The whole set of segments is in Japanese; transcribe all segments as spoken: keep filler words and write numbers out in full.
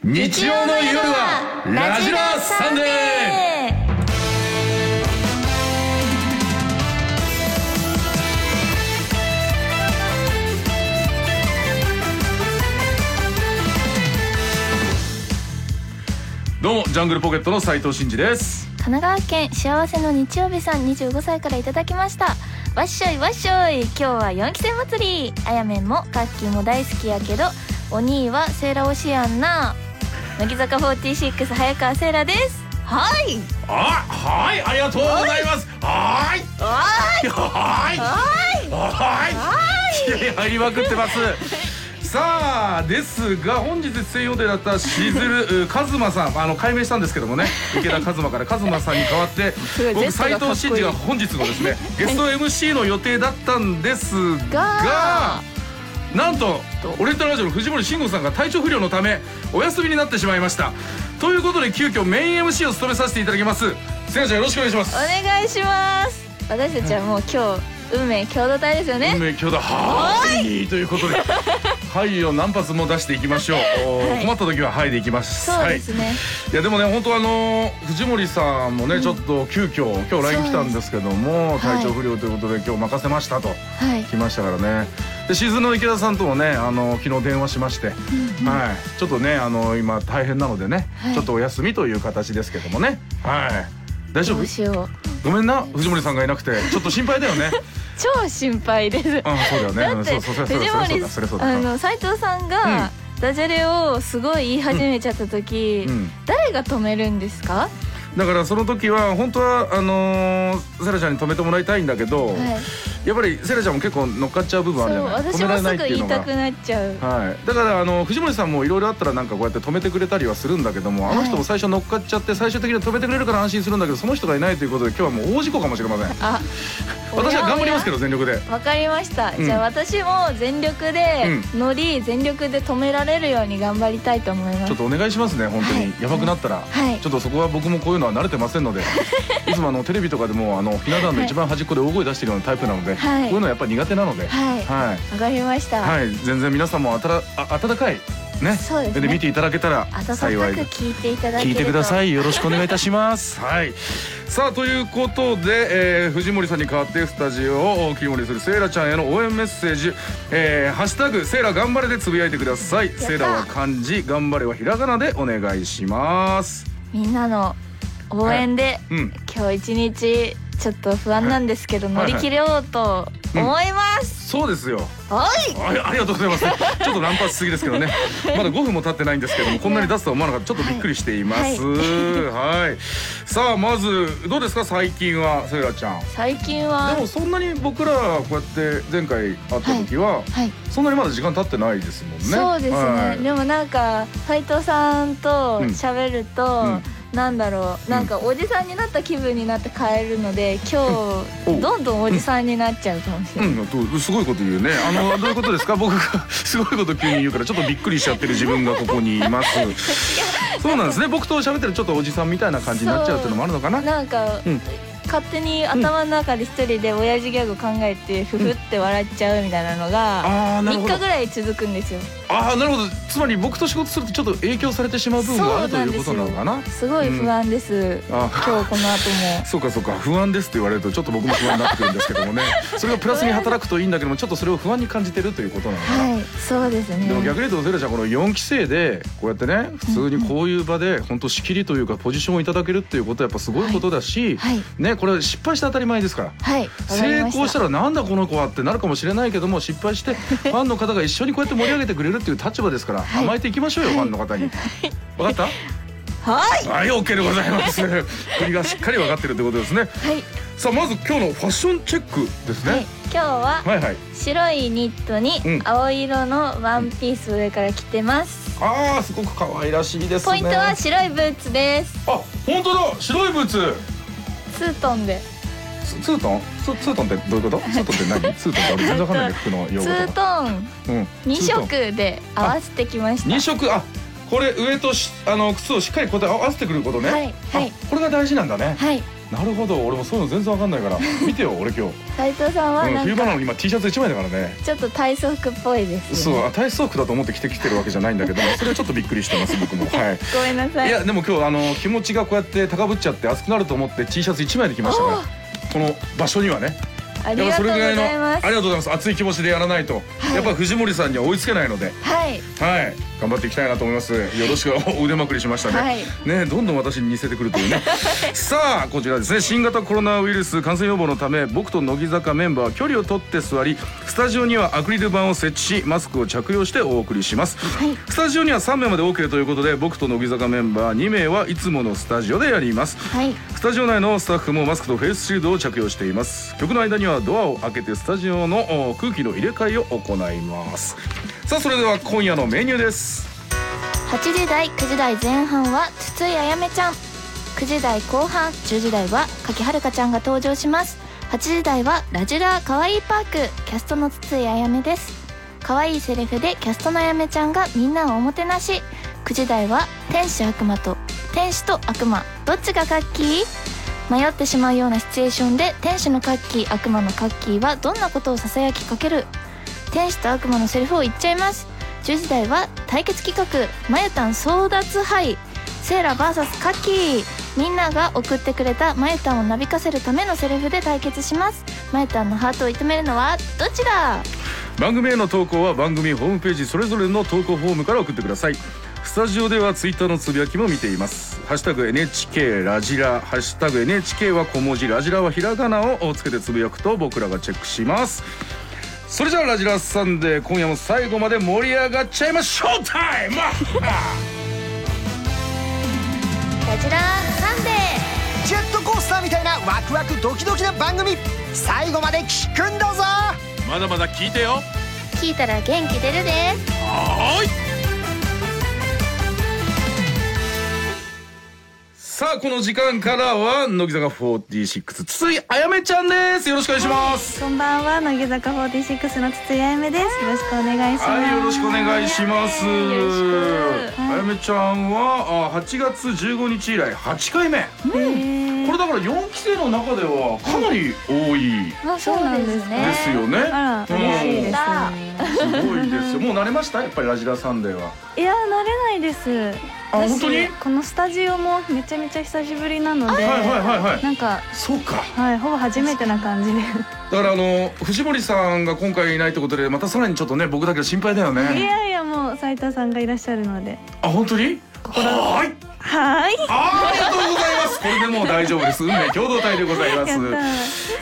日曜の夜はラジラサンデー。どうもジャングルポケットの斉藤真二です。 神奈川県幸せの日曜日さんにじゅうごさいからいただきました。わっしょいわっしょい、今日はよんきせん祭り。あやめんもカッキーも大好きやけど、お兄はセーラ推しやんな。乃木坂フォーティーシックス早川セーラです。はいあはいありがとうございます。はいはいはいはいはい気合入りまくってます。さあですが、本日出演予定だったしずるかずまさん、あの改名したんですけどもね、池田かずまからかずまさんに代わって僕斉藤真二が本日のですねゲスト エムシー の予定だったんですが、なんとオリエンタルラジオの藤森慎吾さんが体調不良のためお休みになってしまいました。ということで急遽メイン エムシー を務めさせていただきます。せなちゃんよろしくお願いします。 お願いします。私たちはもう今日運命共同体ですよね。 運命共同はいということではいを何発も出していきましょう、はい、困った時ははいでいきます。 そうですね、 はい、いやでもね本当あの藤森さんもね、うん、ちょっと急遽今日 ライン 来たんですけども、体調不良ということで今日任せましたと、はい、来ましたからね。でシーズンの池田さんともねあの昨日電話しまして、うん、はい、ちょっとねあの今大変なのでね、はい、ちょっとお休みという形ですけどもね、はい、大丈夫？ どうしよう、 ごめんな藤森さんがいなくてちょっと心配だよね。 超心配です。 あ、そうだよね。 だって藤森あの斉藤さんがダジャレをすごい言い始めちゃった時、うんうん、誰が止めるんですか？ だからその時は本当はあのー、セラちゃんに止めてもらいたいんだけど、はい、やっぱりセラちゃんも結構乗っかっちゃう部分あるじゃない。 私もすぐ言いたくなっちゃう。 はい、だからあの藤森さんもいろいろあったらなんかこうやって止めてくれたりはするんだけども、はい、あの人も最初乗っかっちゃって最終的には止めてくれるから安心するんだけど、その人がいないということで今日はもう大事故かもしれません。あ私は頑張りますけど全力で。わかりました、うん、じゃあ私も全力で乗り、うん、全力で止められるように頑張りたいと思います。ちょっとお願いしますね本当に、はい、やばくなったら、はい、ちょっとそこは僕もこういうのは慣れてませんのでいつもあのテレビとかでもあのひな壇の一番端っこで大声出してるようなタイプなので、はい、こういうのはやっぱり苦手なので、はい、 はい、わかりました。 はい、全然皆さんもあたらあ温かいね、そうですね、で見ていただけたら幸い。 温かく聞いていただけると聞いてください。よろしくお願いいたします。はい。さあということで、えー、藤森さんに代わってスタジオを切り盛りするセイラちゃんへの応援メッセージ、えー、ハッシュタグセイラ頑張れでつぶやいてください。セイラは漢字、頑張れはひらがなでお願いします。 みんなの応援で、はい、うん、今日一日ちょっと不安なんですけど、はい、乗り切れようと思います、 うん、そうですよ。 はい、 あ、ありがとうございます。ちょっと乱発しすぎですけどねまだごふんも経ってないんですけどもこんなに出すとは思わなかった。ちょっとびっくりしています。はい、はい、さあまずどうですか最近はセイラちゃん。 最近はでもそんなに僕らこうやって前回会った時は、はいはい、そんなにまだ時間経ってないですもんね。 そうですね、はい、でもなんか斉藤さんと喋ると、うんうん、なんだろう、なんかおじさんになった気分になって帰るので今日どんどんおじさんになっちゃうかもしれない、 うんうん、すごいこと言うね。あのどういうことですか僕がすごいこと急に言うからちょっとびっくりしちゃってる自分がここにいますそうなんですね。僕と喋ってるちょっとおじさんみたいな感じになっちゃうっていうのもあるのかな。 なんか、うん、勝手に頭の中で一人で親父ギャグ考えてふふって笑っちゃうみたいなのがみっかぐらい続くんですよ。 ああなるほど。つまり僕と仕事するとちょっと影響されてしまう部分があるということなのかな。 すごい不安です、うん、今日この後もそうかそうか、不安ですって言われるとちょっと僕も不安になってくるんですけどもねそれがプラスに働くといいんだけどもちょっとそれを不安に感じてるということなのかな。 はい、そうですね。 でも逆に言うとセイラちゃんこのよんきせいでこうやってね普通にこういう場で本当仕切りというかポジションをいただけるっていうことはやっぱすごいことだし、はいはい、ね、これ失敗して当たり前ですから、はい、成功したらなんだこの子はってなるかもしれないけども失敗してファンの方が一緒にこうやって盛り上げてくれるっていう立場ですから、はい、甘えていきましょうよ、はい、ファンの方に。分かった？はいはい、 OK でございます国がしっかり分かってるということですね。はい、さあまず今日のファッションチェックですね。はい、 今日は白いニットに青色のワンピース上から着てます、 うん、あーすごく可愛らしいですね。 ポイントは白いブーツです。 あ、本当だ、白いブーツツートンで。 ツートン？ツートンってどういうこと？ツートンって何？ツートンって俺全然わかんないけど服の用語とか。 ツートン、うん、に色で合わせてきました。 に色、あ、これ上としあの靴をしっかりこうやって合わせてくることね。はいはい。これが大事なんだね。はい。 なるほど、俺もそういうの全然わかんないから見てよ俺今日。 斉藤さんはなんか、うん、 冬場なの今 T シャツいちまいだからね。 ちょっと体操服っぽいですね。 そう、体操服だと思って着てきてるわけじゃないんだけどそれはちょっとびっくりしてます僕も。はい。 ごめんなさい。 いやでも今日あの気持ちがこうやって高ぶっちゃって熱くなると思って T シャツいちまいで来ましたから、この場所にはね。 ありがとうございます。 ありがとうございます。熱い気持ちでやらないと、はい、やっぱ藤森さんには追いつけないので、 はいはい頑張っていきたいなと思います。よろしく。腕まくりしましたね、はい、ねどんどん私に似せてくるというねさあこちらですね、新型コロナウイルス感染予防のため僕と乃木坂メンバーは距離を取って座り、スタジオにはアクリル板を設置しマスクを着用してお送りします、はい、スタジオにはさんめいまで OK ということで僕と乃木坂メンバーにめいはいつものスタジオでやります、はい、スタジオ内のスタッフもマスクとフェイスシールドを着用しています。曲の間にはドアを開けてスタジオの空気の入れ替えを行います。さあそれでは今夜のメニューです。 はちじ台くじ台前半は筒井あやめちゃん、くじ台後半じゅうじ台は柿はるかちゃんが登場します。はちじ台はラジラーかわいいパーク、キャストの筒井あやめです。かわいいセリフでキャストのあやめちゃんがみんなをおもてなし。くじ台は天使悪魔と天使と悪魔どっちがカッキー、迷ってしまうようなシチュエーションで天使のカッキー悪魔のカッキーはどんなことをささやきかける、天使と悪魔のセリフを言っちゃいます。じゅうじ台は対決企画まゆたん争奪杯、セーラ ブイエス カッキー、みんなが送ってくれたまゆたんをなびかせるためのセリフで対決します。まゆたんのハートを射止めるのはどっちだ。 番組への投稿は番組ホームページそれぞれの投稿フォームから送ってください。スタジオではツイッターのつぶやきも見ています。ハッシュタグ エヌエイチケー ラジラ、ハッシュタグ エヌエイチケー は小文字、ラジラはひらがなをつけてつぶやくと僕らがチェックします。それじゃあラジラサンデー、今夜も最後まで盛り上がっちゃいましょうタイムラジラサンデー、ジェットコースターみたいなワクワクドキドキな番組、最後まで聞くんだぞ。 まだまだ聞いてよ。 聞いたら元気出るで。 はーい。さあこの時間からは乃木坂フォーティーシックス筒井あやめちゃんです。よろしくお願いします、 はい、こんばんは、乃木坂フォーティーシックスの筒井あやめです。よろしくお願いします。 はい、よろしくお願いします。あやめちゃんははちがつじゅうごにち以来はちかいめ、うん、これだからよんきせいの中ではかなり多い、 あ、そうなんですね。 ですよね。 あら、嬉しいですね。 すごいですよ。もう慣れました？やっぱりラジラサンデーは。 いや、慣れないです。 あ、本当に？ このスタジオもめちゃめちゃ久しぶりなので、 はいはいはいはい、 なんかそうか、 はい、ほぼ初めてな感じで。 だからあの藤森さんが今回いないってことでまたさらにちょっとね僕だけど心配だよね。 いやいや、もう斉藤さんがいらっしゃるので。 あ、本当に？はーい。 はい。 ありがとうございます。これでもう大丈夫です。運命共同体でございます。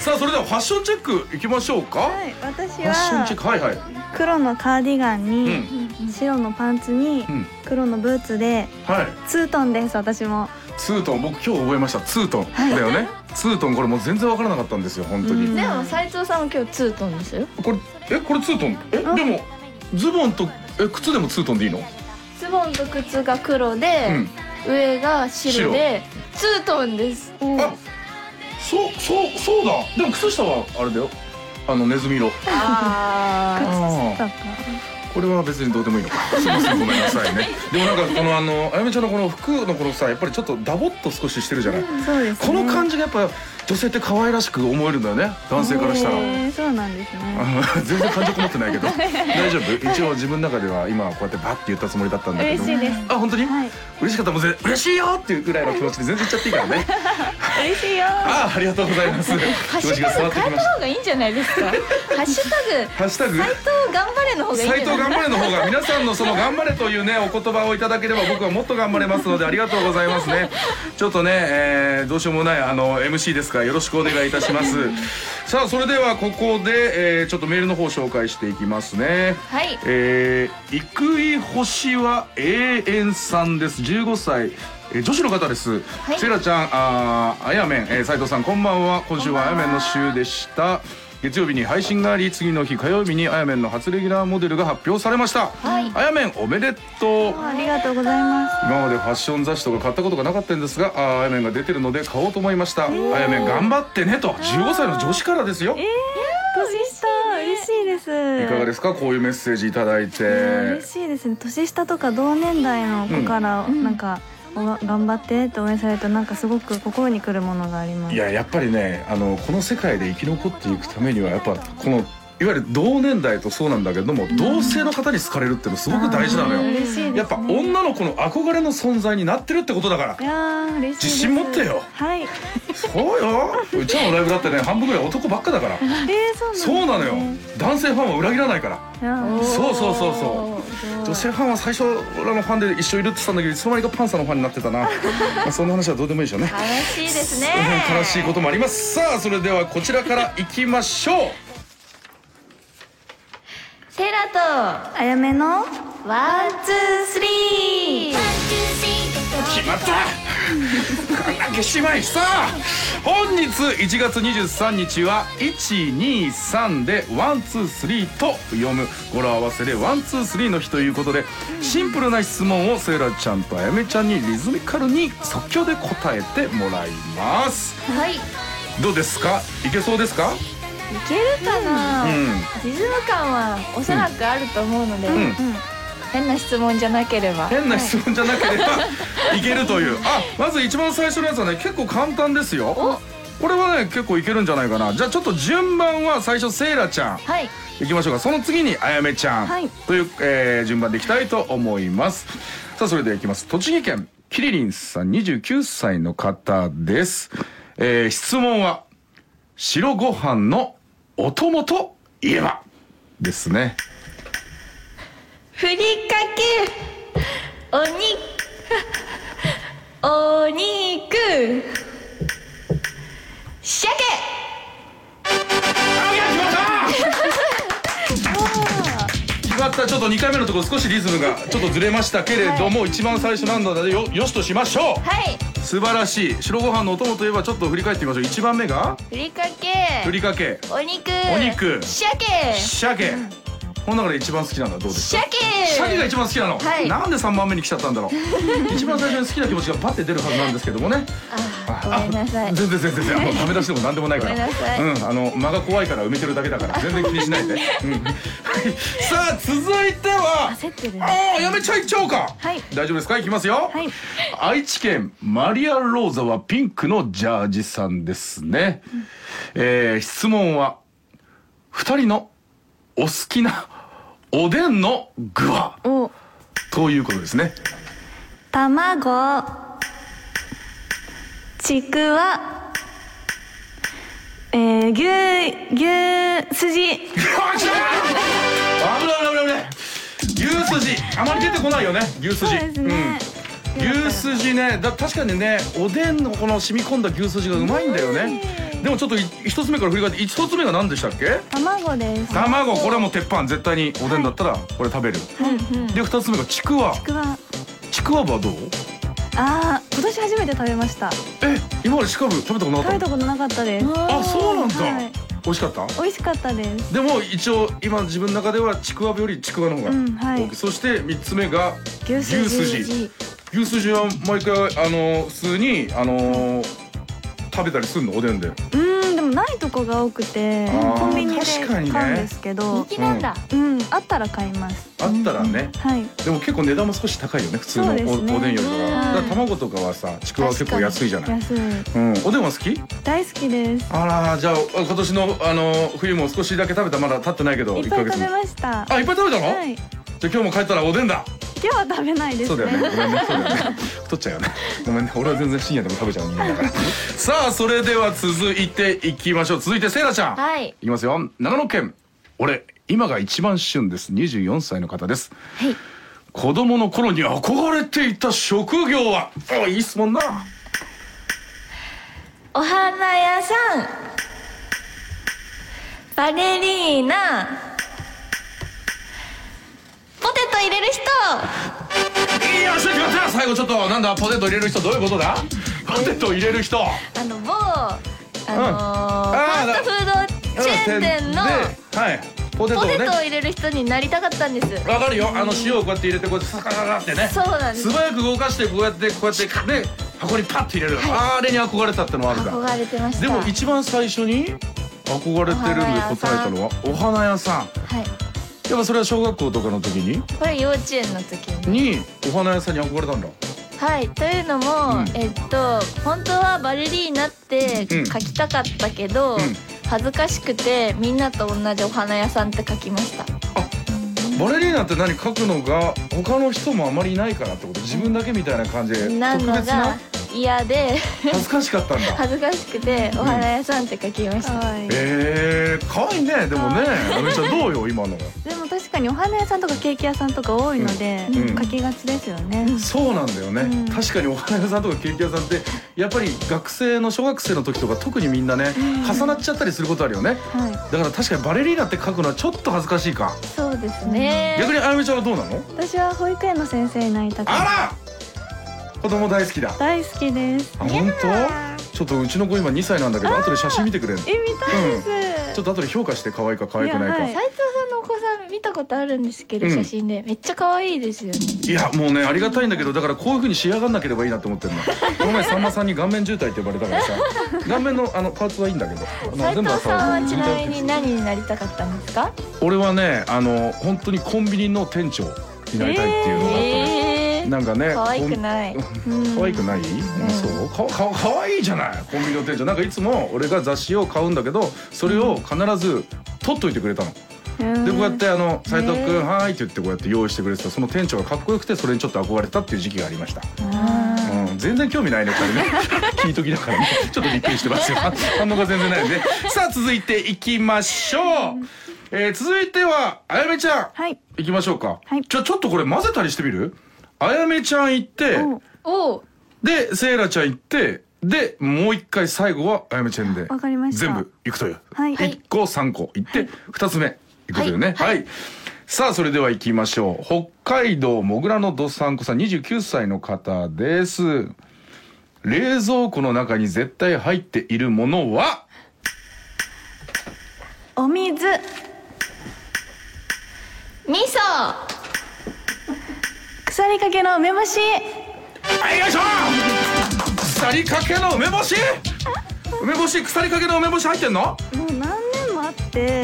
さあそれではファッションチェックいきましょうか。 はい、私はファッションチェック、はいはい。 黒のカーディガンに、うん、白のパンツに、うん、黒のブーツで、はい、ツートンです。私もツートン、僕今日覚えました。ツートンだよね、はい、ツートン、これもう全然わからなかったんですよ本当に。 でも斉藤さんも今日ツートンですよ。 これえこれツートン、えでもズボンとえ靴でもツートンでいいの？ ズボンと靴が黒で、うん、上が白でツートンです。 あ、そうそうそうだ。でも靴下はあれだよ、あのネズミ色。 ああ、靴下か。 これは別にどうでもいいのか。すみません、ごめんなさいね。でもなんかこのあのあやめちゃんのこの服のこのさ、やっぱりちょっとダボっと少ししてるじゃない。 うん、そうですね。 この感じがやっぱ女性って可愛らしく思えるんだよね、男性からしたら。 えー、そうなんですね。 全然感情こもってないけど大丈夫。一応自分の中では今こうやってバッて言ったつもりだったんだけど。 嬉しいです。 あ、本当に？ はい、 嬉しかったらもう嬉しいよっていうぐらいの気持ちで全然言っちゃっていいからね。 嬉しいよ。 あ、ありがとうございます。 ハッシュタグ変えた方がいいんじゃないですか。ハッシュタグハッシュタグ斉藤頑張れの方がいいんじゃない？ 斉藤頑張れの方が、皆さんのその頑張れというねお言葉をいただければ僕はもっと頑張れますのでありがとうございますね。ちょっとね、えー、どうしようもないあの エムシー ですからよろしくお願いいたします。さあそれではここで、えー、ちょっとメールの方を紹介していきますね。 はい。 えー、生井星は永遠さんです。じゅうごさい、えー、女子の方です。はい、セイラちゃん、ああやめん、えー、斉藤さんこんばんは。今週はあやめんの週でした。月曜日に配信があり、次の日火曜日にあやめんの初レギュラーモデルが発表されました。はい、あやめんおめでとう。 ありがとうございます。 今までファッション雑誌とか買ったことがなかったんですが、あやめんが出てるので買おうと思いました。あやめん頑張ってねと。じゅうごさいの女子からですよ。 えー、年下嬉しいです。 いかがですか、こういうメッセージいただいて。 嬉しいですね。年下とか同年代の子から、うん、なんか頑張ってって応援されるとなんかすごく心にくるものがあります。 いややっぱりねあのこの世界で生き残っていくためにはやっぱこのいわゆる同年代とそうなんだけども、うん、同性の方に好かれるっていうのすごく大事なのよ、 嬉しいですね、 やっぱ女の子の憧れの存在になってるってことだから。 いや嬉しいです。 自信持ってよ。 はい。 そうよ、うちらのライブだってね半分ぐらい男ばっかだから、 えー、 そうなのよ。男性ファンは裏切らないから。そうそうそうそう、女性ファンは最初俺らのファンで一緒いるって言ったんだけどいつの間にかパンサーのファンになってたなまあそんな話はどうでもいいでしょうね。 悲しいですね悲しいこともあります。さあそれではこちらからいきましょう。 セイラとあやめのワンツースリー決まったこんだけ姉妹さあ本日いちがつにじゅうさんにちはいちにさんでワンツースリーと読む語呂合わせでワンツースリーの日ということで、シンプルな質問をセイラちゃんとあやめちゃんにリズミカルに即興で答えてもらいます。 はい、 どうですか、いけそうですか。 いけるかな、うん、リズム感はおそらくあると思うので、うんうん、変な質問じゃなければ変な質問じゃなければ、はい、いけるという。あ、まず一番最初のやつはね結構簡単ですよ。これはね結構いけるんじゃないかな。じゃあちょっと順番は最初セイラちゃん、はい、いきましょうか。その次にあやめちゃん、はい、という、えー、順番でいきたいと思います。さあそれではいきます。栃木県キリリンさんにじゅうきゅうさいの方です。えー、質問は白ご飯のお供といえばですね。 ふりかけお肉お肉鮭。 あ、いや決まった決まった。ちょっとにかいめのところ少しリズムがちょっとずれましたけれども、はい、一番最初なんだので よ, よしとしましょう。はい、素晴らしい。白ご飯のお供といえばちょっと振り返ってみましょう。いちばんめがふりかけふりかけお肉お肉鮭鮭、うん、この中で一番好きなのはどうですか。 鮭鮭が一番好きなの、はい、なんでさんばんめに来ちゃったんだろう一番最初に好きな気持ちがパッて出るはずなんですけどもね。 あ、ごめんなさい。 全然全然全然、あのダメ出しでもなんでもないから。 ごめんなさい。 うん、あの間が怖いから埋めてるだけだから全然気にしないで、うん、さあ続いては焦ってるね。 ああ、やめちゃいっちゃおうか。はい、大丈夫ですか。いきますよ。はい、愛知県マリアローザはピンクのジャージさんですね、うん、えー、質問はふたりのお好きなおでんの具はということですね。 卵、ちくわ、えー、牛牛すじ。 危ない危ない危ない。牛すじあまり出てこないよね。牛すじ。そうですね、うん、牛すじね。だ確かにね、おでんのこの染み込んだ牛すじがうまいんだよね。でもちょっと一つ目から振り返って、一つ目が何でしたっけ。 卵です。 卵、これはもう鉄板、絶対におでんだったらこれ食べる、はい、で二つ目がちくわ。 ちくわちくわはどう。 ああ、今年初めて食べました。 え、今までちくわぶ食べたことなかった。 食べたことなかったです。 あ、そうなんだ、 はい、 美味しかった。 美味しかったです。 でも一応今自分の中ではちくわぶよりちくわの方が、うん、はい、そしてみっつめが牛すじ。牛すじは毎回あの普通にあの食べたりするの、おでんで。うん、 でもないとこが多くてコンビニで買うんですけど、 人気なんだ。 うん、あったら買います。 あったらね、 はい。 でも結構値段も少し高いよね、普通のおでんよりは。だから卵とかはさ、ちくわは結構安いじゃない。 安い。 うん、おでんは好き？ 大好きです。 あら、じゃあ今年のあの冬も少しだけ食べた。まだ経ってないけどいっぱい食べました。 あ、いっぱい食べたの？はい。じゃあ今日も帰ったらおでんだ。 今日は食べないですね。 そうだよね。ごめんね。そうだよね。太っちゃうよね。ごめんね。俺は全然深夜でも食べちゃう人間だから。さあそれでは続いていきましょう。続いてセイラちゃん。はい。いきますよ。長野県。俺今が一番旬です。にじゅうよんさいの方です。はい。子供の頃に憧れていた職業は。あ、いい質問な。 お花屋さん。バレリーナ。ポテト入れる人。 いや、決まった。最後ちょっとなんだ、ポテト入れる人どういうことだ。ポテト入れる人、あの某あのーうん、ファーストフードチェーン店の、はい、ポテトをね、ポテトを入れる人になりたかったんです。 わかるよ。あの塩をこうやって入れてこうやってサカサカってね、 そうなんです。 素早く動かしてこうやってこうやってね、箱にパッと入れる、はい、あれに憧れたってのもあるか。 憧れてました。 でも一番最初に憧れてるんで答えたのはお花屋さん。はい。やっぱそれは小学校とかの時に。 これ幼稚園の時に。 にお花屋さんに憧れたんだ。 はいというのも、うん、えっと本当はバレリーナって書きたかったけど、うん、恥ずかしくてみんなと同じお花屋さんって書きました。 あ、バレリーナって何書くのが他の人もあまりいないからってこと？自分だけみたいな感じでなのが嫌で恥ずかしかったんだ。 恥ずかしくてお花屋さんって書きました。 うん、えー、かわいいね。でもね、あめちゃんどうよ今の。 でも確かにお花屋さんとかケーキ屋さんとか多いので、うん、書きがちですよね。 うん、そうなんだよね、うん、確かにお花屋さんとかケーキ屋さんってやっぱり学生の小学生の時とか特にみんなね、うん、重なっちゃったりすることあるよね、はい、だから確かにバレリーナって書くのはちょっと恥ずかしいか。 そうですね。 逆にあやめちゃんはどうなの？ 私は保育園の先生になりたくて。 あら、子供大好きだ。 大好きです。 あ、本当？ちょっとうちの子今にさいなんだけど、後で写真見てくれんの？ え、見たいです、 うん、ちょっと後で評価して可愛いか可愛くないか。 斉藤さんのお子さん見たことあるんですけど、うん、写真でめっちゃ可愛いですよね。 いやもうねありがたいんだけど、だからこういう風に仕上がんなければいいなって思ってるの。この前さんまさんに顔面渋滞って呼ばれたからさ、顔面のあのパーツはいいんだけど。 斉藤さんはちなみに何になりたかったんですか？ 俺はねあの本当にコンビニの店長になりたいっていうのがあったね。えーなんかね、 可愛くない。 可愛くない？うん、そう、か、か、可愛いじゃない。コンビニの店長、なんかいつも俺が雑誌を買うんだけど、それを必ず取っといてくれたの。でこうやってあの斉藤君はーいって言ってこうやって用意してくれてたその店長がかっこよくてそれにちょっと憧れたっていう時期がありました。うん、全然興味ないね二人ね。聞いときだからね。ちょっとびっくりしてますよ。反応が全然ないんで。さあ続いていきましょう。えー、続いてはあやめちゃん。はい。いきましょうか。はい。じゃあちょっとこれ混ぜたりしてみる？あやめちゃん行って、おでセイラちゃん行って、でもう一回最後はあやめちゃんでわかりました。 全部行くという、 はい、 いっこさんこ行ってふたつめ行くというね。はい、はい、さあそれでは行きましょう。北海道もぐらのどさんこさんにじゅうきゅうさいの方です。冷蔵庫の中に絶対入っているものはお水、 味噌、 腐りかけの梅干し。 はい、よいしょ。腐りかけの梅干し。梅干し、腐りかけの梅干し入ってんの？ もう何年もあって、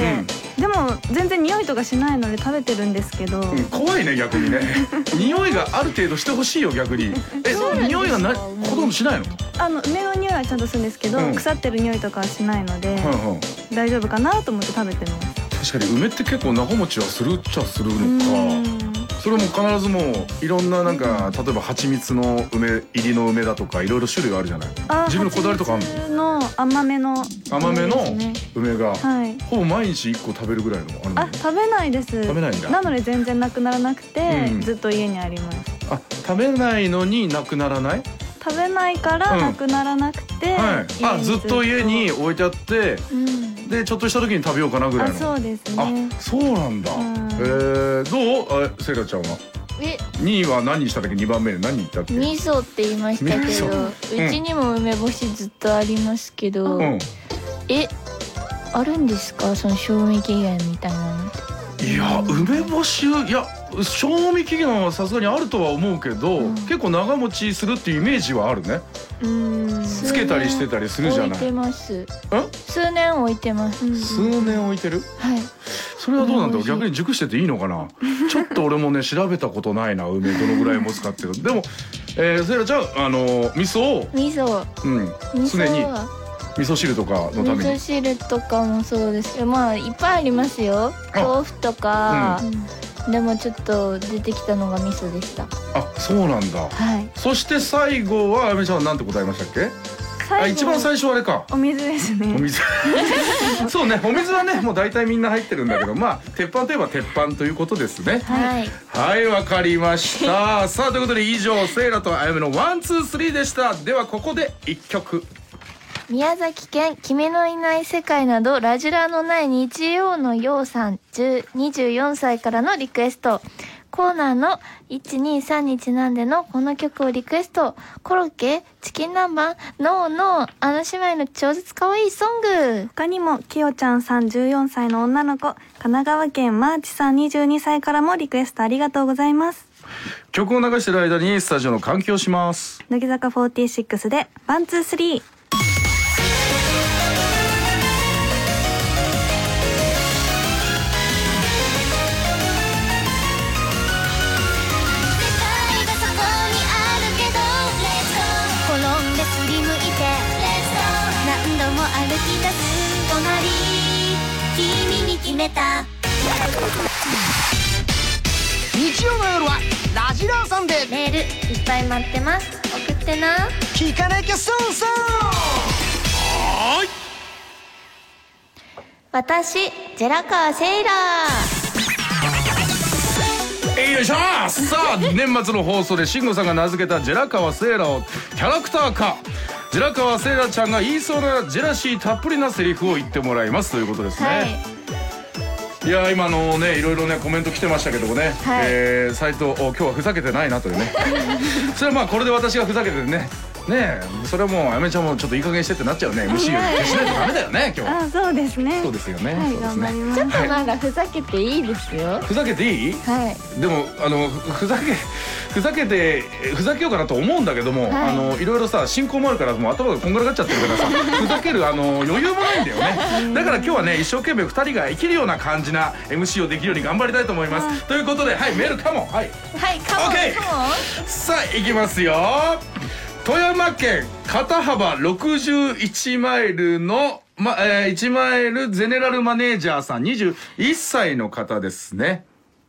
うん、でも全然匂いとかしないので食べてるんですけど、うん、 怖いね逆にね。匂いがある程度してほしいよ逆に。え、匂いがなほとんどしないの？ あの梅の匂いはちゃんとするんですけど、うん、腐ってる匂いとかはしないので、うんうん、大丈夫かなと思って食べてます。 確かに梅って結構長持ちはするっちゃするのか。それも必ずもういろんななんか例えば蜂蜜の梅入りの梅だとかいろいろ種類があるじゃない。自分のこだわりとかあるの？ の甘めの甘めの梅が、はい、ほぼ毎日いっこ食べるぐらいのあるの？ あ、食べないです。 食べないんだ。 なので全然なくならなくて、うん、ずっと家にあります。 あ、食べないのになくならない？ 食べないからなくならなくて、うん、はい、 あ、ずっと家に置いてあって、うん、でちょっとした時に食べようかなぐらいの。 あ、そうですね。 あ、そうなんだ。へえー、どう？あ、セイラちゃんは？え、にいは何にした時にばんめで何言ったっけ？ 味噌って言いましたけど、うちにも梅干しずっとありますけど、うん、え、あるんですかその賞味期限みたいなの？ いや、梅干し、いや賞味期限はさすがにあるとは思うけど、うん、結構長持ちするっていうイメージはあるね。うん、つけたりしてたりするじゃない。 置いてます。数年置いてます。 数年置いてる？ はい。 それはどうなんだろう。逆に熟してていいのかな。ちょっと俺もね調べたことないな、梅どのぐらい持つかっていう。でも、えー、セイラちゃんあの味噌を味噌、 うん、常に味噌汁とかのために。 味噌汁とかもそうですけど、まあいっぱいありますよ。豆腐とか、うん、でもちょっと出てきたのが味噌でした。 あ、そうなんだ。はい。そして最後はあやめちゃんは何て答えましたっけ？あ、一番最初あれか。 お水ですね。 お水。そうね、お水はねもう大体みんな入ってるんだけど、まあ鉄板といえば鉄板ということですね。 はい。 はい、わかりました。さあということで以上セイラとあやめのワンツースリーでした。ではここで一曲。 宮崎県君のいない世界などラジラのない日曜のようさんにじゅうよんさいからのリクエスト。コーナーのいちにさんにちなんでのこの曲をリクエスト。コロッケ、チキン南蛮、ノーノー、あの姉妹の超絶可愛いソング。 他にもきよちゃんさんじゅうよんさいの女の子、神奈川県マーチさんにじゅうにさいからもリクエストありがとうございます。 曲を流している間にスタジオの換気をします。 乃木坂フォーティーシックスでワンツースリー。 「 きめた。 日曜の夜はラジラーサンデー。 メールいっぱい待ってます。送ってな。 聞かなきゃ損損。 はーい。 私ジェラカーセイラー。 よいしょ。さあ年末の放送で慎吾さんが名付けたジェラカワセーラをキャラクター化。ジェラカワセーラちゃんが言いそうなジェラシーたっぷりなセリフを言ってもらいますということですね。はい、いや今のねいろいろねコメント来てましたけどもね、はい、えー、斉藤今日はふざけてないなというねそれはまあこれで私がふざけてねねえ、それはもうあやめちゃんもちょっといい加減してってなっちゃうね。エムシー をしないとダメだよね今日は。 あ、そうですね。 そうですよね。 はい、頑張ります。 ちょっとまだふざけていいですよ。 ふざけていい？ はい。 でもあのふざけふざけてふざけようかなと思うんだけども、はい、あのいろいろさ進行もあるからもう頭がこんがらがっちゃってるからさふざけるあの余裕もないんだよね。だから今日はね一生懸命ふたりが生きるような感じな エムシー をできるように頑張りたいと思います。ということではいメールカモンはいはいカモン、 okay、カモン。さあいきますよ。富山県肩幅ろくじゅういちマイルの、まえー、いちマイルゼネラルマネージャーさんにじゅういっさいの方ですね。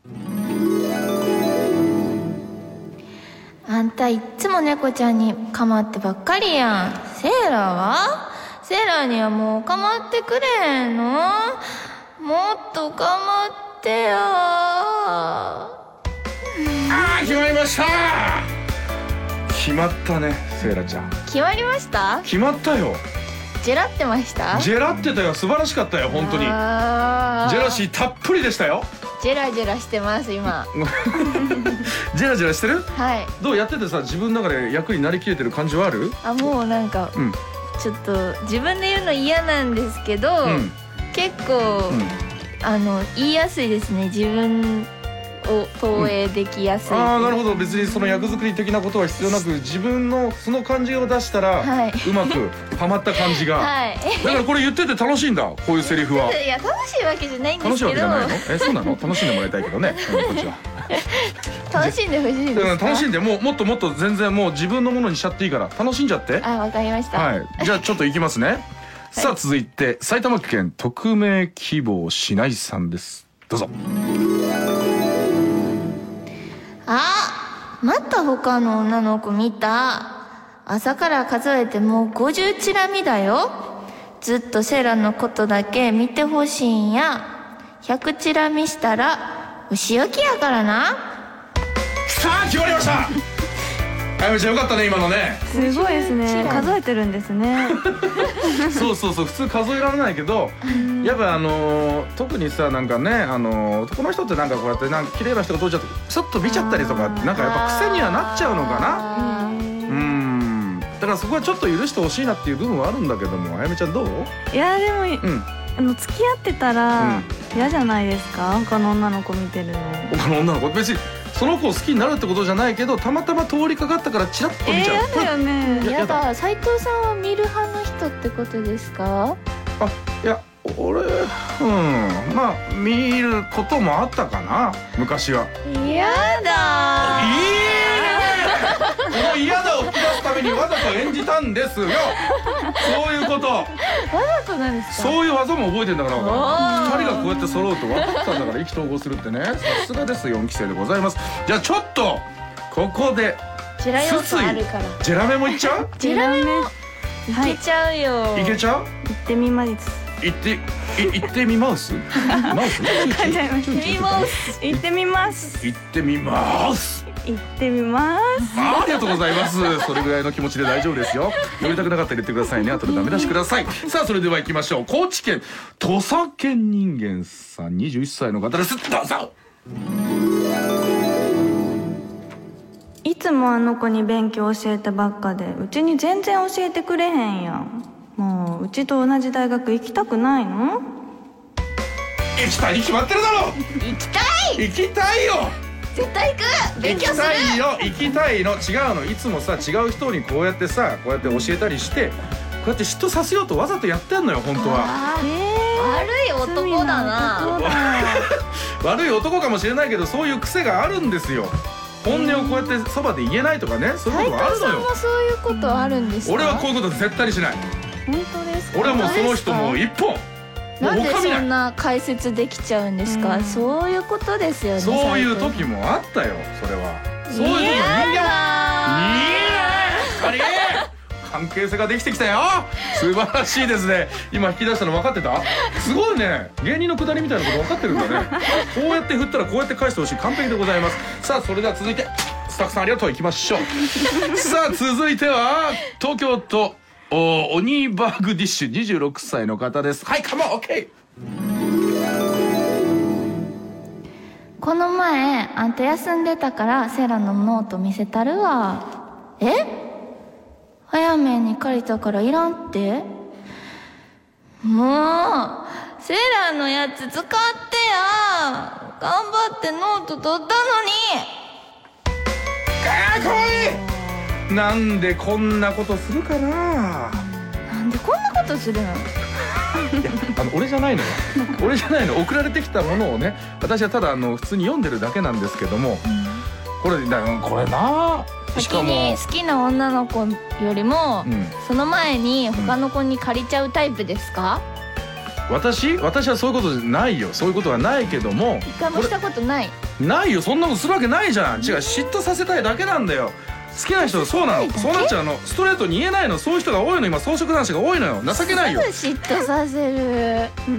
あんたいっつも猫ちゃんに構ってばっかりやん。セーラーはセーラーにはもう構ってくれへんの？もっと構ってよ。あー決まりました。決まったねセイラちゃん。 決まりました？ 決まったよ。 ジェラってました？ ジェラってたよ。素晴らしかったよ本当に。ジェラシーたっぷりでしたよ。 ジェラジェラしてます今ジェラジェラしてる？ はい。 どうやっててさ自分の中で役になりきれてる感じはある？ あもうなんか、うん、ちょっと自分で言うの嫌なんですけど、うん、結構、うん、あの言いやすいですね自分を投影できやすい、うん、 ああなるほど。別にその役作り的なことは必要なく自分のその感じを出したら、はい、うまくはまった感じが、はい、だからこれ言ってて楽しいんだこういうセリフは。 いや楽しいわけじゃないんですけど。楽しいわけじゃないの？えそうなの？楽しんでもらいたいけどねこっちは楽しんでほしいですか？楽しんでもうもっともっと全然もう自分のものにしちゃっていいから楽しんじゃって。あわかりました。 はいじゃあちょっといきますねはい、さあ続いて埼玉県匿名希望しないさんです。どうぞ。 あ、また他の女の子見た。朝から数えてもうごじゅうチラ見だよ。ずっとセイラのことだけ見てほしいんや。ひゃくチラ見したらお仕置きやからな。 さあ決まりました。あやめちゃんよかったね今のね。 すごいですね。数えてるんですねそうそうそう普通数えられないけどやっぱあのー、特にさなんかねあのー、男の人ってなんかこうやってなんか綺麗な人が通っちゃってちょっと見ちゃったりとかなんかやっぱ癖にはなっちゃうのかな。うんだからそこはちょっと許してほしいなっていう部分はあるんだけどもあやめちゃんどう？ いやでも、うん、あの付き合ってたら嫌、うん、じゃないですか他の女の子見てるの。 他の女の子別にその子を好きになるってことじゃないけどたまたま通りかかったからチラッと見ちゃう。 えー、やだよね。 やだ。斉藤さんは見る派の人ってことですか？ あいや俺うんまあ見ることもあったかな昔は。 やだいいねこの嫌だを引き出すためにわざと演じたんですよそういうこと。わざとなんですか？ そういう技も覚えてんだからふたりがこうやって揃うと分かったんだから意気投合するってねさすがですよんき生でございます。じゃあちょっとここでジェラ要素あるからジェラメもいっちゃう？ ジェラメもいけちゃうよ。 いけちゃう？ 行ってみます。 行って行ってみますマウス行ってみます行ってみます行ってみますありがとうございます。それぐらいの気持ちで大丈夫ですよ。寄りたくなかったら言ってくださいね。後でダメ出しください。さあそれでは行きましょう。高知県土佐県人間さんにじゅういっさいの方です。どうぞ。 いつもあの子に勉強教えてばっかでうちに全然教えてくれへんやん。もううちと同じ大学行きたくないの？ 行きたいに決まってるだろ。 行きたい行きたいよ絶対行く。勉強する。 行きたいよ行きたいの。違うのいつもさ違う人にこうやってさこうやって教えたりしてこうやって嫉妬させようとわざとやってんのよ本当は。 悪い男だな悪い男かもしれないけどそういう癖があるんですよ。本音をこうやってそばで言えないとかねそういうことがあるのよ。斉藤さんもそういうことあるんですか？ 俺はこういうこと絶対にしない。 本当ですか？ 俺はもうその人も一本なんでそんな解説できちゃうんですか、うん、そういうことですよね。 そういう時もあったよそれは。そういう時も人間いいねあれ関係性ができてきたよ。素晴らしいですね。今引き出したの分かってた？すごいね。芸人のくだりみたいなこと分かってるんだね。こうやって振ったらこうやって返してほしい。完璧でございます。さあそれでは続いてスタッフさんありがとう。いきましょう。さあ続いては東京都オニーバーグディッシュにじゅうろくさいの方です。はい、カモン、オッケー。この前あんた休んでたからセラのノート見せたるわ。え？早めに借りたからいらんって？もうセラのやつ使ってや。頑張ってノート取ったのに。 あーかわいい。なんでこんなことするかな。 なんでこんなことするの？いやあの俺じゃないのよ。俺じゃないの。送られてきたものをね、私はただあの普通に読んでるだけなんですけども、うん、これだこれな。 先に好きな女の子よりも、うん、その前に他の子に借りちゃうタイプですか？ うん、私私はそういうことじゃないよ。そういうことはないけども。 一回もしたことない？ ないよ。そんなことするわけないじゃん。違う、嫉妬させたいだけなんだよ。好きな人はそうなの。そうなっちゃうの。ストレートに言えないの。そういう人が多いの。今草食男子が多いのよ。情けないよ。 すぐ嫉妬させる。 うん、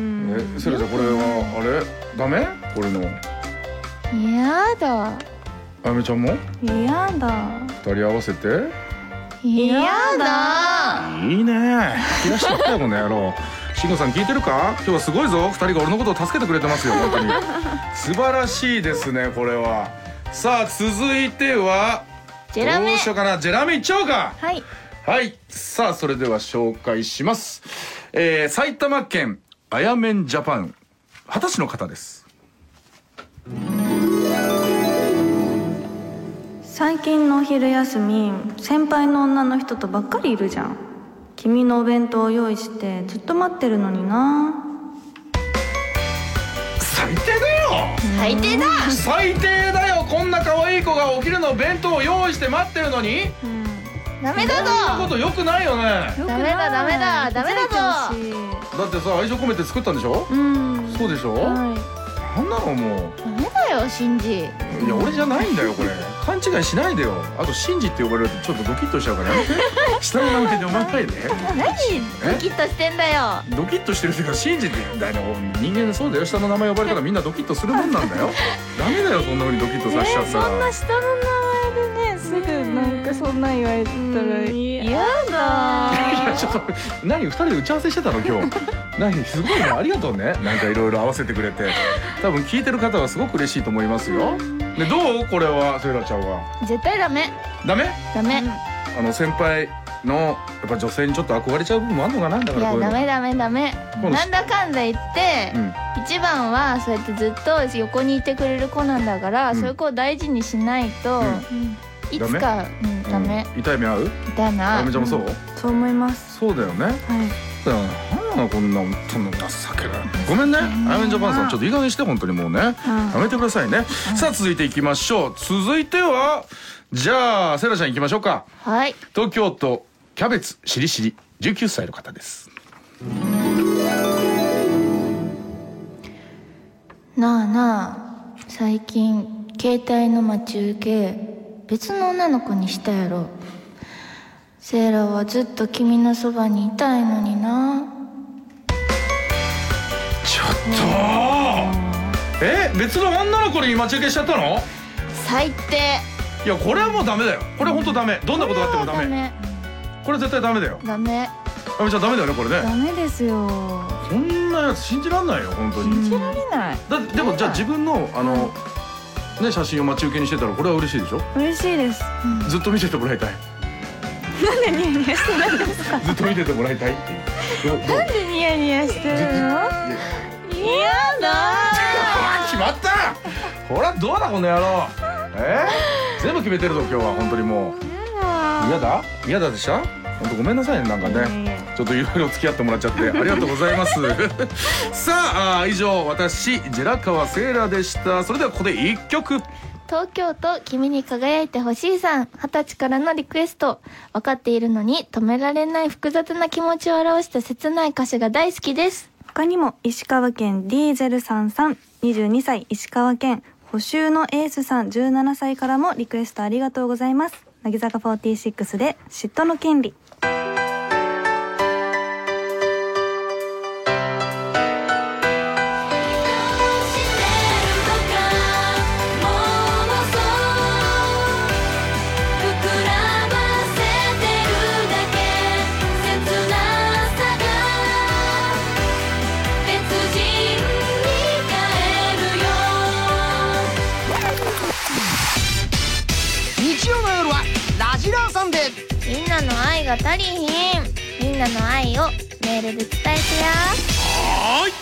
え、それじゃこれはあれダメ？これのやだ。 あやめちゃんも？ やだ。 二人合わせて？ やだ。 いいね。引き出しちゃったよこの野郎。慎吾さん聞いてるか？今日はすごいぞ。二人が俺のことを助けてくれてますよ本当に。素晴らしいですねこれは。さあ続いてはジェラメ。 どうしようかな。ジェラメいっちゃおうか。 はいはい。さあそれでは紹介します。えー、埼玉県あやめんジャパン二十歳の方です。 最近のお昼休み先輩の女の人とばっかりいるじゃん。君のお弁当を用意してずっと待ってるのにな。 最低だよ。 最低だ。 最低だよ。こんな可愛い子がお昼の弁当を用意して待ってるのに、 うん、ダメだぞ。 そんなことよくないよね。 ダメだダメだダメだぞ。 だってさ愛情込めて作ったんでしょ。うん、そうでしょ、はい、なんなのもうダメだよシンジ。 いや俺じゃないんだよこれ。勘違いしないでよ。あとシンジって呼ばれるとちょっとドキッとしちゃうからやめて。下の名前で呼ばないで。 何ドキッとしてんだよ。 ドキッとしてるっていうかシンジってだよ。人間そうだよ。下の名前呼ばれたらみんなドキッとするもんなんだよ。ダメだよそんな風にドキッとさせちゃったら、 そんな下の名前でねすぐなんかそんなん言われたら嫌だ。 いやちょっと何二人で打ち合わせしてたの今日。何すごいね。ありがとうね。なんかいろいろ合わせてくれて。多分聞いてる方はすごく嬉しいと思いますよ。でどうこれはセイラちゃんは。 絶対ダメ。 ダメ？ ダメ。 あの先輩のやっぱ女性にちょっと憧れちゃう部分もあるのかな。だからこういうの。 いやダメダメダメ。なんだかんだ言って、うん、一番はそうやってずっと横にいてくれる子なんだから、うん、そういう子を大事にしないと、うん、いつかうん、ダメ。 痛い目合う？ 痛い目合う。 あやめちゃんもそう？ そう思います。 そうだよね。はい。だからなんなのこんな本当の情けない。ごめんね。あやめんジャパンさんちょっといい加減にして本当にもうね。やめてくださいね。さあ続いていきましょう。続いてはじゃあセイラちゃんいきましょうか。 はい。 東京都キャベツしりしりじゅうきゅうさいの方です。 なあなあ、最近携帯の待ち受け別の女の子にしたやろ。セイラはずっと君のそばにいたいのにな。 ちょっとえ別の女の子に待ち受けしちゃったの？ 最低。 いやこれはもうダメだよ。これ本当ダメ。どんなことがあってもダメ。 ダメ。 これ絶対ダメだよ。 ダメ。 あめちゃんダメだよねこれね。 ダメですよ。 そんなやつ信じらんないよ本当に。 信じられない。 だでもじゃあ自分のあのね写真を待ち受けにしてたらこれは嬉しいでしょ。 嬉しいです。 ずっと見せてもらいたい。 なんでニヤニヤしてるんですか。 ずっと見ててもらいたいっていう。 なんでニヤニヤしてるの？嫌だ。 決まった。ほらどうだこの野郎。えー、全部決めてるぞ今日は本当にもう。嫌だ？嫌だでした？本当ごめんなさいねなんかね。ちょっといろいろ付き合ってもらっちゃってありがとうございます。さあ以上私ジェラカワセイラでした。それではここでいっきょく。 東京都君に輝いてほしいさん二十歳からのリクエスト。分かっているのに止められない複雑な気持ちを表した切ない歌詞が大好きです。 他にも石川県 ディーゼルさんさん、にじゅうにさい石川県補修のエースさんじゅうななさいからもリクエストありがとうございます。乃木坂フォーティーシックスで嫉妬の権利。 みんなの愛が足りひん。みんなの愛をメールで伝えてや。 はーい。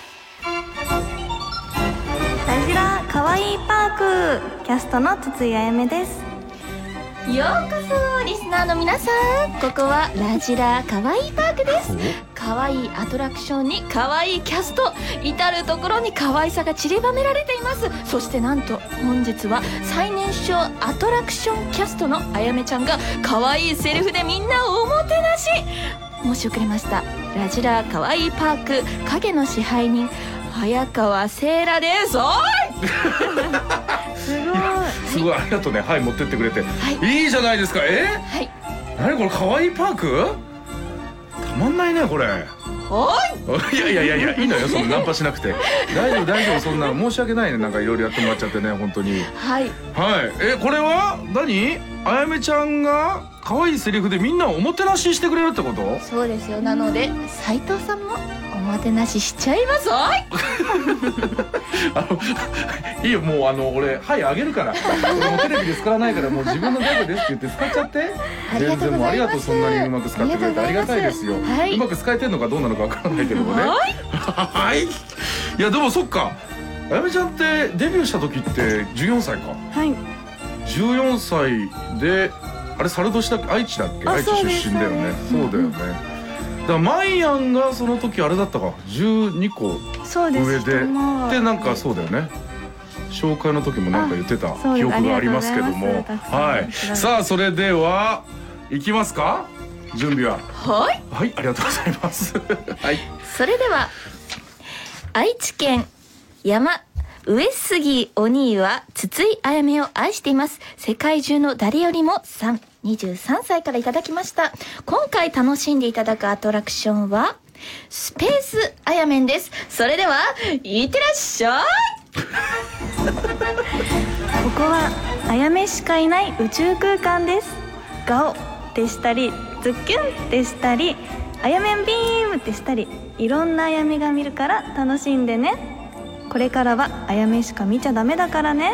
ラジラかわいいパークキャストの筒井あやめです。 ようこそリスナーの皆さん、ここはラジラかわいいパークです。かわいいアトラクションにかわいいキャスト、至る所に可愛さが散りばめられています。そしてなんと本日は最年少アトラクションキャストのあやめちゃんがかわいいセリフでみんなをおもてなし。申し遅れました。ラジラかわいいパーク影の支配人早川せいらです。おいすごいすごい、ありがとうね。はい、持ってってくれて、はい、いいじゃないですか。えー、 はい、 何これ、かわいいパークたまんないねこれ。 はいいやいやいやいや、いいのよ、そのナンパしなくて大丈夫大丈夫、そんな申し訳ないね、なんかいろいろやってもらっちゃってね、本当に。 はいはい。え、これは何、あやめちゃんが可愛いセリフでみんなをおもてなししてくれるってこと？ そうですよ。なので斉藤さんもおもてなししちゃいます。おいあのいいよ、もうあの俺はいあげるから、俺もテレビで使わないから、もう自分のギャグですって言って使っちゃって。 ありがとうございます。 全然もうありがとう、そんなにうまく使ってくれてありがたいですよ。 はい、 うまく使えてるのかどうなのかわからないけどもね。はい。いやでもそっか、あやめちゃんってデビューした時ってじゅうよんさいか。 はい。 じゅうよんさいで、あれ猿年だっけ、愛知だっけ、愛知出身だよね。そうだよね。だからマイアンがその時あれだったか、じゅうにこ上でで、なんかそうだよね、紹介の時もなんか言ってた記憶がありますけども。はい。さあそれではいきますか、準備は。 はいはい、ありがとうございますはい。 それでは愛知県山上杉お兄は筒井あやめを愛しています。世界中の誰よりもさん、にじゅうさんさいからいただきました。今回楽しんでいただくアトラクションはスペースあやめんです。それではいってらっしゃいここはあやめしかいない宇宙空間です。ガオでしたりズッキュンでしたりあやめんビームでしたり、いろんなあやめが見るから楽しんでね。これからはあやめしか見ちゃダメだからね。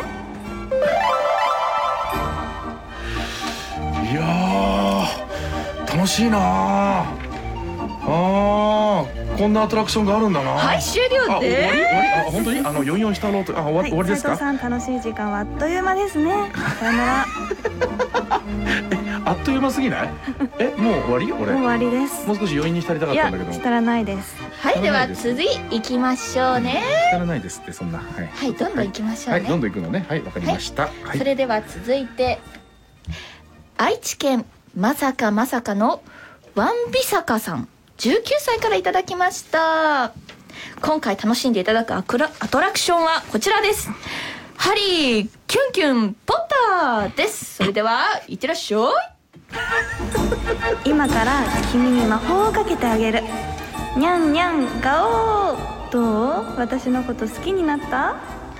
いやー楽しいなあ。あー、こんなアトラクションがあるんだな。 はい、終了です。 あ、終わり終わり。あ、本当にあのよんじゅうよんしたろうと、あ、終わ、はい、終わりですか。 斉藤さん、楽しい時間はあっという間ですね。さよならえ、あっという間すぎない？え、もう終わり？俺。 もう終わりです。 もう少し余韻に浸りたかったんだけど。 いや、浸らないです。 はい、では続い行きましょうね。 浸らないですって、そんな。はい。 はい、どんどん行きましょうね。 はい、どんどん行くのね。はい、わかりました。 はい。それでは続いて愛知県まさかまさかのワンビサカさん、じゅうきゅうさいからいただきました。今回楽しんでいただくアクラアトラクションはこちらです。ハリーキュンキュンポッターです。それではいってらっしゃい今から君に魔法をかけてあげる。にゃんにゃんガオー。どう？私のこと好きになった？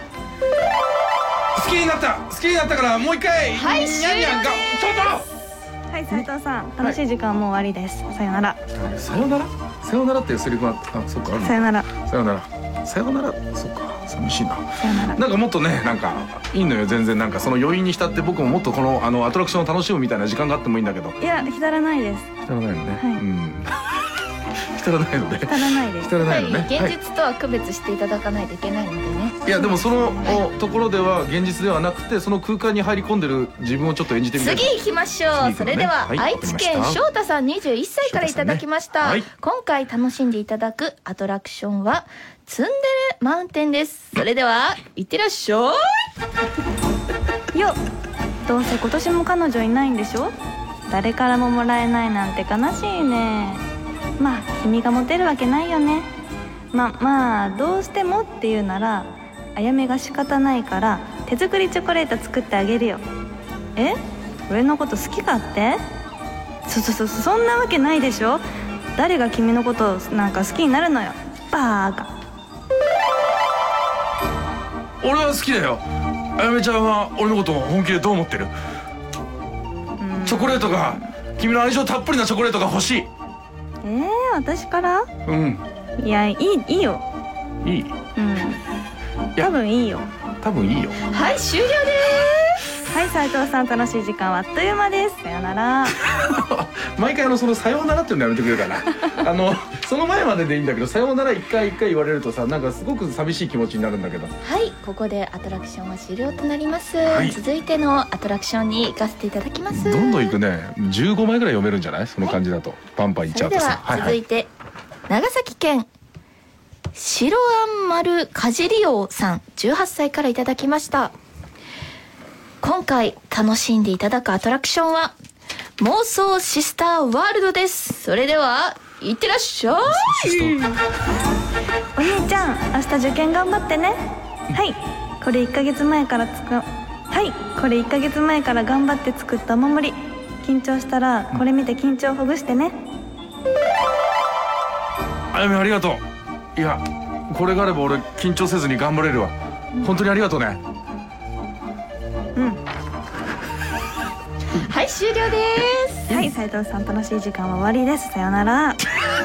好きになった。好きになったからもう一回。 はい、 にゃんにゃんガオー。ちょっと。 はい、斉藤さん、楽しい時間はもう終わりです。さよなら。 さよなら。さよならっていうセリフは、あ、そっか、あるの。 さよなら。 さよなら。さよなら。そっか、寂しいな。 さよなら。 なんかもっとね、なんかいいのよ、全然。なんかその余韻に浸って、僕ももっとこのあのアトラクションを楽しむみたいな時間があってもいいんだけど。 いや、浸らないです。 浸らないのね。 はい。 うん。浸らないので。 浸らないです。 浸らないのね。 現実とは区別していただかないといけないのでね。 いやでもそのところでは現実ではなくて、その空間に入り込んでる自分をちょっと演じてみたい。 次行きましょう。それでは愛知県翔太さんにじゅういっさいからいただきました。今回楽しんでいただくアトラクションはツンデレマウンテンです。それではいってらっしゃいよっ。どうせ今年も彼女いないんでしょ。誰からももらえないなんて悲しいね。まあ君がモテるわけないよね。 ままあどうしてもっていうならあやめが仕方ないから手作りチョコレート作ってあげるよ。え、俺のこと好きかって？そそそそんなわけないでしょ。誰が君のことなんか好きになるのよ、バーカ。 俺は好きだよ。あやめちゃんは俺のことを本気でどう思ってる？チョコレートが、君の愛情たっぷりなチョコレートが欲しい。 えー、私から？ うん。 いや、いいいいよ。 いい？ うん。多分いいよ。 多分いいよ。 はい、終了です。 はい、斉藤さん、楽しい時間はあっという間です。さよなら。 毎回あのそのさようならっていうのやめてくれるかな。あのその前まででいいんだけど、さようなら一回一回言われるとさ、なんかすごく寂しい気持ちになるんだけど。 はい、ここでアトラクションは終了となります、 はい、 続いてのアトラクションに行かせていただきます。 どんどん行くね。じゅうごまいぐらい読めるんじゃない？その感じだと、はい、パンパンいっちゃうとさ。 それでは続いて、はいはい、長崎県白あん丸かじり王さんじゅうはっさいからいただきました。今回楽しんでいただくアトラクションは妄想シスターワールドです。それではいってらっしゃい。 お兄ちゃん、明日受験頑張ってね。はい、これいっかげつまえからつくはいこれいっかげつまえから頑張って作ったお守り。緊張したらこれ見て緊張ほぐしてね。 あやめありがとう。いや、これがあれば俺緊張せずに頑張れるわ、うん、本当にありがとうね。 うん。 はい、終了です。 はい、斉藤さん、楽しい時間は終わりです。さよなら。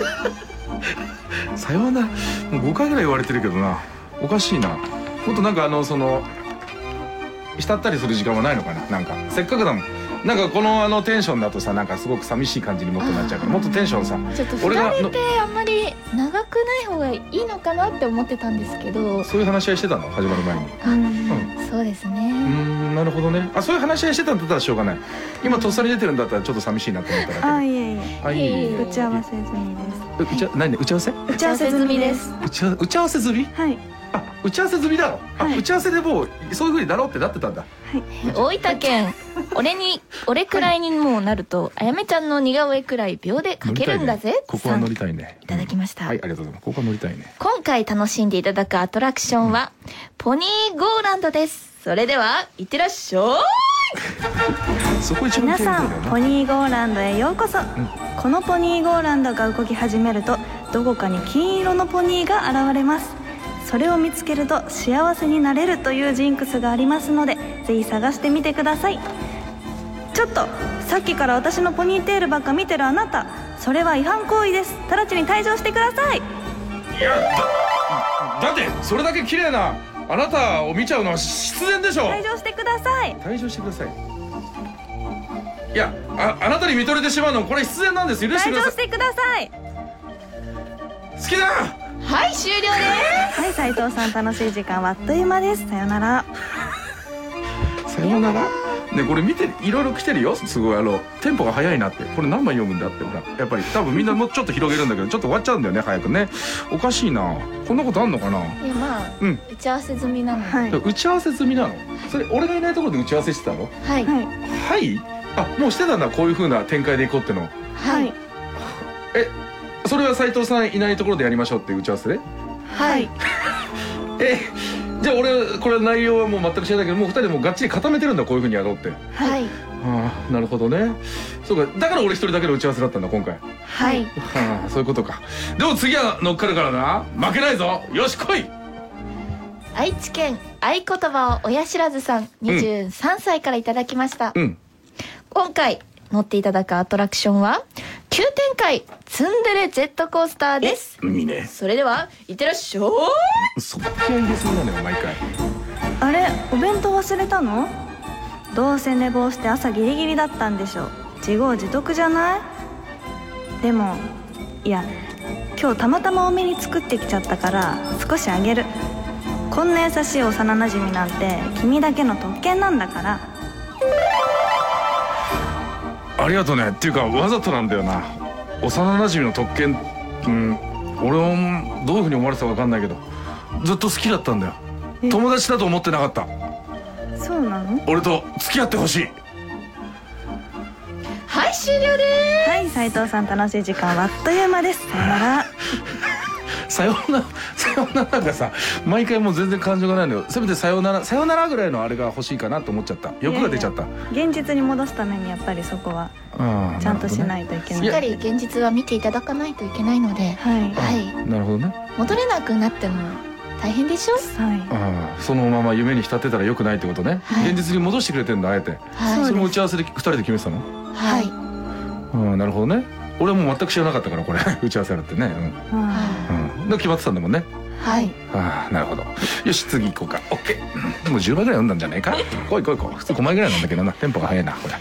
さようなら、もうごかいぐらい言われてるけどな。おかしいな。もっとなんかあのその浸ったりする時間はないのかな。なんかせっかくだもん。なんかこのあのテンションだとさ、なんかすごく寂しい感じにもっとなっちゃうから、もっとテンションさ、 ちょっとふたりってあんまり長くない方がいいのかなって思ってたんですけど。 そういう話し合いしてたの、始まる前に。 あ、うん、そうですね。 うん、なるほどね。あ、そういう話し合いしてたんだったらしょうがない。今とっさに出てるんだったらちょっと寂しいなと思っただけで。 あ、いえいえ。 あ、いえいえ。 打ち合わせ済みです。 打ち合何打ち合わせ？ 打ち合わせ済みです。 打ち合打ち合わせ済み？ はい。 あ、打ち合わせ済みだろ。あ、 はい、 打ち合わせでもうそういう風になろうってなってたんだ。 はい、大分県俺に俺くらいにもうなるとあやめちゃんの似顔絵くらい秒で描けるんだぜ、 ね、ここは乗りたいね。 いただきました、 うん、はい、ありがとうございます。ここは乗りたいね。 今回楽しんでいただくアトラクションは、うん、ポニーゴーランドです。それではいってらっしゃい。 そこ一番皆さん、ポニーゴーランドへようこそ、うん、このポニーゴーランドが動き始めるとどこかに金色のポニーが現れます。それを見つけると幸せになれるというジンクスがありますので、ぜひ探してみてください。ちょっとさっきから私のポニーテールばっか見てるあなた、それは違反行為です。直ちに退場してください。 いや だ, だってそれだけ綺麗なあなたを見ちゃうのは必然でしょ。 退場してください。 退場してください。いや あ, あなたに見とれてしまうのこれ必然なんです。許してください。 退場してください。 好きだ。 はい、終了です。 はい、斉藤さん、楽しい時間はあっという間です。さよなら。 さよなら。ね、これ見ていろいろ来てるよ。すごいあのテンポが速いなって。これ何枚読むんだって。ほらやっぱり多分みんなもうちょっと広げるんだけどちょっと終わっちゃうんだよね、早くね。おかしいな。こんなことあんのかな。 いや、まあ、うん、打ち合わせ済みなので、 はい、 打ち合わせ済みなの。それ俺がいないところで打ち合わせしてたの。 はいはい、 はい、あ、もうしてたんだ。こういう風な展開でいこうっての。 はい。 え、それは斉藤さんいないところでやりましょうっていう打ち合わせで。 はい。 え、じゃあ俺これ内容はもう全く知らないけど、もうふたりでもがっちり固めてるんだ、こういう風にやろうって。 はい。 ああ、なるほどね。そうか、だから俺一人だけの打ち合わせだったんだ今回。 はい。 はあ、そういうことか。でも次は乗っかるからな。負けないぞ。よし来い。 愛知県合言葉を親知らずさんにじゅうさんさいからいただきました、 うん、 今回乗っていただくアトラクションは急展開ツンデレジェットコースターです。 いいね。 それではいってらっしゃい。 そっ気合い入れそうなのよ毎回。 あれ、お弁当忘れたの？どうせ寝坊して朝ギリギリだったんでしょ。自業自得じゃない？でもいや、今日たまたま多めに作ってきちゃったから少しあげる。こんな優しい幼なじみなんて君だけの特権なんだから。 ありがとうね。っていうかわざとなんだよな。幼なじみの特権、うん、俺もどういうふうに思われてたか分かんないけどずっと好きだったんだよ。友達だと思ってなかった。 そうなの？ 俺と付き合ってほしい。 はい、終了です。 はい、斉藤さん、楽しい時間はあっという間です。さよなら。 さよならさよならがさ毎回もう全然感情がないのよ。せめてさよならさよならぐらいのあれが欲しいかなと思っちゃった。欲が出ちゃった。 いやいや現実に戻すためにやっぱりそこはちゃんとしないといけない。 しっかり現実は見ていただかないといけないので、 はい、 はい、 なるほどね。 戻れなくなっても大変でしょ。 はい、 ああそのまま夢に浸ってたら良くないってことね、はい、現実に戻してくれてんだあえて、はい、それも打ち合わせでふたりで決めてたの。 はい、 うん、なるほどね。俺はもう全く知らなかったからこれ打ち合わせあるってね、うん、うん、で決まってたんだもんね。 はい。 ああなるほど。よし次行こうか。オッケー。もうじゅうまいぐらい読んだんじゃないか。来い来い来い。普通ごまいぐらいなんだけどな。テンポが速いなこれ。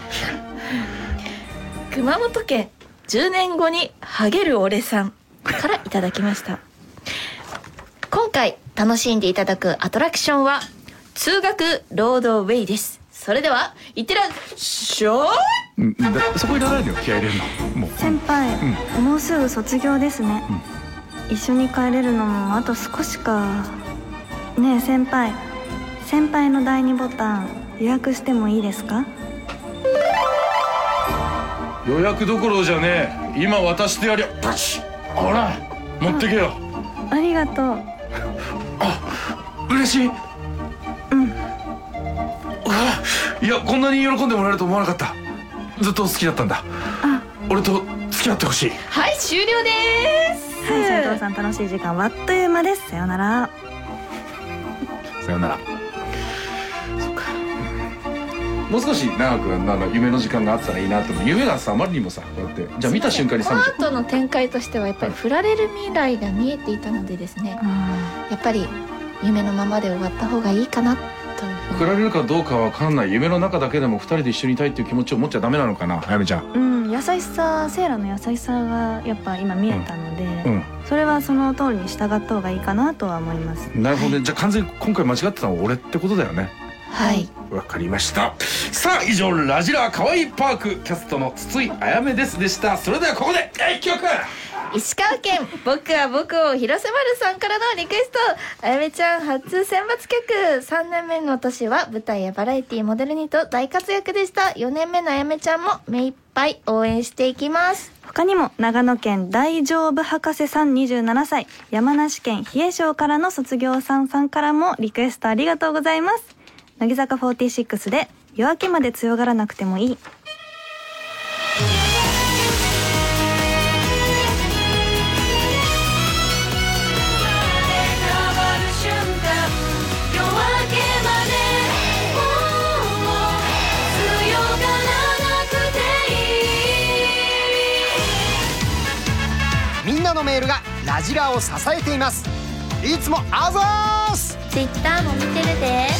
熊本県じゅうねんごにハゲる俺さんからいただきました。今回楽しんでいただくアトラクションは通学ロードウェイです。それではいってらっしゃい。 うん、だそこいらないのよ気合い入れるの。もう先輩、うん、もうすぐ卒業ですね、うん、一緒に帰れるのもあと少しか。ねえ先輩、先輩のだいにボタン予約してもいいですか？ 予約どころじゃねえ。今渡してやりゃ。パチッ。ほら持ってけよ。 ありがとう。 あ嬉しい。 うん。 あいやこんなに喜んでもらえると思わなかった。ずっと好きだったんだ。 あ俺と付き合ってほしい。 はい終了です。 はい斉藤さん楽しい時間はあっという間です。さよなら。 さよなら。そっか。もう少し長くなんか夢の時間があったらいいなと思う。夢がさあまりにもさこうやってじゃあ見た瞬間に冷めちゃう。 この後の展開としてはやっぱり振られる未来が見えていたのでですね、やっぱり夢のままで終わった方がいいかなというふうに。 振られるかどうかわかんない。夢の中だけでもふたりで一緒にいたいっていう気持ちを持っちゃダメなのかなあやめちゃん。 うん、優しさ、セイラの優しさがやっぱ今見えたので、 うんうん、 それはその通りに従った方がいいかなとは思います。 なるほどね、はい、じゃあ完全に今回間違ってたのは俺ってことだよね。 はいわかりました。さあ以上ラジラかわいいパークキャストの筒井あやめですでした。それではここでいっきょく石川県僕は僕を広瀬丸さんからのリクエスト。あやめちゃん初選抜曲。さんねんめの年は舞台やバラエティモデルにと大活躍でした。よねんめのあやめちゃんも目いっぱい応援していきます。 他にも長野県大丈夫博士さんにじゅうななさい、山梨県比叡省からの卒業さんさんからもリクエストありがとうございます。乃木坂フォーティーシックスで夜明けまで強がらなくてもいい。 みんなのメールがラジラを支えています。いつもあざーす。 ツイッターも見てるで。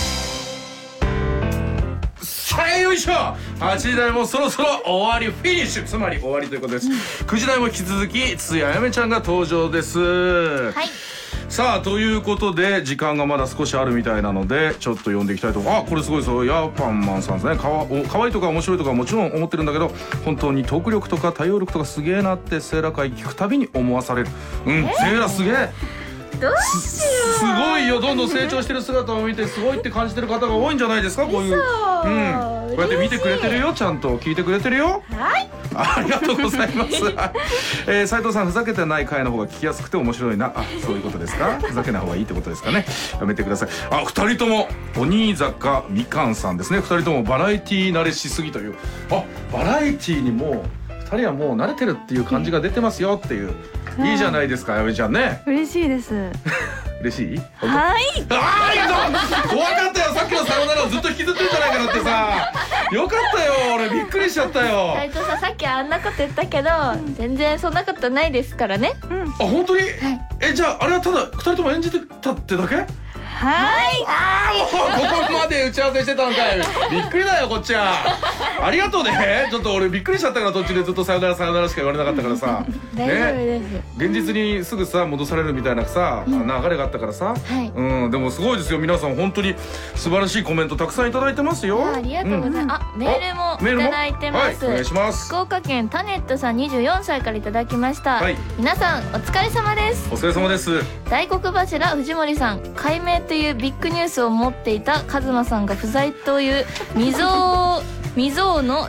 さあよいしょ。はちじ台もそろそろ終わり、フィニッシュ、つまり終わりということです、うん、くじ台も引き続き筒井あやめちゃんが登場です。 はい。 さあということで時間がまだ少しあるみたいなのでちょっと読んでいきたいと思う。あこれすごいですよ。ヤーパンマンさんですね。かわおかわいいとか面白いとかもちろん思ってるんだけど本当にトーク力とか対応力とかすげえなってセーラ会聞くたびに思わされる。うん、えー、セーラすげえ。 どうしよう。 すごいよ。どんどん成長してる姿を見てすごいって感じてる方が多いんじゃないですか。こういう、うん、こうやって見てくれてるよ。ちゃんと聞いてくれてるよ。 はい、 ありがとうございます、えー、斉藤さんふざけてない回の方が聞きやすくて面白いな。あそういうことですか。ふざけない方がいいってことですかね。やめてください。あふたりとも鬼坂みかんさんですね。ふたりともバラエティー慣れしすぎという。あバラエティーにもうふたりはもう慣れてるっていう感じが出てますよっていう。いいじゃないですかやめちゃんね。 嬉しいです嬉しい。 はい。 ああ、ありがとう。怖かったよ。さっきのさよならをずっと引きずってるんじゃないかなってさ。よかったよ。俺びっくりしちゃったよ。 斉藤さんさっきあんなこと言ったけど、うん、全然そんなことないですからね。うん、あ本当に？はい、えじゃああれはただふたりとも演じてたってだけ？ はい。 ああ、ここまで打ち合わせしてたんかい。びっくりだよこっちは。ありがとうね。ちょっと俺びっくりしちゃったから途中でずっとさよならさよならしか言われなかったからさ。 大丈夫です。 現実にすぐさ戻されるみたいなさ、うん、流れがあったからさ。はい。うん、でもすごいですよ皆さん本当に素晴らしいコメントたくさんいただいてますよ。 ありがとうございます。うん、あメールもいただいてます。 はい、お願いします。 福岡県タネットさんにじゅうよんさいからいただきました。はい。皆さんお疲れ様です。 お疲れ様です。 大黒柱藤森さん改名というビッグニュースを持っていたカズマさんが不在という未曾有未曾有の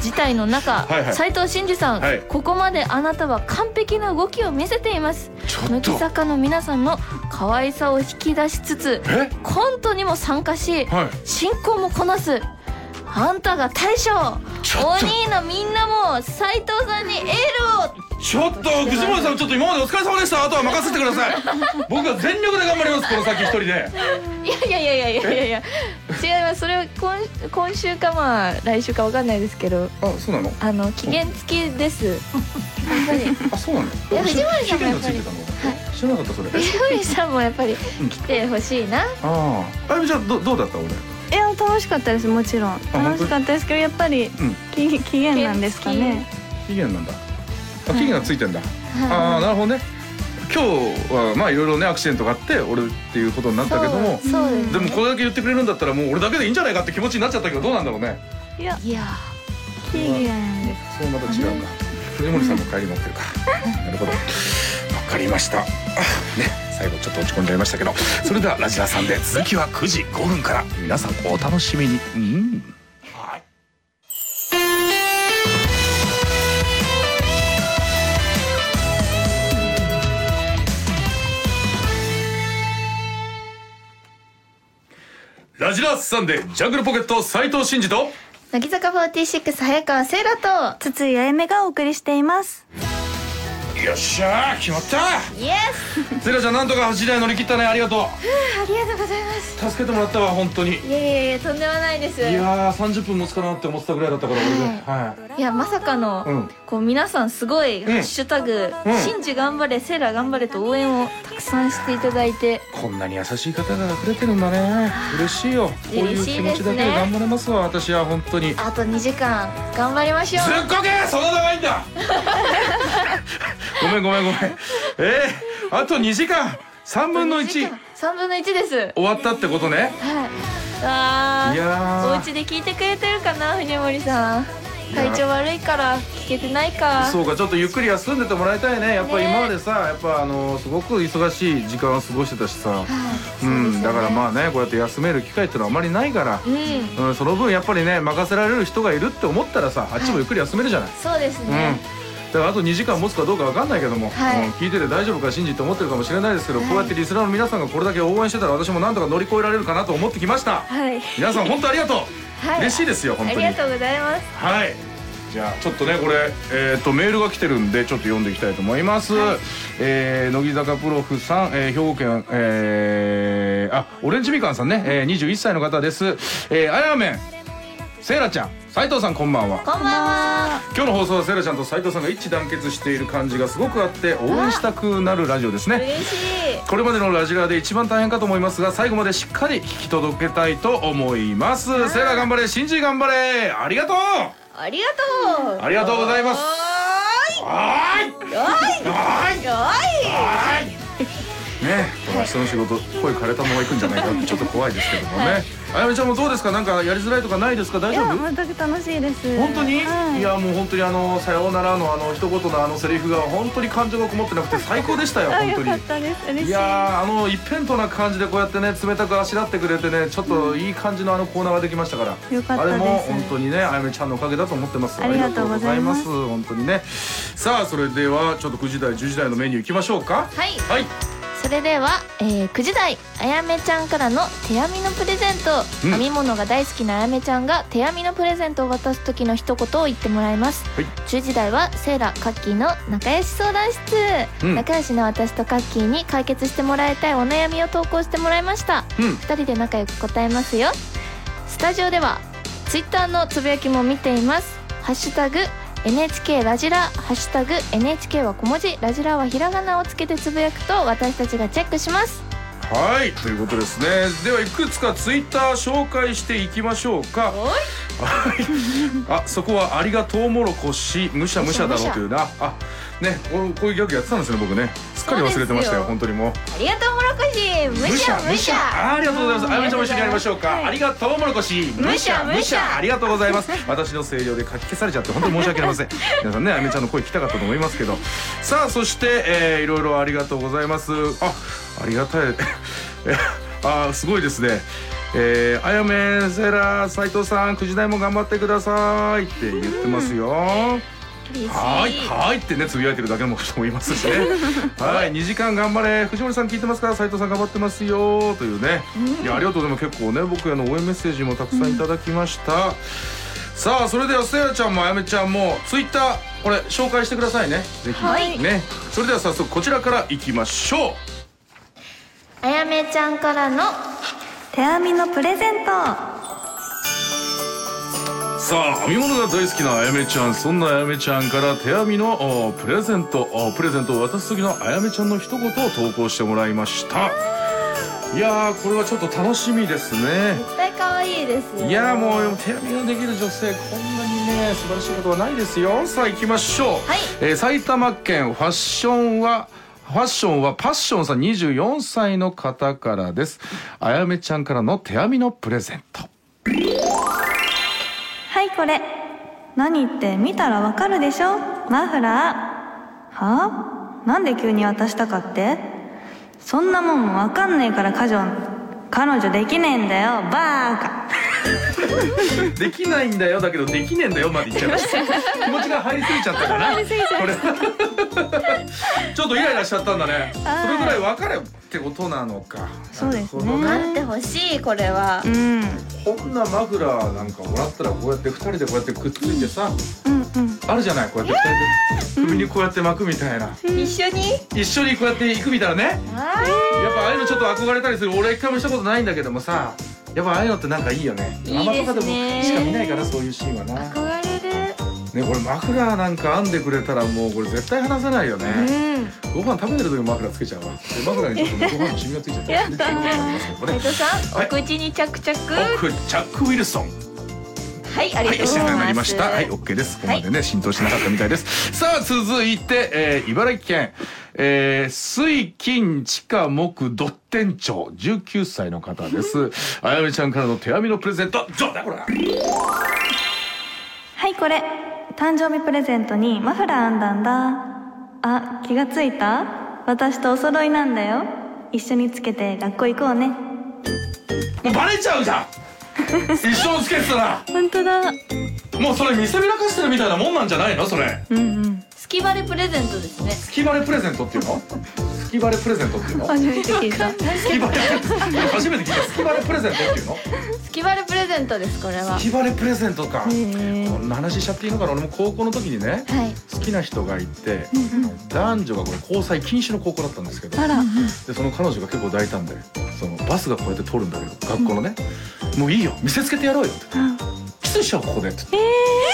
事態の中、 はいはい、 斉藤慎二さん、はい、ここまであなたは完璧な動きを見せています。乃木坂の皆さんの可愛さを引き出しつつコントにも参加し、はい、進行もこなすあんたが大将。お兄のみんなも斉藤さんにエールを。 ちょっと藤森さん、ちょっと今までお疲れ様でした。あとは任せてください。僕は全力で頑張ります、この先一人で。 いやいやいやいやいやいや違います。それは 今, 今週かまあ来週か分かんないですけど。 あ、そうなの。 あの期限付きです。やっぱり。 あ、そうなの。 いや藤森さんもやっぱり。 知らなかったそれ。 藤森さんもやっぱり来てほしいな。ああ。あれじゃあどどうだった俺。 いや楽しかったです。もちろん楽しかったですけど、やっぱり、うん、期, 期限なんですかね。 期限なんだ。あ、期限がついてんだ。ああ、なるほどね。今日はまあいろいろねアクシデントがあって俺っていうことになったけども、でもこれだけ言ってくれるんだったらもう俺だけでいいんじゃないかって気持ちになっちゃったけど、どうなんだろうね。 いやいや期限です。 そうまた違うか。藤森さんも帰り持ってるか。なるほど。わかりました。ね、最後ちょっと落ち込んじゃいましたけど、それではラジラさんで続きはくじごふんから皆さんお楽しみに。うん。はい。ラジラさんでジャングルポケット斉藤慎二と乃木坂フォーティーシックス早川せいらと筒井あやめがお送りしています。 よっしゃー、決まった。 イエス。セイラちゃんなんとかはちじ台乗り切ったね。ありがとう。 ありがとうございます。 助けてもらったわ本当に。 いやいやいやとんでもないです。 いやーさんじゅっぷん持つかなって思ってたぐらいだったから俺で、はい、 いやまさかの、うん、こう皆さんすごい、うん、ハッシュタグ、うん、シンジ頑張れセイラ頑張れと応援をたくさんしていただいて、 こんなに優しい方が溢れてるんだね。嬉しいよ。こういう気持ちだけで頑張れますわ私は本当に。 あとにじかん頑張りましょう。 すっごけそんな長いんだ。ごめんごめんごめん。えー、あとにじかんさんぶんのいち。 さんぶんのいちです。 終わったってことね。 はい。あー、いやお家で聞いてくれてるかな藤森さん。体調悪いから聞けてないか。 そうか、ちょっとゆっくり休んでてもらいたいね。やっぱ今までさ、やっぱあのすごく忙しい時間を過ごしてたしさ、はい、うん、ね、だからまあねこうやって休める機会ってのはあまりないから、うんうん、その分やっぱりね任せられる人がいるって思ったらさ、あっちもゆっくり休めるじゃない。はい、 そうですね。 うん、だからあとにじかん持つかどうかわかんないけども、はい、うん、聞いてて大丈夫か信じて思ってるかもしれないですけど、はい、こうやってリスナーの皆さんがこれだけ応援してたら私もなんとか乗り越えられるかなと思ってきました。はい、皆さん本当ありがとう。はい、嬉しいですよ本当に。 ありがとうございます。 はい。じゃあちょっとねこれ、えー、とメールが来てるんでちょっと読んでいきたいと思います。はい、えー、乃木坂プロフさん、えー、兵庫県、えー、あオレンジみかんさんね、えー、にじゅういっさいの方です。えー、あやめんせいらちゃん斉藤さんこんばんは。 こんばんは。 今日の放送はせいらちゃんと斉藤さんが一致団結している感じがすごくあって応援したくなるラジオですね。 嬉しい。 これまでのラジラで一番大変かと思いますが最後までしっかり聞き届けたいと思います。せいら頑張れ信じ頑張れ。ありがとう。 ありがとう。 ありがとうございます。はーい。 はーい。はーい。はーい。 ね、明日の仕事声枯れたまま行くんじゃないかってちょっと怖いですけどもね。はい、あやめちゃんもどうですか。なんかやりづらいとかないですか。大丈夫。 いや全く楽しいです。 本当に、はい、いやもう本当にあのさようならのあの一言のあのセリフが本当に感情がこもってなくて最高でしたよ本当に。 よかったです。嬉しい。 いやあの一辺倒な感じでこうやってね冷たくあしらってくれてねちょっといい感じのあのコーナーができましたから、 よかったです。 あれも本当にねあやめちゃんのおかげだと思ってます。 ありがとうございます。 本当にね。さあそれではちょっとくじ台じゅうじ台のメニューいきましょうか。 はい。 はい。 それでは、えー、くじ台あやめちゃんからの手編みのプレゼント、うん、編み物が大好きなあやめちゃんが手編みのプレゼントを渡す時の一言を言ってもらいます。はい、じゅうじ台はセイラカッキーの仲良し相談室、うん、仲良しの私とカッキーに解決してもらいたいお悩みを投稿してもらいました。うん、ふたりで仲良く答えますよ。スタジオではツイッターのつぶやきも見ています。ハッシュタグエヌエイチケー ラジラ、ハッシュタグ エヌエイチケー は小文字、ラジラはひらがなをつけてつぶやくと私たちがチェックします。 はいということですね。ではいくつかツイッター紹介していきましょうか。はいあそこはありがとうもろこしむしゃむしゃだろうというなあねこう、こういうギャグやってたんですね僕ね。すっかり忘れてましたよ本当にもう。 ありがとうもろこしむしゃむしゃ。 ありがとうございます。あやめちゃんも一緒にやりましょうか。はい、ありがとうもろこしむしゃむしゃ。ありがとうございます。私の声量でかき消されちゃって本当に申し訳ありません。皆さんねあやめちゃんの声聞きたかったと思いますけど。さあそして、えー、いろいろありがとうございます。あありがたいあすごいですね。 えー、あやめセーラー斉藤さん、くじ台も頑張ってくださいって言ってますよ。はーいはーいってねつぶやいてるだけの人もいますしねはい、にじかん頑張れ、藤森さん聞いてますか、斉藤さん頑張ってますよというね、うん、いやありがとうございます。結構ね僕への応援メッセージもたくさんいただきました、うん、さあそれではせいらちゃんもあやめちゃんもツイッターこれ紹介してくださいね、ぜひ、はい、ね。それでは早速こちらからいきましょう。 あやめちゃんからの手編みのプレゼント。 さあ編み物が大好きなあやめちゃん、そんなあやめちゃんから手編みのプレゼントプレゼントを渡す時のあやめちゃんの一言を投稿してもらいました。いやーこれはちょっと楽しみですね。 絶対可愛いですよ。 いやーもう手編みができる女性こんなにね素晴らしいことはないですよ。さあ行きましょう、はい。えー、埼玉県ファッションはファッションはパッションさんにじゅうよんさいの方からです。あやめちゃんからの手編みのプレゼント。 はいこれ何って見たらわかるでしょ、マフラー。はあ、なんで急に渡したかって。そんなもんもわかんねえから彼女彼女できねえんだよバーカできないんだよだけどできねえんだよまで言っちゃいました気持ちが入りすぎちゃったかな入りすぎちゃったこれちょっとイライラしちゃったんだね。それぐらい分かれってことなのか。 そうですね、 分かってほしい。これは、うん、 こんなマフラーなんかもらったらこうやってふたりでこうやってくっついてさ、 うんうん、 あるじゃない、こうやってふたりで首にこうやって巻くみたいな、 うん、一緒に一緒にこうやって行くみたいなね。やっぱああいうのちょっと憧れたりする。俺は一回もしたことないんだけどもさ、やっぱああいうのってなんかいいよね。 いいですね。 ママとかでもしか見ないからそういうシーンはな。 憧れるね。これマフラーなんか編んでくれたらもうこれ絶対離せないよね、うん、ご飯食べてる時もマフラーつけちゃうわ。でマフラーにちょっとご飯のシミがついちゃったやったー斉藤さん、はい、お口に着々 お口チャック・ウィルソン。 はい、ありがとうございます。 はい、なりました。はい、オッケーです。ここまでね、はい、浸透しなかったみたいです。さあ続いて、えー、茨城県、えー、水金地下木土店長じゅうきゅうさいの方です。あやめちゃんからの手編みのプレゼント。どうだこれ。 はいこれ誕生日プレゼントにマフラー編んだんだ。あ、気がついた？私とお揃いなんだよ。一緒につけて学校行こうね。 もうバレちゃうじゃん一緒につけてたら本当だ。 もうそれ見せびらかしてるみたいなもんなんじゃないのそれ。 うんうん。 スキバレプレゼントですね。 スキバレプレゼントっていうの？スキバレプレゼントっていうの？ 初めて聞いた。 スキバレ初めて聞いた。スキバレプレゼントっていうの？ スキバレプレゼントです。これはスキバレプレゼントか。こんな話しちゃっていいのかな。俺も高校の時にね、はい、好きな人がいて、うんうん、男女がこれ交際禁止の高校だったんですけど、あら、でその彼女が結構大胆で、そのバスがこうやって通るんだけど学校のね、うん、もういいよ見せつけてやろうよって言って、うん、キスしちゃおうここでって言って、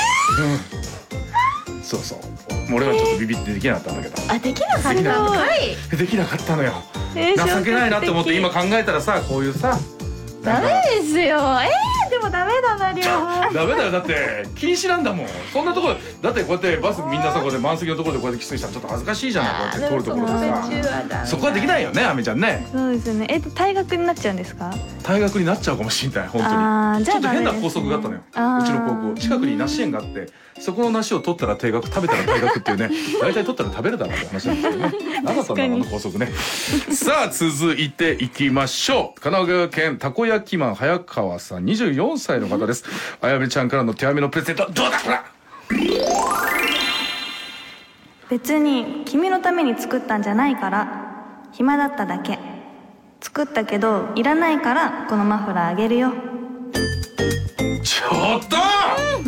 えー、うん、そうそう。俺はちょっとビビってできなかったんだけど、 あ、できなかったのかい。 できなかったのよ、えー、情けないなって思って今考えたらさ、こういうさダメですよ。えー、でもダメだなりょう。 ダメだよ、だって禁止なんだもん。そんなところだってこうやってバスみんなさこうやって満席のところでこうやってキスしたらちょっと恥ずかしいじゃない。こうやって通るところでさ、そこはできないよね、あめちゃんね。 そうですね。え、退学になっちゃうんですか？ 退学になっちゃうかもしれない本当に。あ、じゃあちょっと変な校則があったのよ。うちの高校近くに梨園があって、そこの梨を取ったら退学、食べたら退学っていうね。大体取ったら食べるだろうって話なんですけどね。何だったんだろうな校則ね。さあ続いていきましょう。神奈川県たこ焼きマン早川さんにじゅうよんさいの方です。あやめちゃんからの手編みのプレゼント。どうだこら。 別に君のために作ったんじゃないから、暇だっただけ。作ったけどいらないからこのマフラーあげるよ。 ちょっと、うん、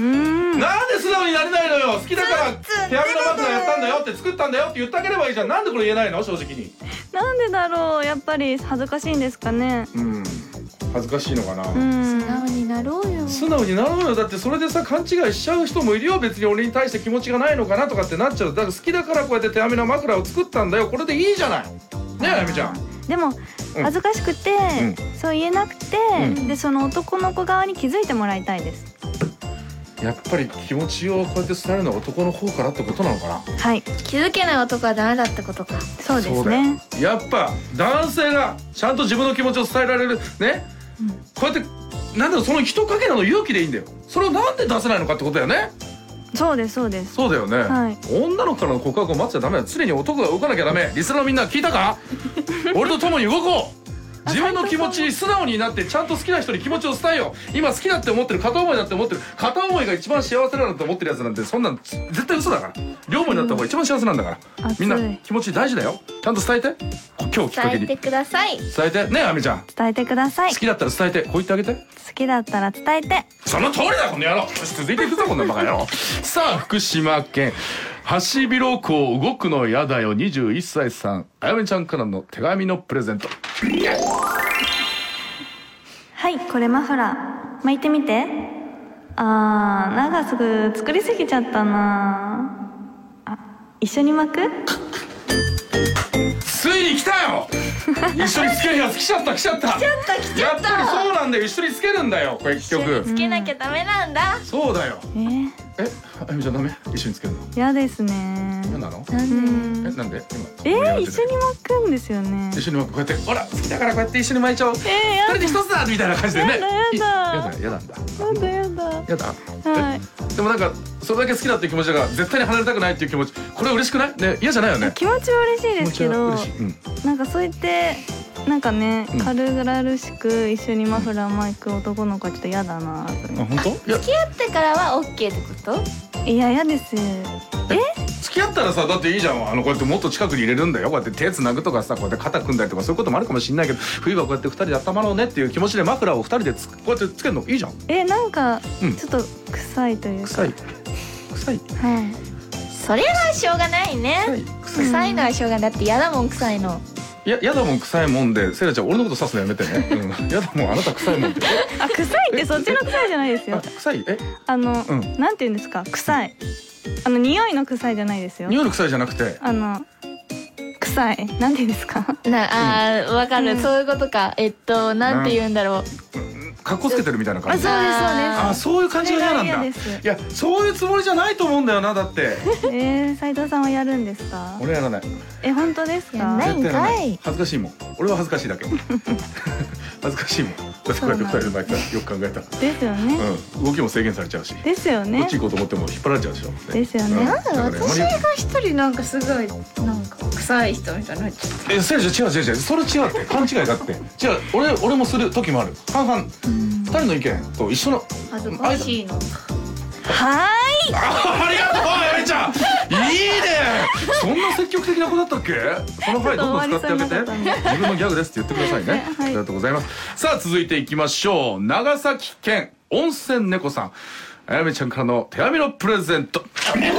なんで素直になれないのよ。好きだから手編みのマフラーやったんだよって、作ったんだよって言ってあげればいいじゃん。なんでこれ言えないの正直に。 なんでだろう。やっぱり恥ずかしいんですかね。 うん、恥ずかしいのかな。 うん、素直になろうよ。 素直になろうよ。だってそれでさ勘違いしちゃう人もいるよ。別に俺に対して気持ちがないのかなとかってなっちゃう。だから好きだからこうやって手編みのマフラーを作ったんだよ。これでいいじゃないねえ、あやめちゃん。 でも恥ずかしくて、うん、そう言えなくて、うん、でその男の子側に気づいてもらいたいです。 やっぱり気持ちをこうやって伝えるのは男の方からってことなのかな。 はい、気づけない男はダメだってことか。 そうですね。 やっぱ男性がちゃんと自分の気持ちを伝えられるね、うん、こうやってなんだろう、その人影なの勇気でいいんだよ。それをなんで出せないのかってことだよね。 そうですそうです。 そうだよね、はい、女の子からの告白を待っちゃダメだ。常に男が動かなきゃダメ。リスナーのみんな聞いたか俺と共に動こう。 自分の気持ち素直になってちゃんと好きな人に気持ちを伝えよう。今好きだって思ってる、片思いだって思ってる、片思いが一番幸せだなって思ってるやつなんて、そんなん絶対嘘だから。両思いだった方が一番幸せなんだから、みんな気持ち大事だよ。ちゃんと伝えて、今日きっかけに伝えてください。 伝えてね、あみちゃん伝えてください。 好きだったら伝えて、こう言ってあげて。 好きだったら伝えて。 その通りだこの野郎。よし続いていくぞこんなバカ野郎。さあ福島県ハシビロコウ動くのやだよにじゅういっさいさん、あやめちゃんからの手紙のプレゼント。 はい、これマフラー巻いてみて。あー、長すぐ作りすぎちゃったなあ。一緒に巻く？ ついに来たよ。一緒につけるやつ来ちゃった来ちゃった来ちゃった来ちゃった。 やっぱりそうなんだよ、一緒につけるんだよ結局。 つけなきゃダメなんだ。 そうだよ。 えー、 え、あやめちゃんダメ？一緒につけるの？ 嫌ですね。 嫌なの？ うんえ、なんで？ えー、一緒に巻くんですよね。 一緒に巻く、こうやって、ほら好きだからこうやって一緒に巻いちゃおう。 えー、やだ。 二人で一つだみたいな感じでね。 やだやだやだやだんだ。 やだやだやだ。 はい。 でもなんかそれだけ好きだっていう気持ちだから絶対に離れたくないっていう気持ち、これ嬉しくない？ね、嫌じゃないよね。 気持ちは嬉しいですけど、 嬉しい、うん、 なんかそう言ってなんかね、 うん、 軽々しく一緒にマフラー巻く男の子はちょっと嫌だなと。 あ、本当？ 付き合ってからは オーケー ってこと？ いや嫌です。え？ 付き合ったらさ、だっていいじゃん。あのこうやってもっと近くに入れるんだよ。こうやって手つなぐとかさ、こうやって肩組んだりとかそういうこともあるかもしれないけど、冬はこうやって二人で温まろうねっていう気持ちでマフラーを二人でつこうやってつけるのいいじゃん。 え、なんかうんちょっと臭いというか。 臭い臭いはい。 それはしょうがないね。 臭い臭い。 臭いのはしょうがない。だって嫌だもん臭いの。 いや、やだもん臭いもんで、セイラちゃん俺のこと刺すのやめてね。うん、やだもんあなた臭いもんって。 あ、臭いってそっちの臭いじゃないですよ。 あ、臭い？え？ あの、 うん、 なんて言うんですか、臭い。あの匂いの臭いじゃないですよ。 匂いの臭いじゃなくて。 あの臭い、なんて言うんですか。 な、あー、わかる、 うん、 そういうことか。えっと、なんて言うんだろう。 かっこつけてるみたいな感じ。 あ、そうですそうです。 あ、そういう感じが嫌なんだ。いや、そういうつもりじゃないと思うんだよな、だって。 えー、斉藤さんはやるんですか？ 俺やらない。 え、本当ですか？ やんないんかい。 恥ずかしいもん。俺は恥ずかしいだけ。恥ずかしいもん。こうやって二人で巻いたらよく考えたら。 ですよね。 うん、動きも制限されちゃうし。 ですよね。 どっち行こうと思っても引っ張られちゃうでしょ。 ですよね。 なんだ、私が一人なんかすごいなんか臭い人みたいな。 え、せいじゃ違う違う違う、それ違うって勘違いだって。違う、俺俺もする時もある。半々。二人の意見と一緒の。 恥ずかしいの。 はーい。 あ、ありがとうやめちゃん。いいね。そんな積極的な子だったっけ？その回どんどん使ってあげて。自分のギャグですって言ってくださいね。ありがとうございます。さあ続いていきましょう。長崎県温泉猫さん、あやめちゃんからの手編みのプレゼント。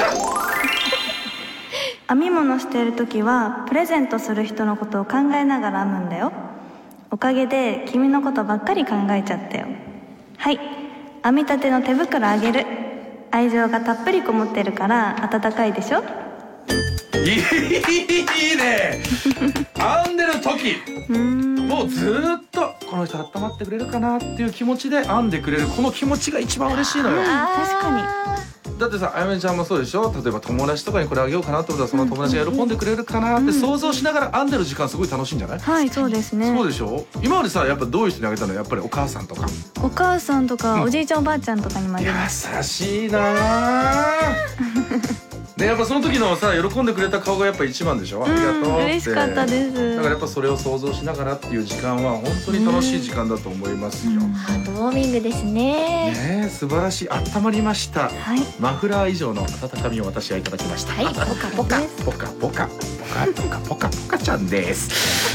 編み物している時はプレゼントする人のことを考えながら編むんだよ。おかげで君のことばっかり考えちゃったよ。はい、編みたての手袋あげる。愛情がたっぷりこもってるから温かいでしょ。 いいね。編んでる時もうずーっとこの人温まってくれるかなっていう気持ちで編んでくれる、この気持ちが一番嬉しいのよ。 確かに。 だってさ、あやめちゃんもそうでしょ。例えば友達とかにこれあげようかなってことは、その友達が喜んでくれるかなって想像しながら編んでる時間すごい楽しいんじゃない？ はい、そうですね。 そうでしょ。今までさ、やっぱどういう人にあげたの？やっぱりお母さんとか。 お母さんとか、 うん、 おじいちゃんおばあちゃんとかにもあげます。 優しいなで、やっぱその時のさ、喜んでくれた顔がやっぱ一番でしょ。ありがとうって。 嬉しかったです。 だからやっぱそれを想像しながらっていう時間は本当に楽しい時間だと思いますよ。 ハンドウォーミングですね。 ねえ、素晴らしい。温まりました。 はい、 マフラー以上の温かみを私はいただきました。 はい、ポカポカポカポカポカポカポカポカちゃんです。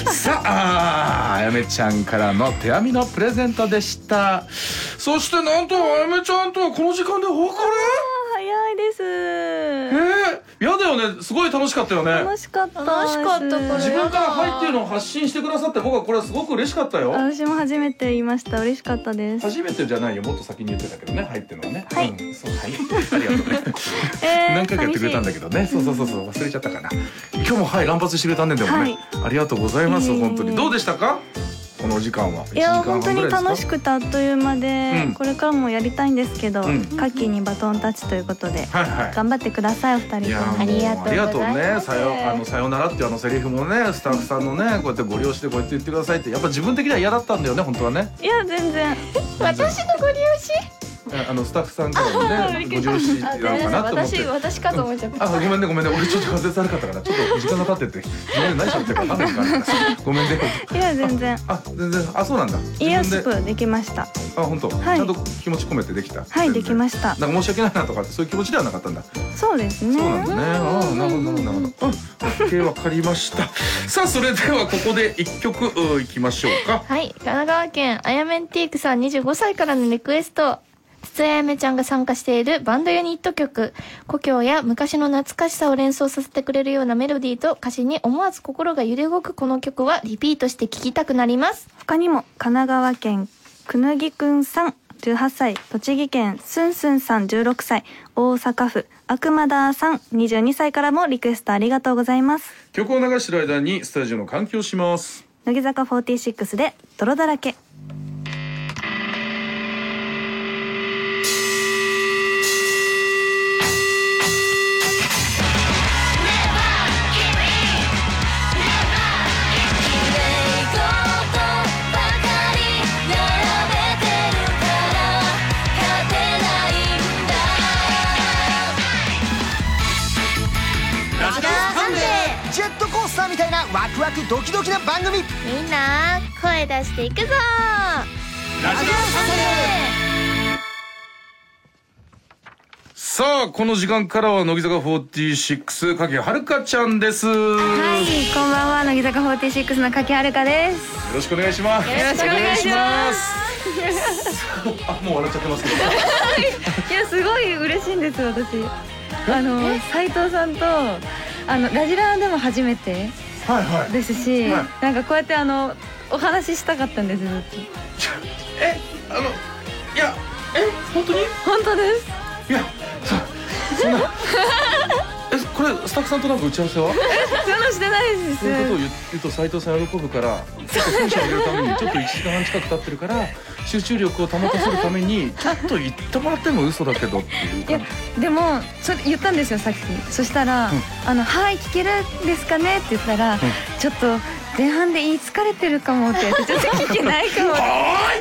さあ、あやめちゃんからの手編みのプレゼントでした。そしてなんとあやめちゃんとはこの時間でお別れ。 早いです。 えー、やだよね。すごい楽しかったよね。 楽しかった楽しかった。これ自分から「はい」っていうのを発信してくださって、僕はこれはすごく嬉しかったよ。 私も初めて言いました。嬉しかったです。 初めてじゃないよ、もっと先に言ってたけどね、はいっていうのはね。 はい、 うん、そう、はい、ありがとうね。 えー、 何回かやってくれたんだけどね。そうそうそうそう、忘れちゃったかな。今日もはい乱発してくれたんで、でもね、はい、ありがとうございます。本当にどうでしたか？この時間は。 いや、本当に楽しくてあっという間で、うん、これからもやりたいんですけど、うん、カッキーにバトンタッチということで、はいはい、頑張ってくださいお二人とも。 ありがとうございます。 ありがとうね。さよあのさよならっていうあのセリフもね、スタッフさんのね、こうやってご利用してこうやって言ってくださいって、やっぱ自分的には嫌だったんだよね、本当はね。 いや全然。 私のご利用し？ あのスタッフさんからのねご上司なのかなと思って。 私私かと思っちゃった。 あ、ごめんねごめんね、俺ちょっと風邪悪かったからちょっと時間が経ってて自分で何しゃってるか分かんないからごめんね。 いや全然。 あ、全然。あ、そうなんだ。 イヤースプできました。 あ、本当。ちゃんと気持ち込めてできた。 はい、できました。 なんか申し訳ないなとかそういう気持ちではなかったんだ。 そうですね。 そうなんだね。ああ、なるほどなるほどなるほど。うん、オッケー、わかりました。さあそれではここで一曲いきましょうか。 はい、神奈川県あやめんティークさんにじゅうごさいからのリクエスト。筒井あやめちゃんが参加しているバンドユニット曲、故郷や昔の懐かしさを連想させてくれるようなメロディーと歌詞に思わず心が揺れ動くこの曲はリピートして聴きたくなります。 他にも神奈川県くぬぎくんさんじゅうはっさい、栃木県すんすんさんじゅうろくさい、大阪府悪魔ダーさんにじゅうにさいからもリクエストありがとうございます。 曲を流している間にスタジオの換気をします。 乃木坂フォーティーシックスで泥だらけ。 ジェットコースターみたいなワクワクドキドキな番組。 みんな声出していくぞ。 ラジオサンデー。さあこの時間からは乃木坂フォーティーシックス影はるかちゃんです。 はい、こんばんは、乃木坂フォーティーシックスの影はるかです。 よろしくお願いします。 よろしくお願いします。 あ、もう笑っちゃってますけどいや、すごい嬉しいんです私。あの斉藤さんとあのラジラーでも初めてですし、はいはい、なんかこうやってあのお話ししたかったんですずっと。 え、あのいや、え、本当に？ 本当です。 いや、そそんなえ、これスタッフさんとなんか打ち合わせは？ そんなしてないです。 そういうことを言うと斉藤さん喜ぶから、ちょっとテンション上げるためにちょっといちじかんはん近く経ってるから集中力を保たせるためにちょっと言ってもらっても嘘だけどっていうか。 いやでもそれ言ったんですよさっき。そしたら、うん、あのはい聞けるんですかねって言ったら、うん、ちょっと前半で言い疲れてるかもって言ってちょっと聞けないかも。はーい。あ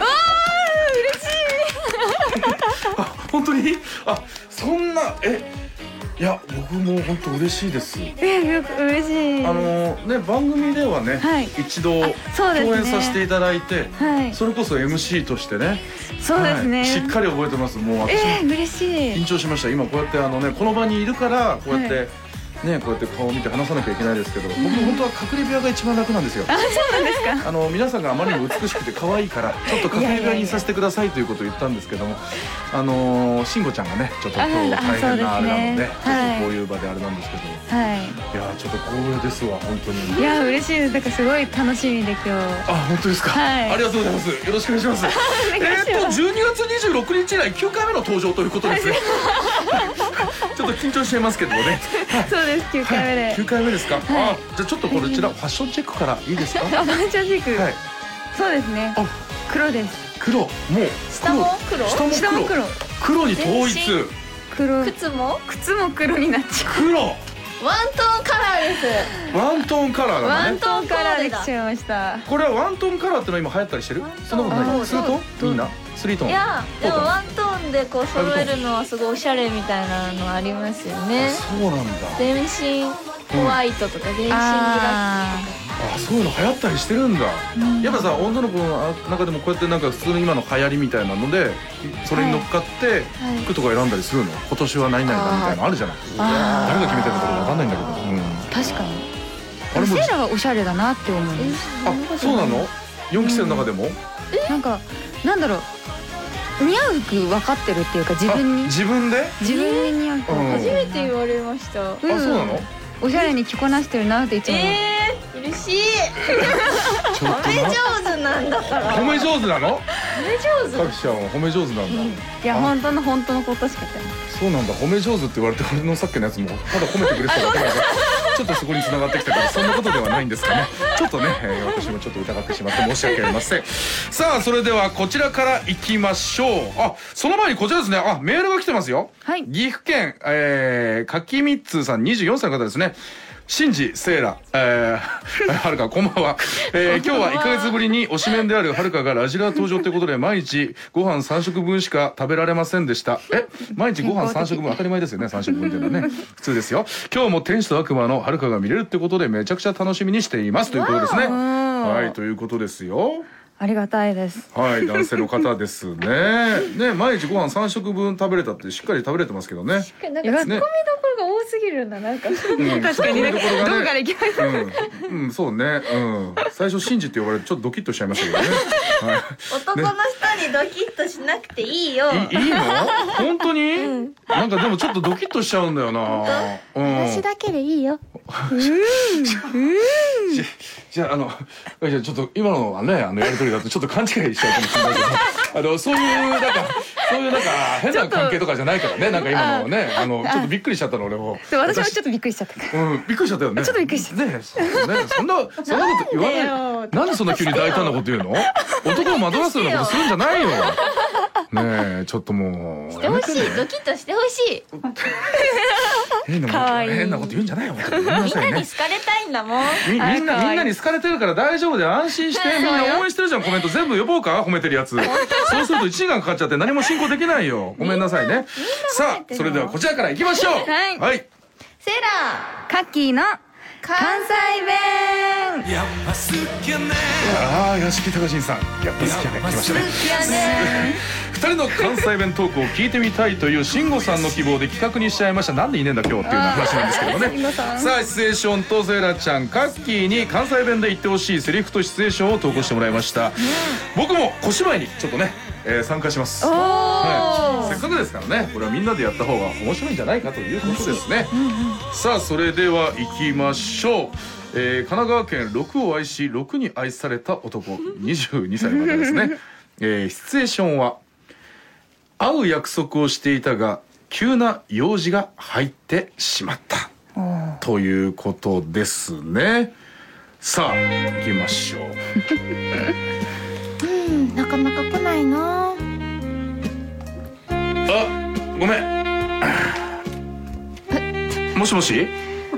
ー嬉しい。 あ、本当に？あ、そんなえ。いや、僕も本当嬉しいです。 え、よく嬉しい。 あのね、番組ではね、はい、一度共演させていただいて、はい、それこそ エムシー としてね。 そうですね、はい、 しっかり覚えてます。もう私もえー、嬉しい。 緊張しました。今こうやってあのね、この場にいるからこうやって、はい、ね、こうやって顔を見て話さなきゃいけないですけど、僕本当は隠れ部屋が一番楽なんですよ。 あ、そうなんですか。 あの皆さんがあまりにも美しくて可愛いからちょっと隠れ部屋にさせてくださいということを言ったんですけども、あの慎吾ちゃんがねちょっと今日大変なあれなので、ちょっとこういう場であれなんですけど、はい、いやちょっと光栄ですわ本当に。 いや嬉しいです。だからすごい楽しみで今日。 あ、本当ですか。はい、ありがとうございます。よろしくお願いします。えっとじゅうにがつにじゅうろくにち以来きゅうかいめの登場ということですね。ちょっと緊張していますけどもね。 そうです、きゅうかいめで。 きゅうかいめですか。あ、じゃあちょっとこちらファッションチェックからいいですか。 ファッションチェック。はい。そうですね。黒です。 黒、もう下も黒。 下も黒。黒に統一。 黒。 靴も靴も黒になっちゃう。 黒。 ワントーンカラーです。 ワントーンカラーだね。 ワントーンカラーできちゃいました。 これはワントーンカラーってのは今流行ったりしてる？そんなことない。ツートーン？みんな？スリートーン？ いや、でもワントーンでこう揃えるのはすごいおしゃれみたいなのありますよね。 そうなんだ。 全身ホワイトとか全身ブラックとか。 あ、そういうの流行ったりしてるんだ。やっぱさ、女の子の中でもこうやってなんか普通の今の流行りみたいなのでそれに乗っかって服とか選んだりするの？今年は何々だみたいなのあるじゃない。誰が決めてるのか分かんないんだけど。 確かに。あれもセーラはおしゃれだなって思う。 あ、そうなの？よんきせいの中でも？ なんかなんだろう。似合う服分かってるっていうか自分に。 自分で？ 自分に似合う服。 初めて言われました。 あ、そうなの？ おしゃれに着こなしてるなっていつも。 えー、嬉しい。褒め上手なんだから。 褒め上手なの？ 褒め上手。 かきちゃんは褒め上手なんだ。 いや本当の本当のことしか言ってない。 そうなんだ。褒め上手って言われて俺のさっきのやつもただ褒めてくれてただけなんでちょっとそこに繋がってきたからそんなことではないんですかね。ちょっとね、えー、私もちょっと疑ってしまって申し訳ありません。さあそれではこちらから行きましょう。あ、その前にこちらですね。あ、メールが来てますよ。はい。岐阜県、えー、かきみっつーさんにじゅうよんさいの方ですね。 シンジ、セイラ、えー、はるか、こんばんは。えー、今日はいっかげつぶりに推しメンであるはるかがラジラ登場ということで、毎日ご飯さん食分しか食べられませんでした。え、毎日ご飯さん食分、当たり前ですよね、さん食分っていうのはね。普通ですよ。今日も天使と悪魔のはるかが見れるってことで、めちゃくちゃ楽しみにしていますということですね。はい、ということですよ。 ありがたいです。 はい、男性の方ですね。ね、毎日ご飯さん食分食べれたってしっかり食べれてますけどね。 なんかツッコミどころが多すぎるんだ、なんか。 うん、 確かにね、 そういうところがねどうから行きましょう。 うん、うん、そうね。うん。最初シンジって呼ばれてちょっとドキッとしちゃいましたけどね。はい。 男の人にドキッとしなくていいよ。 いいいの？本当に？うん、なんかでもちょっとドキッとしちゃうんだよな。うん。 私だけでいいよ。うん。うん。 じゃ、じゃあ、あの、じゃあちょっと今のはね、あのやりとりだとちょっと勘違いしちゃうかもしれないけど、あのそういうなんかそういうなんか変な関係とかじゃないからね、なんか今のね、あのちょっとびっくりしちゃったの俺も。 私もちょっとびっくりしちゃったから。 うん、びっくりしちゃったよね。 ちょっとびっくりしちゃった。 ね、そんなそんなこと言わない。なんでそんな急に大胆なこと言うの？男を惑わすようなことするんじゃないよ。ねえ、ちょっともうしてほしい、ドキッとしてほしい。 変なこと変なこと言うんじゃないよ。みんなに好かれたいんだもん。 みんなみんなに好かれてるから大丈夫で安心してみんな応援してるじゃん。コメント全部呼ぼうか、褒めてるやつ。そうするといちじかんかかっちゃって何も進行できないよ。ごめんなさいね。さあそれではこちらから行きましょう。 はいはい。 セーラカッキーの関西弁。 やっぱ好きやね。ああ、屋敷隆人さん、やっぱ好きやね。来ましたね。 好きやね。 二人の関西弁トークを聞いてみたいという慎吾さんの希望で企画にしちゃいました。なんでいねえんだ今日っていう話なんですけどね。さあ、シチュエーションとセイラちゃん、カッキーに関西弁で言ってほしいセリフとシチュエーションを投稿してもらいました。僕も小芝居にちょっとね、えー、参加します。はい、せっかくですからね、これはみんなでやった方が面白いんじゃないかということですね。さあそれでは行きましょう。えー、神奈川県ろくを愛しろくに愛された男、にじゅうにさいの方ですね。えー、シチュエーションは会う約束をしていたが急な用事が入ってしまったということですね。さあ行きましょう。 うん、なかなか来ないな。 あ、ごめん。もしもし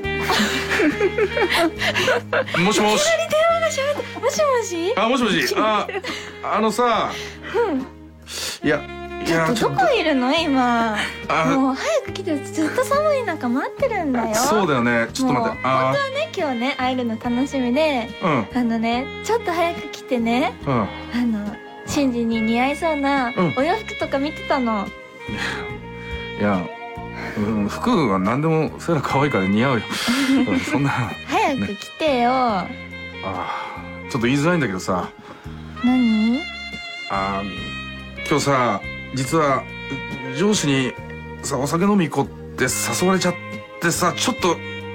もしもし。 電話が喋って、もしもし。 あ、もしもし。あ、あのさ、いやちょっとどこいるの今。もう早く来て、ずっと寒い中待ってるんだよ。 そうだよね。ちょっと待って。 本当はね、今日ね会えるの楽しみで、あのね、ちょっと早く来てね、あのシンジに似合いそうなお洋服とか見てたの。 いや、服は何でもセイラ可愛いから似合うよ。そんな。 早く来てよ。ああ、ちょっと言いづらいんだけどさ。 何？ あ、今日さ、実は上司にさ、お酒飲み行こうって誘われちゃってさ、ちょっと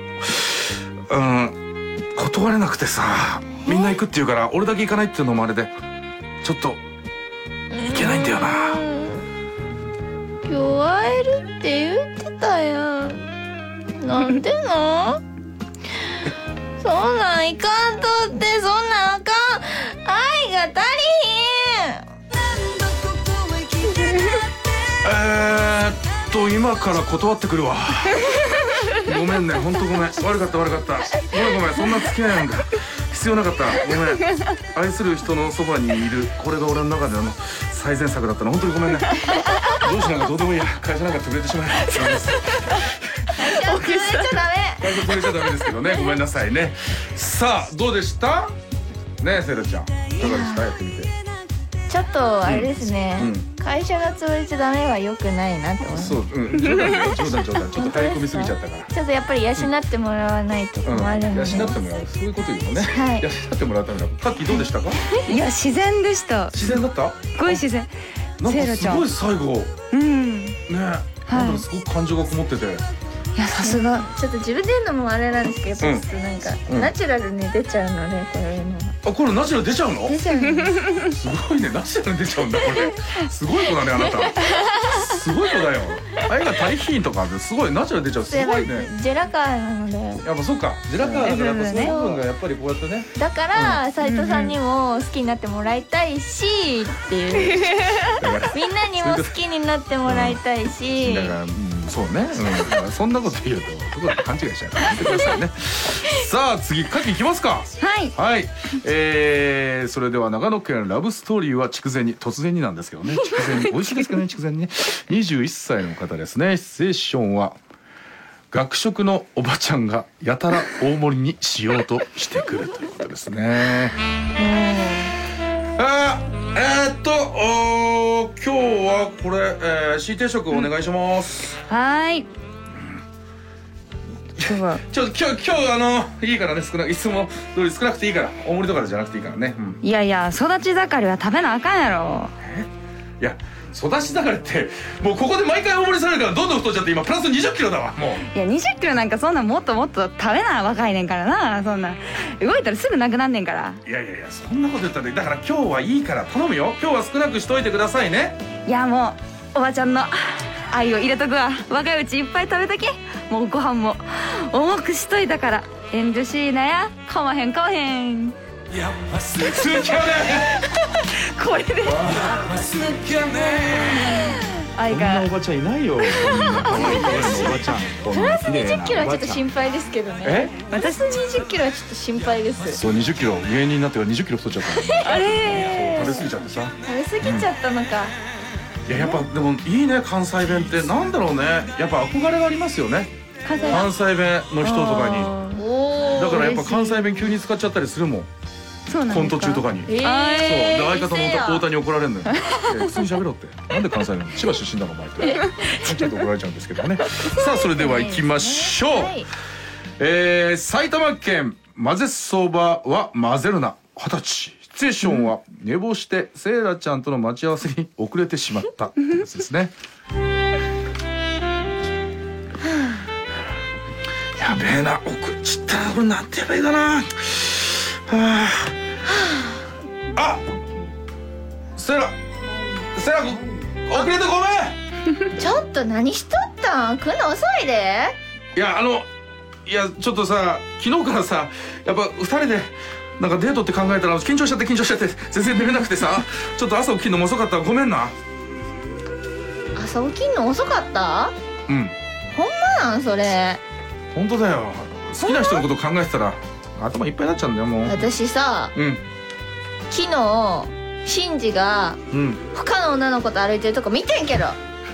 うん断れなくてさ、みんな行くって言うから俺だけ行かないっていうのもあれでちょっと行けないんだよな。 今日会えるって言ってたやん。なんでな。そんなんいかんとって、そんなんあかん。愛が足りひん。 えーっと今から断ってくるわ。ごめんね、ほんとごめん。悪かった悪かった。ごめんごめん、そんな付き合いなんか必要なかった。ごめん。愛する人のそばにいる、これが俺の中での最善策だったの。本当にごめんね。上司なんかどうでもいいや。会社なんか潰れてしまえ。 会社潰れちゃダメ。 会社潰れちゃダメですけどね。ごめんなさいね。さあどうでしたねえ、セイラちゃんいかがでした？やってみて。 ちょっとあれですね、うん、会社が潰れちゃダメは良くないなと思います。 そう、うん、冗談よ、冗談冗談。ちょっと入り込みすぎちゃったから。 ちょっとやっぱり養ってもらわないと困るので、 うん、養ってもらう、そういうこと言うのね。 はい、 養ってもらうためだ。カッキーどうでしたか？ いや、自然でした。 自然だった？ すごい自然。 なんかすごい最後、うんね、なんかすごく感情がこもってて。 いや、さすが。 ちょっと自分で言うのもあれなんですけど、やっぱちょっとなんか、うん、ナチュラルに出ちゃうので、これの。 あ、これナチュラル出ちゃうの？ 出ちゃうの。 すごいね、ナチュラルに出ちゃうんだこれ。すごい子だねあなた。すごい子だよ。愛が足りひんとかですごいナチュラル出ちゃう。すごいね。 ジェラカーなので。 やっぱそうか。ジェラカーだからやっぱその部分がやっぱりこうやってね。 だから斉藤さんにも好きになってもらいたいしっていう。みんなにも好きになってもらいたいし。 だから。 そうね、うん、そんなこと言うとどこか勘違いしちゃうからやめてくださいね。さあ次カキいきますか。 はいはい、えー、それでは長野県ラブストーリーは筑前に、突然になんですけどね、筑前に美味しいですかね、筑前にね、にじゅういっさいの方ですね。シチュエーションは学食のおばちゃんがやたら大盛りにしようとしてくるということですね。あーえー、っとおー今日はこれ、えー、シー定食お願いします。 はーい。今日はちょ今日今日あのいいからね、少ないつも通り少なくていいから、大盛りとかじゃなくていいからね、うん、 いやいや育ち盛りは食べなあかんやろ。 えいや育ち盛りってもうここで毎回大盛りされるからどんどん太っちゃって、今プラスにじゅっキロだわもう。 いやにじゅっキロなんかそんなんもっともっと食べな若いねんからな。そんな動いたらすぐなくなんねんから。 いやいやいやそんなこと言ったら、だから今日はいいから頼むよ。今日は少なくしといてくださいね。 いやもうおばちゃんの愛を入れとくわ。若いうちいっぱい食べとき。もうご飯も重くしといたから遠慮しいなや。かまへんかまへん。 やっぱ好きやねこれで好きやね愛がこんなおばちゃんいないよ。こんな可愛い可愛いおばちゃん。 プラスにじゅっキロはちょっと心配ですけどね。 えプラスにじゅっキロはちょっと心配です。 そうにじゅっキロ芸人になってからにじゅっキロ太っちゃったの。 あれ食べ過ぎちゃってさ。 食べ過ぎちゃったのか、 いややっぱでもいいね、関西弁ってなんだろうね、やっぱ憧れがありますよね、 関西関西弁の人とかに。 おーだからやっぱ関西弁急に使っちゃったりするもん、 そうなんコンですか。 ト中とかに。 えー、 あそうで相方のせや太田に怒られるのよ。え普通に喋ろうって、なんで関西弁、千葉出身だもんお前ってちょっと怒られちゃうんですけどね。さあそれでは行きましょう。 はい、 えー、埼玉県混ぜそばは混ぜるな二十歳。シチュエーションは寝坊してセイラちゃんとの待ち合わせに遅れてしまったってやつですね。やべえな、送っちったらこれなんて言えばいいかな。はあ、あセイラセイラ遅れてごめん。 ちょっと何しとったん？来んの遅いで。 いやあのいやちょっとさ、昨日からさやっぱふたりでなんかデートって考えたら緊張しちゃって緊張しちゃって全然寝れなくてさ、ちょっと朝起きるのも遅かったらごめんな。 朝起きんの遅かった？ うん、 ほんまなんそれ？ 本当だよ。好きな人のこと考えてたら頭いっぱいになっちゃうんだよもう。 私さ、 うん昨日シンジがうん他の女の子と歩いてるとこ見てんけど。 違う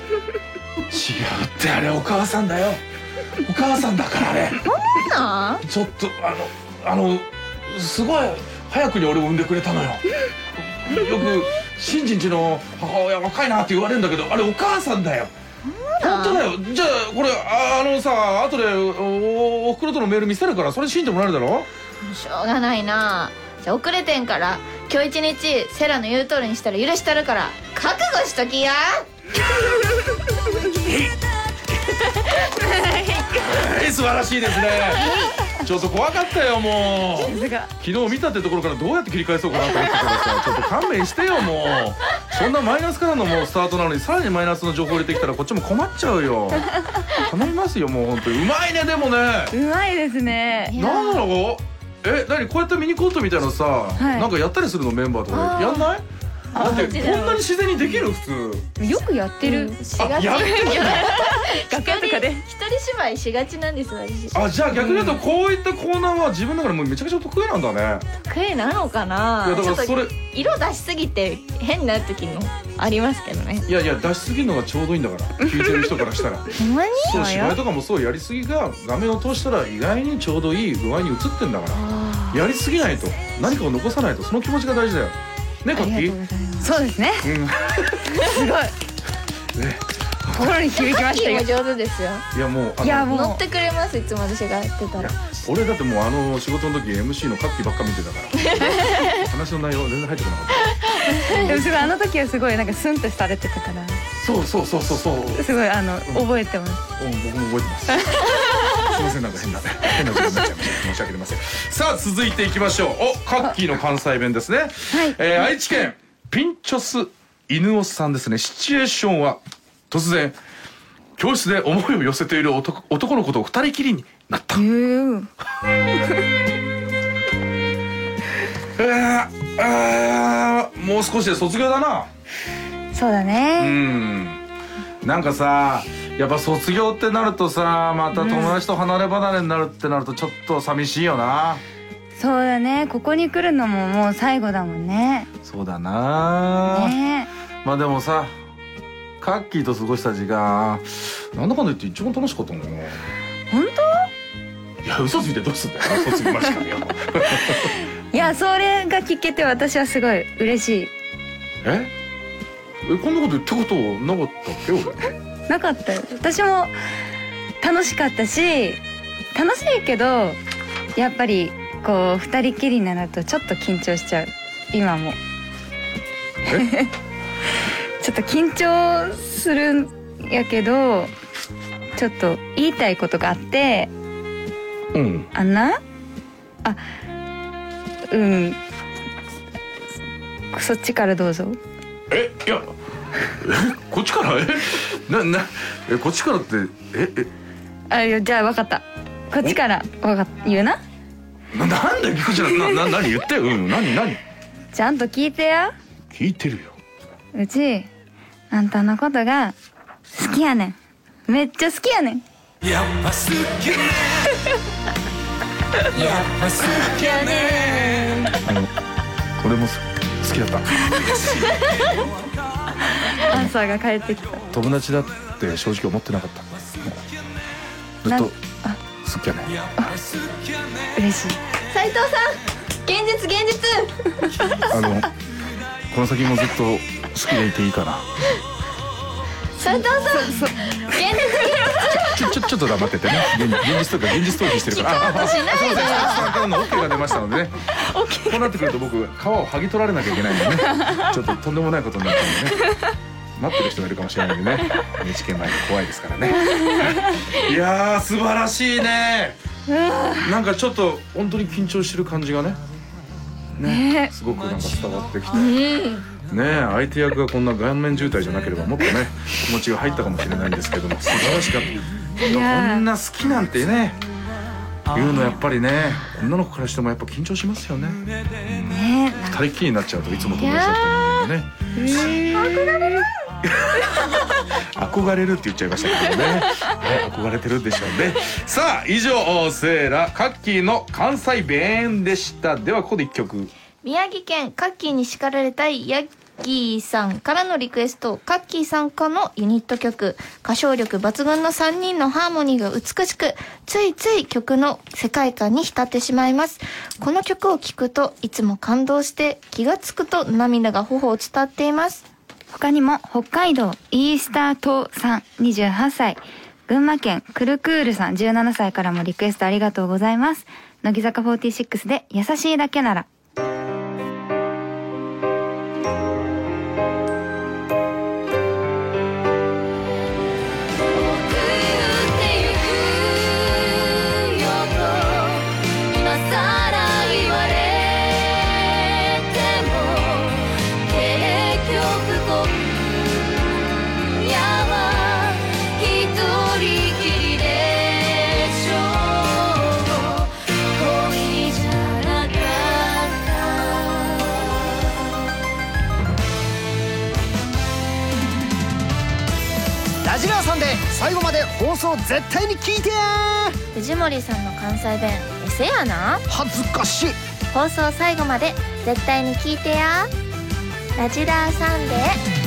ってあれお母さんだよ、お母さんだからあれ。 なん？ ちょっとあのあのすごい早くに俺を産んでくれたのよ。よく新人ちの母親若いなって言われるんだけど、あれお母さんだよ。本当だよ。じゃあこれ あ, あのさ後で お, おふくろとのメール見せるからそれ信じてもらえるだろ。 しょうがないな。じゃあ遅れてんから今日一日セラの言う通りにしたら許したるから覚悟しときや。 はい、素晴らしいですね。ちょっと怖かったよもう。 さすが。 昨日見たってところからどうやって切り返そうかなと思ってたからさ、ちょっと勘弁してよもう。そんなマイナスからのもうスタートなのにさらにマイナスの情報入れてきたらこっちも困っちゃうよ。頼みますよもう本当に。うまいねでもね。 うまいですね。 なんだろう。え、何こうやってミニコートみたいなのさ、 いなんかやったりするのメンバーとかでやんない？だってこんなに自然にできる普通。 よくやってる。 しがち。 やってる楽屋とかで一人芝居しがちなんです私。 あ、じゃあ逆に言うとこういったコーナーは自分の中でもうめちゃくちゃ得意なんだね。 得意なのかな。 いやだからそれちょっと色出しすぎて変な時のありますけどね。 いやいや出しすぎるのがちょうどいいんだから聞いてる人からしたら。 ほんまに？ そう芝居とかもそうやりすぎが画面を通したら意外にちょうどいい具合に映ってんだからやりすぎないと何かを残さないとその気持ちが大事だよね。こっちそうですね。 うんすごい。 ね、 心に響きましたよ。 キーも上手ですよ。 いやもうあのいやもう乗ってくれますいつも私がやってたら。 俺だってもうあの仕事の時 エムシー のカッキーばっか見てたから話の内容全然入ってこなかった。 でもすごいあの時はすごいなんかスンとされてたからそうそうそうそうそうすごいあの覚えてます。 うん僕も覚えてますすいませんなんか変な変な時間になっちゃいました申し訳ありません。さあ続いていきましょう。おカッキーの関西弁ですね。はい、えー、愛知県ピンチョス犬尾さんですね。シチュエーションは突然教室で思いを寄せている 男, 男の子と二人きりになった。うーあーもう少しで卒業だな。 そうだうね。 んなんかさやっぱ卒業ってなるとさ、また友達と離れ離れになるってなるとちょっと寂しいよな。 そうだね、ここに来るのももう最後だもんね。 そうだな、 ね。 まあでもさ、カッキーと過ごした時間なんだかんだ言って一番楽しかったんだよな。 本当？いや嘘ついてどうすんだよ卒業間近でよいや、それが聞けて私はすごい嬉しい。 ええ、こんなこと言ったことなかったっけ俺。 なかったよ。私も楽しかったし、楽しいけどやっぱりこう二人きりになるとちょっと緊張しちゃう。今もちょっと緊張するんやけど、ちょっと言いたいことがあって、 うん、 あんなあうんそっちからどうぞ。 え、いやえ、こっちからえななえこっちからってええあ、いや、じゃあ分かった。こっちから分かっ言うな。 ななんだよこちらなな何言ってよ。うん何何ちゃんと聞いてや。 聞いてるよ。 うちあんたのことが好きやねん。めっちゃ好きやねん。 やっぱ好きやねんやっぱ好きやねん。 あの俺も好きだったアンサーが返ってきた。 友達だって正直思ってなかった。ずっと好きやね。 嬉しい。 斉藤さん、現実現実あのこの先もずっと好きでいていいかな。 斉藤さん、現実ちょちょちょっと黙っててね。現実とか現実逃避してるから。 聞こうとしないでよ。 スタッフさんからの オーケー が出ましたのでね。こうなってくると僕皮を剥ぎ取られなきゃいけないんでね。ちょっととんでもないことになっちゃうんでね。待ってる人がいるかもしれないんでね。エヌエイチケー 前で怖いですからね。いやー素晴らしいね。なんかちょっと本当に緊張してる感じがね。ね、すごくなんか伝わってきて。ねえ、相手役がこんな顔面渋滞じゃなければもっとね気持ちが入ったかもしれないんですけども、素晴らしかった。こんな好きなんてね言うのやっぱりね、女の子からしてもやっぱ緊張しますよね。 ね、 二人っきりになっちゃうといつも友達だったのにね。憧れる憧れるって言っちゃいましたけどね、はい、憧れてるでしょうね。さあ以上セーラカッキーの関西弁でした。ではここで一曲。 宮城県カッキーに叱られたいヤッキーさんからのリクエスト、カッキーさんからのユニット曲、歌唱力抜群のさんにんのハーモニーが美しく、ついつい曲の世界観に浸ってしまいます。この曲を聴くといつも感動して、気がつくと涙が頬を伝っています。 他にも北海道イースター島さんにじゅうはっさい、群馬県クルクールさんじゅうななさいからもリクエストありがとうございます。乃木坂フォーティーシックスで優しいだけなら。 ラジラーさんで最後まで放送絶対に聞いてや。 藤森さんの関西弁エセやな。 恥ずかしい。 放送最後まで絶対に聞いてや。ラジラーサンデー。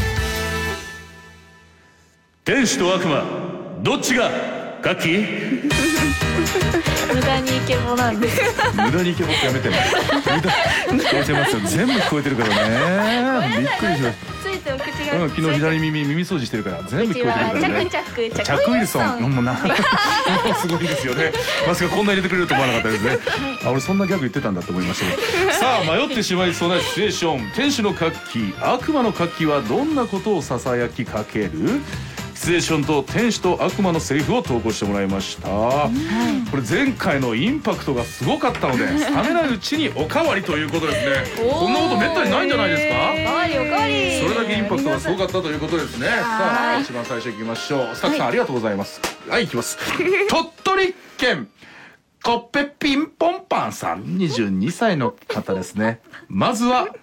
天使と悪魔どっちがカッキー？ 無駄にイケボなんです。 無駄にイケボってやめてね。無駄聞こえてますよ。全部聞こえてるからね。びっくりしました。 ついてお口が、 うん、昨日左耳耳掃除してるから全部聞こえてるからね。 チャクチャクチャクウィルソン、もうなすごいですよね。まさかこんな入れてくれると思わなかったですね。あ、俺そんなギャグ言ってたんだと思いましたけど。さあ迷ってしまいそうなシチュエーション、天使のカッキー、悪魔のカッキーはどんなことをささやきかける？シチュエーションと天使と悪魔のセリフを投稿してもらいました。これ前回のインパクトがすごかったので、冷めないうちにおかわりということですね。こんなことめったにないんじゃないですか？ おかわりおかわり。 それだけインパクトがすごかったということですね。さあ一番最初いきましょう。スタッフさんありがとうございます。はい、いきます。鳥取県コッペピンポンパンさん、にじゅうにさいの方ですね。まずは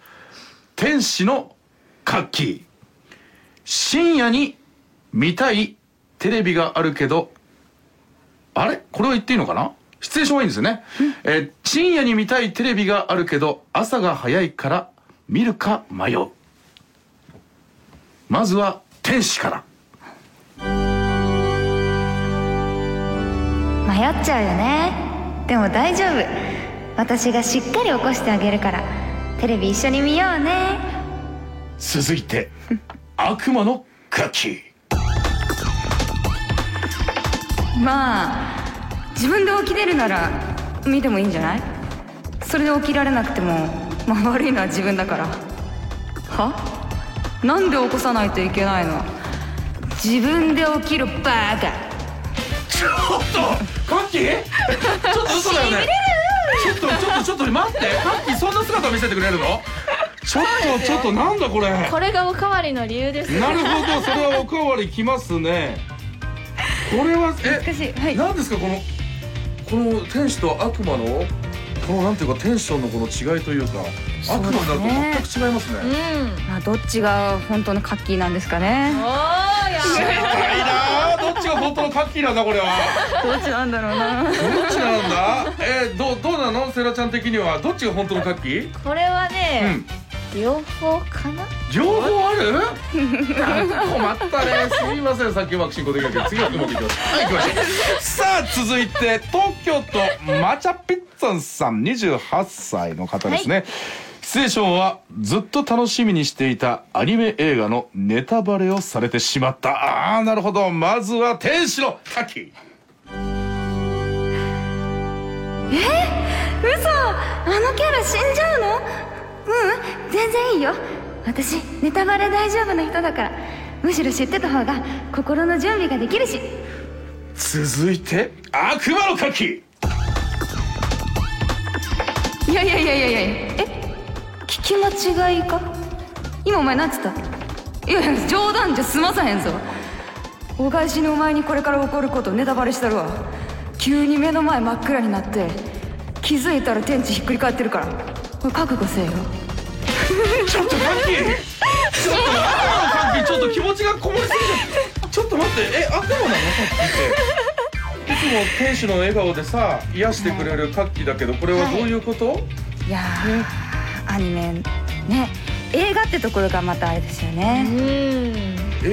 天使のカッキー、深夜に見たいテレビがあるけど、あれこれは言っていいのかな。シチュエーションはいいんですよね、えー、深夜に見たいテレビがあるけど朝が早いから見るか迷う。まずは天使から。 迷っちゃうよね。でも大丈夫、私がしっかり起こしてあげるからテレビ一緒に見ようね。 続いて悪魔のカキ。 まあ自分で起きれるなら見てもいいんじゃない。それで起きられなくても、まあ、悪いのは自分だから。は？なんで起こさないといけないの。自分で起きるバーカ。 ちょっとカッキーちょっと嘘だよね。ちょっとちょっとちょっと待って、カッキーそんな姿見せてくれるの。ちょっとちょっとなんだこれ。 これがおかわりの理由です。 なるほど、それはおかわりきますね。これはえ難しい、はい、 何ですかこのこの天使と悪魔のこのなんていうかテンションのこの違いというか、悪魔になると全く違いますね。 うん、 まあどっちが本当のカッキーなんですかね。 おー、や知りたいな。どっちが本当のカッキーなんだこれは。 どっちなんだろうな。 どっちなんだ。えー、どどうなのセラちゃん的にはどっちが本当のカッキー。 これはね、うん、両方かな。 両方ある。困ったね。すみません、さっきうまく進行できなけど次はうまくいきます。はい、行きましょう。さあ続いて東京都マチャピッツァンさんにじゅうはっさいの方ですね、はい、シチュエーションはずっと楽しみにしていたアニメ映画のネタバレをされてしまった。ああ、なるほど。まずは天使のカキ。 え、嘘。あのキャラ死んじゃうの。うん、全然いいよ。私ネタバレ大丈夫な人だから。むしろ知ってた方が心の準備ができるし。 続いて悪魔のカキ。 いやいやいやいやいや、え、聞き間違いか。今お前なんつった。いやいや冗談じゃ済まさへんぞ。お返しにお前にこれから起こることネタバレしたるわ。急に目の前真っ暗になって気づいたら天地ひっくり返ってるから、これ覚悟せえよ。 ちょっとカッキー、ちょっと悪魔のカッキー、ちょっと気持ちがこもりすぎちゃう。ちょっと待って、え、悪魔なのカッキーって。いつも天使の笑顔でさ癒してくれるカッキーだけど、これはどういうこと？はい、 いやー、アニメね、映画ってところがまたあれですよね。うん、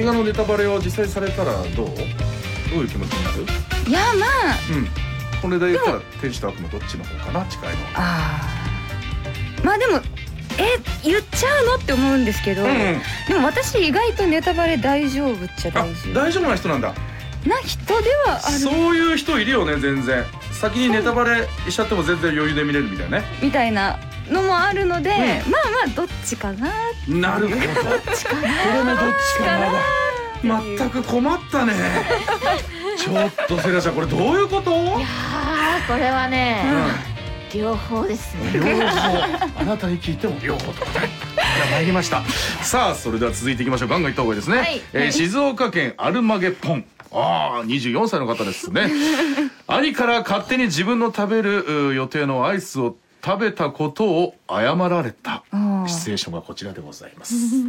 映画のネタバレを実際されたらどう？どういう気持ちになる？ いや、まあ、 うん、これで言ったら天使と悪魔どっちの方かな、近いの。 ああ、まあでもえ言っちゃうのって思うんですけど、うん、でも私意外とネタバレ大丈夫っちゃ大丈夫。 大丈夫な人なんだ。 な人ではある。 そういう人いるよね。全然先にネタバレしちゃっても全然余裕で見れるみたいなね、 みたいなのもあるので、うん、まあまあどっちかな。 なるほど。どっちかな。これもどっちかな。全く困ったね。ちょっとセラちゃん、これどういうこと？いやー、これはね、うん、両方ですね。 両方。あなたに聞いても両方と答え。じゃあ参りました。さあそれでは続いていきましょう。ガンガンいった方がいいですね、はい、えー、静岡県アルマゲポン。ああ、にじゅうよんさいの方ですね。兄から勝手に自分の食べる予定のアイスを食べたことを謝られたシチュエーションがこちらでございます。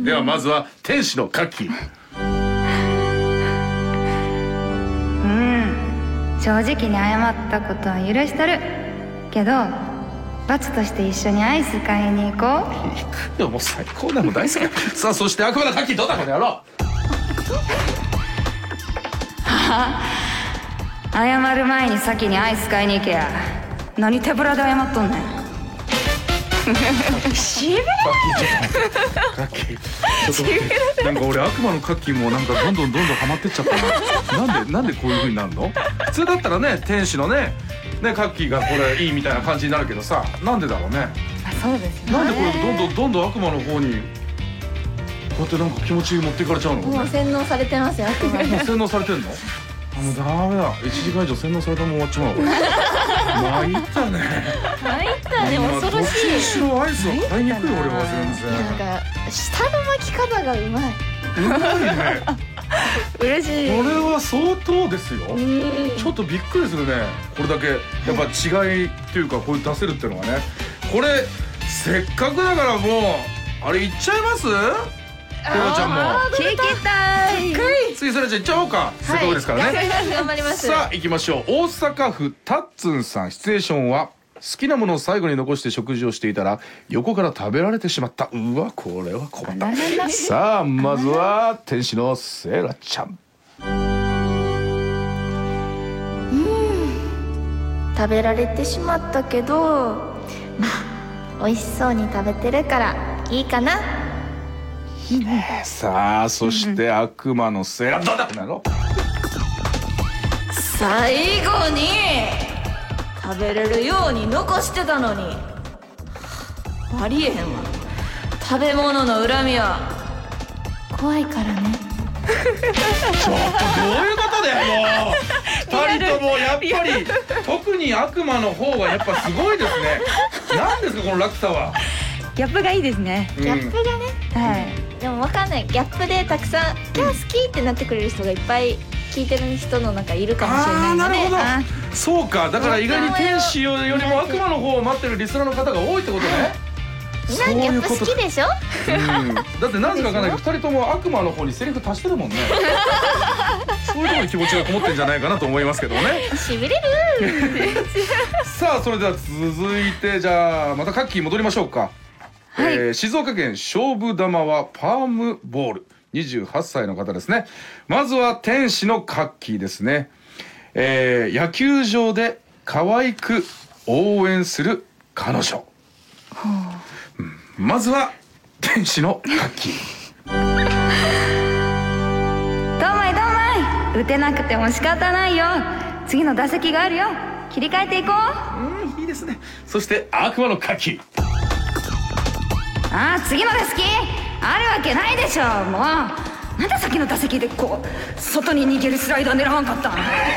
ではまずは天使のカッキー。 うん、正直に謝ったことは許したるけど、罰として一緒にアイス買いに行こう。いやもう最高だ、もう大好き。さあそして悪魔のカッキー、どうだこの野郎。 謝る前に先にアイス買いに行けや。何手ぶらで謝っとんねん。しびれ。 カッキー、ちょっと待って、なんか俺悪魔のカッキーもなんかどんどんどんどんハマってっちゃったな。なんでなんでこういう風になるの？普通だったらね、天使のねねカッキーがこれいいみたいな感じになるけどさ、なんでだろうね。 あ、そうですね。 なんでこれどんどんどんどん悪魔の方にこうやってなんか気持ち持っていかれちゃうの？ もう洗脳されてますよ、悪魔に。 もう洗脳されてんの？あ、もうダメだ。いちじかん以上洗脳されたまま終わっちまう。これ参ったね。 参ったね、恐ろしい。 どっちにしろアイスを買いに来る。俺は全然なんか下の巻き方がうまい。 うまいね。 嬉しい。 これは相当ですよ。ちょっとびっくりするね。これだけやっぱ違いっていうか、こういう出せるっていうのがね。これせっかくだからもうあれいっちゃいます？ ペコちゃんも聞きたい。 次それじゃあいっちゃおうか、せっかくですからね。 頑張ります。 さあ行きましょう。大阪府タッツンさん、シチュエーションは好きなものを最後に残して食事をしていたら横から食べられてしまった。うわこれは困った。さあまずは天使のセイラちゃん。 食べられてしまったけど、まあ美味しそうに食べてるからいいかな。 さあそして悪魔のセイラどうだなの。 最後に食べれるように残してたのに。ありえへんわ。食べ物の恨みは怖いからね。 ちょっとどういうことだよもう。二人ともやっぱり特に悪魔の方はやっぱすごいですね。何ですかこの落差は。 ギャップがいいですね。 ギャップがね、 はい。 でも分かんない。ギャップでたくさん「キャー好き!」ってなってくれる人がいっぱい聞いてる人の中いるかもしれないので。 あーなるほど。そうか、だから意外に天使よりも悪魔の方を待ってるリスナーの方が多いってことね。 みんなギャップ好きでしょ。 うん、だって何時か分かんないけどふたりとも悪魔の方にセリフ足してるもんね。そういうところに気持ちがこもってんじゃないかなと思いますけどね。 しびれる。 さあそれでは続いてじゃあまたカッキー戻りましょうか。はい、えー、静岡県勝負玉はパームボールにじゅうはっさいの方ですね。まずは天使のカッキーですね。えー、野球場で可愛く応援する彼女。うん、まずは天使のカッキー。 どんまいどんまい、打てなくても仕方ないよ。次の打席があるよ。切り替えていこう。 うん、いいですね。そして悪魔のカッキー。 ああ、次の打席あるわけないでしょ。もうなんで先の打席でこう外に逃げるスライダー狙わんかったん。 あ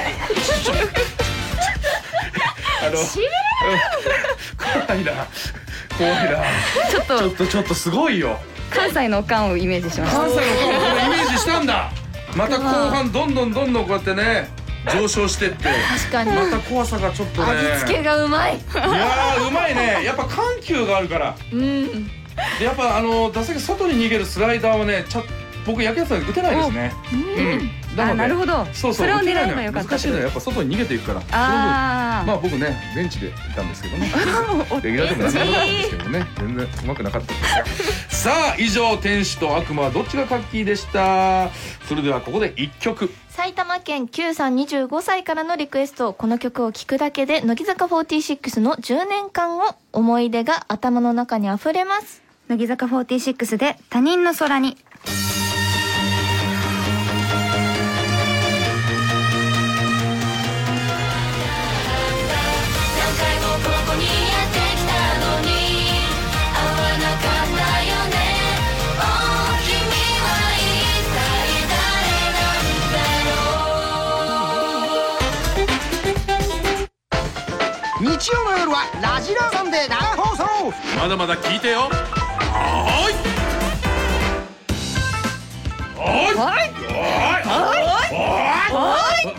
のしびれる。 怖いな怖いな。 ちょっとちょっとちょっとすごいよ。 関西のおかんをイメージしました。 関西の顔をイメージしたんだ。また後半どんどんどんどんこうやってね上昇してって確かにまた怖さがちょっとね。 味付けがうまい。 いやーうまいね。やっぱ緩急があるから。 うんでやっぱあの打席外に逃げるスライダーはねちゃ僕野球やつは打てないですね。うんあ、なるほど。 そうそう、 それを狙えばよかった。 難しいのはやっぱ外に逃げていくから。 あまあ僕ねベンチでいたんですけどね。レギュラーでもなかったんですけどね、全然うまくなかったです。さあ以上天使と悪魔はどっちがカッキーでした。それではここでいっきょく。 埼玉県 Q さんにじゅうごさいからのリクエスト。この曲を聴くだけで乃木坂フォーティーシックスのじゅうねんかんを思い出が頭の中にあふれます。 乃木坂フォーティーシックスで他人の空に。 日曜の夜はラジラサンデー生放送。 まだまだ聞いてよ。はーいはーいはーいはーい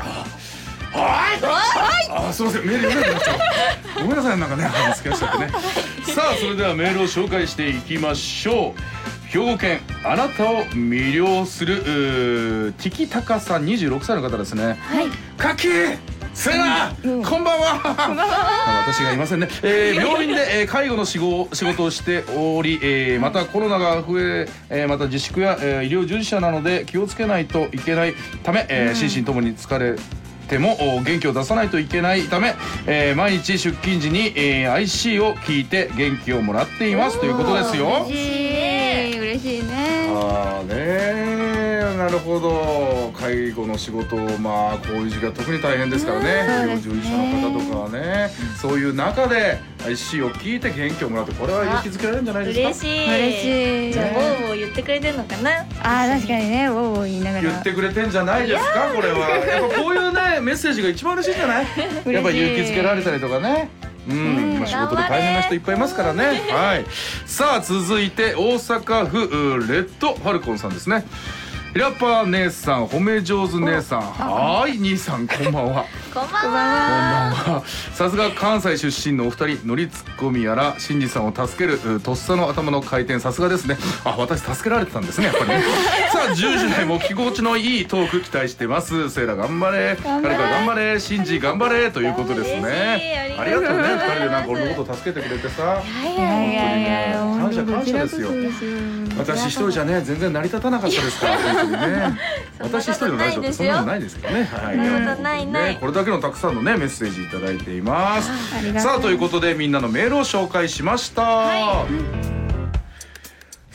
はーい。あ、すみませんメール読めなくなっちゃう。ごめんなさいなんかね話しちゃってね。さあそれではメールを紹介していきましょう。兵庫県あなたを魅了するティキタカさんにじゅうろくさいの方ですね。 はい。 カッキーセナ、うん、こんばんは。私がいませんね。えー、病院で、えー、介護の仕事、仕事をしており、えー、またコロナが増ええー、また自粛や、えー、医療従事者なので気をつけないといけないため、えーうん、心身ともに疲れても元気を出さないといけないため、えー、毎日出勤時に、えー、アイシー を聞いて元気をもらっていますということですよ。 嬉しい嬉しいね。 あーねなるほど。介護の仕事まあこういう時期は特に大変ですからね。医療従事者の方とかはね、そういう中で アイシー を聞いて元気をもらってこれは勇気づけられるんじゃないですか。 嬉しい嬉しい。 じゃあウォーウォー言ってくれてんのかな。 あー確かにね、ウォーウォー言いながら言ってくれてんじゃないですか。これはやっぱこういうねメッセージが一番嬉しいんじゃない。やっぱ勇気づけられたりとかね。うん、まあ仕事で大変な人いっぱいいますからね。はい。さあ続いて大阪府レッドファルコンさんですね。 ひらぱ姉さん、褒め上手姉さん、はーい兄さんこんばんは。 こんばんは。 こんばんは。さすが関西出身のお二人、ノリツッコミやら新次さんを助けるとっさの頭の回転、さすがですね。あ、私助けられてたんですね、やっぱりね。さあじゅうじ台も気持ちのいいトーク期待してます。セイラ頑張れ、はるか頑張れ、シンジ頑張れということですね。ありがとうね、二人でなんか俺のこと助けてくれてさ。 いやいやいやいや、 感謝感謝ですよ。私一人じゃね全然成り立たなかったですから本当にね。私一人のラジオってそんなのないですけどね。はい。 ないない。 これだけのたくさんのねメッセージいただいています。さあということでみんなのメールを紹介しました。はい、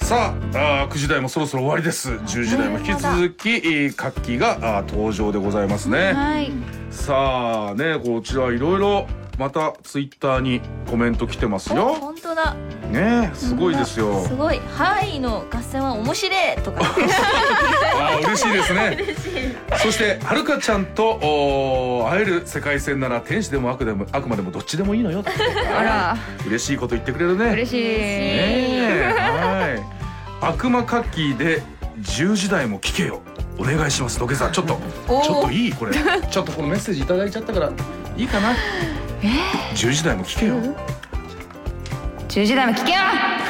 さあ、あくじ台もそろそろ終わりです。じゅうじ台も引き続きカッキーが登場でございますね。はい、さあね、こちらいろいろまたツイッターにコメント来てますよ。 本当だね、すごいですよ。 すごい。はいの合戦は面白いとかあ、嬉しいですね。そしてはるかちゃんと会える世界線なら天使でも悪でも悪魔でもどっちでもいいのよ。あら、嬉しいこと言ってくれるね。 嬉しい。 ね、はい。悪魔カッキーでじゅうじ台も聞けよ。お願いします。土下座ちょっとちょっといいこれ。ちょっとこのメッセージいただいちゃったからいいかな。じゅうじ台も聞けよ。 じゅうじ台も聞けよ。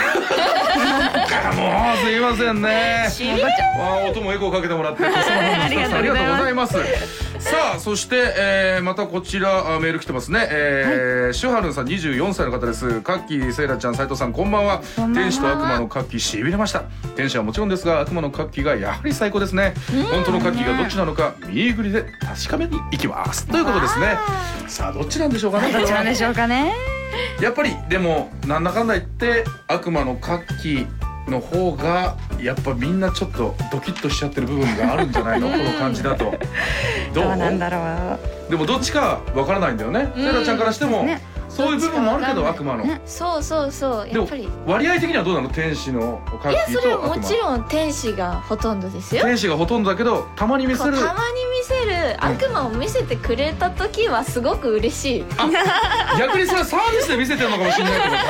もうすいませんね。あ、音もエコーかけてもらってありがとうございます。さあそして、えー、またこちらメール来てますね。えーはい、シュハルンさんにじゅうよんさいの方です。カッキー、セイラちゃん、斉藤さんこんばんは。天使と悪魔のカッキーしびれました。天使はもちろんですが悪魔のカッキーがやはり最高ですね。本当のカッキーがどっちなのか右ぐりで確かめに行きますということですね。さあどっちなんでしょうかね。 どっちなんでしょうかね。 やっぱりでもなんだかんだ言って悪魔のカッキーの方がやっぱみんなちょっとドキッとしちゃってる部分があるんじゃないのこの感じだと。どう？ どうなんだろう。 でもどっちかわからないんだよね。セイラちゃんからしても、ね、そういう部分もあるけど悪魔の、ね、 そうそうそう、やっぱり割合的にはどうなの？天使のカッキーと悪魔。いやそれはもちろん天使がほとんどですよ。 天使がほとんどだけどたまに見せるたまに見せる悪魔を見せてくれた時はすごく嬉しい。 あ、逆にそれはサービスで見せてるのかもしれないってこと？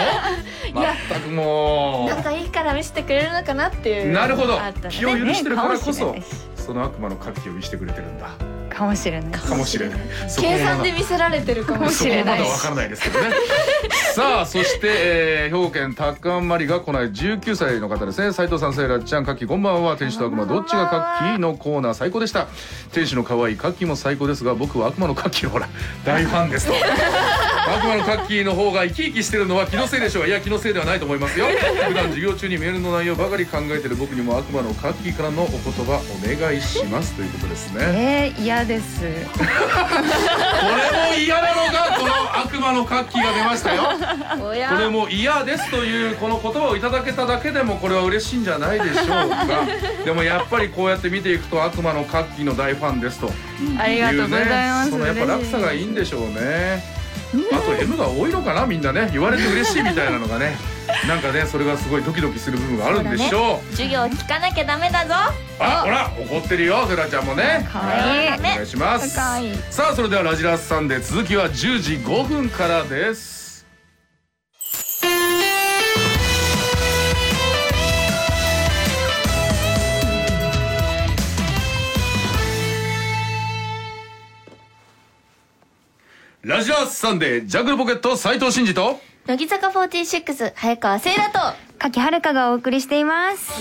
全くもう仲いいから見せてくれるのかなっていう。 なるほど、気を許してるからこそその悪魔のカッキーを見せてくれてるんだかもしれないかもしれない。 計算で見せられてるかもしれない。 そこまだわからないですけどね。さあそして、えー、兵庫県高まりがこないじゅうきゅうさいの方ですね。斉藤さん、セイラちゃん、カッキーこんばんは。天使と悪魔どっちがカッキーのコーナー最高でした。天使の可愛いカッキーも最高ですが僕は悪魔のカッキーのほら大ファンですと。悪魔のカッキーの方が生き生きしてるのは気のせいでしょう。いや気のせいではないと思いますよ。普段授業中にメールの内容ばかり考えてる僕にも悪魔のカッキーからのお言葉お願いしますということですね。 えー、嫌です。これも嫌なのがこの悪魔のカッキーが出ましたよ。これも嫌ですというこの言葉をいただけただけでもこれは嬉しいんじゃないでしょうか。でもやっぱりこうやって見ていくと悪魔のカッキーの大ファンですというね、 ありがとうございます。 そのやっぱ落差がいいんでしょうね。あと エム が多いのかな、みんなね言われて嬉しいみたいなのがねなんかねそれがすごいドキドキする部分があるんでしょう。 ね、授業聞かなきゃダメだぞ。 あ、ほら怒ってるよセイラちゃんもね。 かわいい。 お願いします。 かいい。 さあそれではラジラスさんで続きはじゅうじごふんからです。ラジラスサンデージャングルポケット斉藤真二と乃木坂フォーティーシックス早川セイラとカキはるかがお送りしています。 い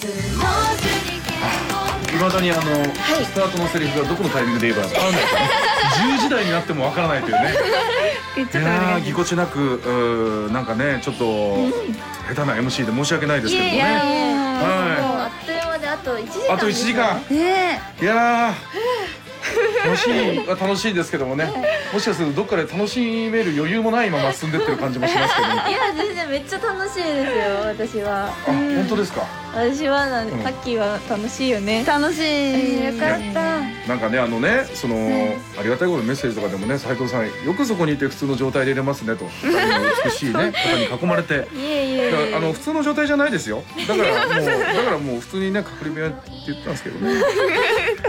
まだにあの、はい、スタートのセリフがどこのタイミングで言えば分からないからね。じゅうじ台になっても分からないというね。いやーぎこちなくなんかねちょっと下手な エムシー で申し訳ないですけどもね。はい、 あっという間であといちじかん。 あといちじかん。 ねいや楽しいは楽しいですけどもね、もしかするとどっかで楽しめる余裕もないまま進んでってる感じもしますけど、ね、 いや全然めっちゃ楽しいですよ私は。 あ、本当ですか。 私はなんで、うん、カッキーは楽しいよね。楽しい。よかった。 なんかねあのねその、ね、ありがたいことメッセージとかでもね斉藤さんよくそこにいて普通の状態で入れますねと美しいね方に囲まれていえいえいえあの普通の状態じゃないですよ。だからもうだからもう普通にね隠れ部屋って言ったんですけどね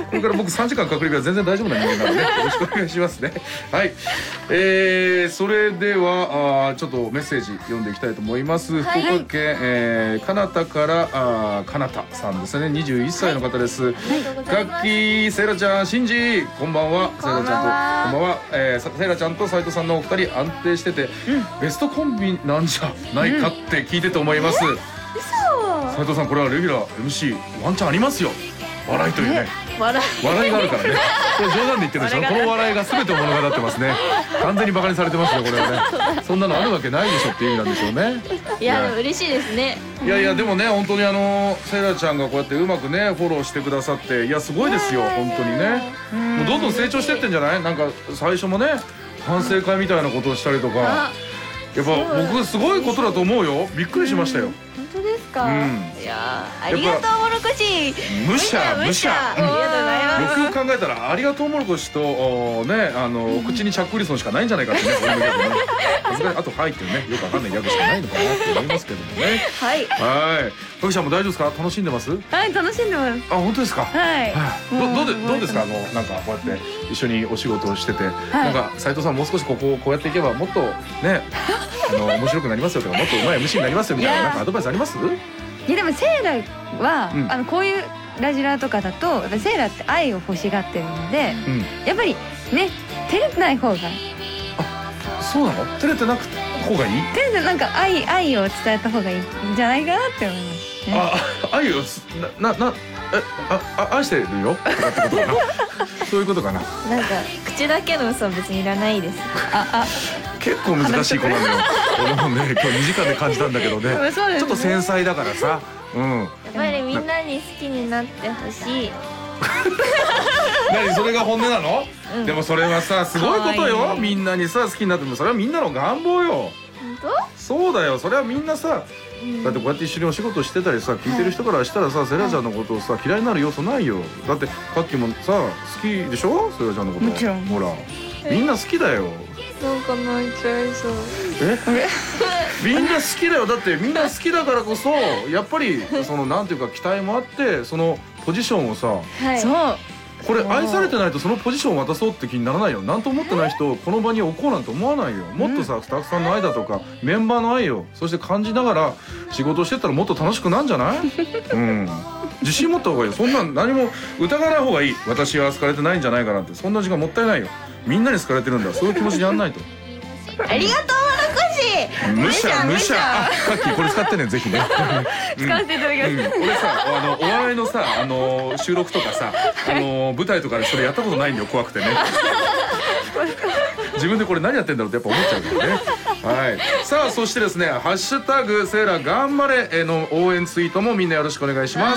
これから僕さんじかん隔離が全然大丈夫な人間なのでよろしくお願いしますね。はい、えー、それではあちょっとメッセージ読んでいきたいと思います。 はい、 福岡県、えー、かなたからあかなたさんですね。にじゅういっさいの方です。ガッキー、セイラちゃん、シンジ、こんばんは。セイラちゃんとこんばんは、えー、セイラちゃんと斉藤さんのお二人安定してて、うん、ベストコンビなんじゃないかって聞いてて思います。うん、斉藤さん、これはレギュラー エムシー ワンチャンありますよ。笑いというね、 笑い笑いがあるからね。これ冗談で言ってるでしょ。この笑いが全てを物語ってますね。完全にバカにされてますね、これはね。そんなのあるわけないでしょっていう意味なんでしょうね。 いや、でも嬉しいですね。 いやいや、でもね、本当にあのセイラちゃんがこうやってうまくねフォローしてくださって、いやすごいですよ本当にね。もうどんどん成長してってんじゃない？なんか最初もね反省会みたいなことをしたりとか、やっぱ僕すごいことだと思うよ。びっくりしましたよ。 本当ですか？ うん、 いやありがとうもろこし。 むしゃむしゃ。 ありがとうございます。 よく考えたらありがとうもろこしとね、あのお口にチャックリソンしかないんじゃないかってね。あとはいっていうね、よくわかんないギャグしかないのかなって思いますけどもね。 はい。 はい。かきちゃんも大丈夫ですか？楽しんでます？ はい、楽しんでます。 あ、本当ですか？ はい。 どどうでどうですか？あのなんかこうやって一緒にお仕事をしてて、なんか斉藤さんもう少しここをこうやっていけばもっとね、あの面白くなりますよとか、もっと上手い エムシー になりますよみたいななんかアドバイスあります？ いやでもセイラは、うん、あのこういうラジラとかだとセイラって愛を欲しがってるので、うん、やっぱりね照れてない方が。 あ、そうなの？照れてなくて方がいい？ 照れてなんか愛愛を伝えた方がいいんじゃないかなって思います、ね。 あ、愛をなななえああ愛してるよとかってことかな。そういうことかな。 なんか口だけの嘘は別にいらないです。 ああ。 結構難しい子なんだよ。俺もね今日にじかんで感じたんだけどね。ね、ちょっと繊細だからさ。うん。 やっぱりみんなに好きになってほしい。 何それが本音なの？うん、でもそれはさすごいことよ。いいみんなにさ好きになってもそれはみんなの願望よ。 本当？ そうだよ。それはみんなさ。うん、だってこうやって一緒にお仕事してたりさ聞いてる人からしたらさ、はい、セイラちゃんのことをさ嫌いになる要素ないよ。だってカッキーもさ好きでしょセイラちゃんのこと。 もちろん。 ほらみんな好きだよ。 なんか泣いちゃいそう。 え？みんな好きだよ。だってみんな好きだからこそやっぱりそのなんていうか期待もあってそのポジションをさ、 はい、 そうこれ愛されてないとそのポジションを渡そうって気にならないよ。なんと思ってない人をこの場に置こうなんて思わないよ。もっとさスタッフさんの愛だとかメンバーの愛をそして感じながら仕事してったらもっと楽しくなんじゃない？うん。自信持った方がいいよ。そんな何も疑わない方がいい。私は好かれてないんじゃないかなって。そんな時間もったいないよ。みんなに好かれてるんだ。そういう気持ちでやんないと。 ありがとうもろこし。 むしゃむしゃ。あ、カッキーこれ使ってねぜひね。 使わせていただきます。 うんうん、俺さあのお笑いのさあの収録とかさあの舞台とかでそれやったことないんだよ怖くてね。自分でこれ何やってんだろうってやっぱ思っちゃうからね。はい。さあそしてですねハッシュタグセイラ頑張れの応援ツイートもみんなよろしくお願いします。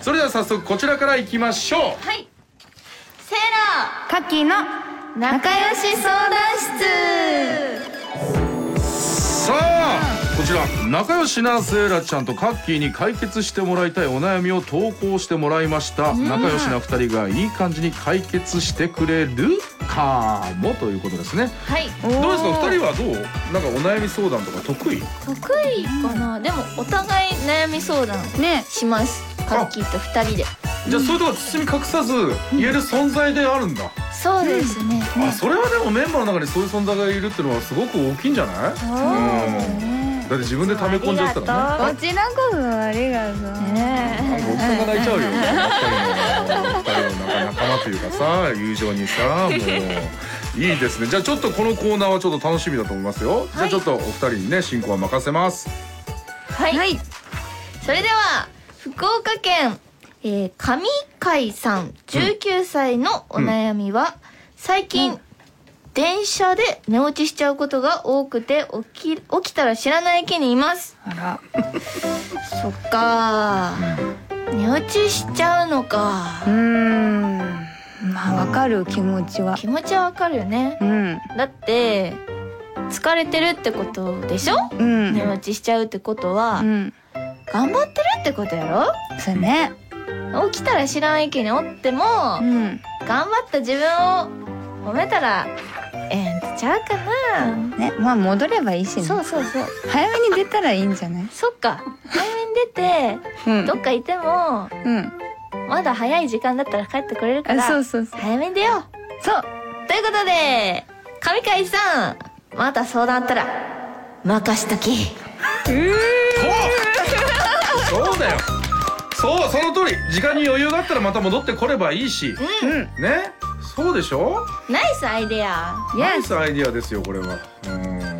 それでは早速こちらからいきましょう。 はい。セイラカッキーの仲良し相談室。 さあこちら仲良しなセイラちゃんとカッキーに解決してもらいたいお悩みを投稿してもらいました、うん、仲良しなふたりがいい感じに解決してくれるかもということですね。 はい。 どうですかふたりはどう？なんかお悩み相談とか得意？ 得意かな。でもお互い悩み相談ねします。カッキーとふたりで。 じゃあそういうとこ包み隠さず言える存在であるんだ。 そうですね。 あ、それはでもメンバーの中にそういう存在がいるっていうのはすごく大きいんじゃない？うん。だって自分で溜め込んじゃったからね。こちらこそありがとう。ねえ。おじさんが泣いちゃうよ。ふたりの仲間というかさ友情にさもういいですね。じゃあちょっとこのコーナーはちょっと楽しみだと思いますよ。じゃあちょっとお二人にね進行は任せます。 はい。はい、それでは福岡県。えー、上海さんじゅうきゅうさいのお悩みは、うん、最近、うん、電車で寝落ちしちゃうことが多くて起き、起きたら知らない家にいます。 あらそっかー、寝落ちしちゃうのか。 うーんまあわかる気持ちは気持ちはわかるよね、うん、だって疲れてるってことでしょ、うん、寝落ちしちゃうってことは、うん、頑張ってるってことやろ。 そうね。 起きたら知らない家におっても、うん、頑張った自分を褒めたらええんとちゃうかな。 ね、まあ戻ればいいしね。 そうそうそう。 早めに出たらいいんじゃない？ そっか。早めに出て、うん、どっかいても、うん、 まだ早い時間だったら帰ってくれるから、 そうそうそう、 早めに出よう。 そうということで上海さん、また相談あったら任しとき。 そうだよ、そう、その通り。時間に余裕があったらまた戻ってこればいいし、 うん、 ね、そうでしょ。 ナイスアイデア。 ナイスアイデアですよこれは。うん、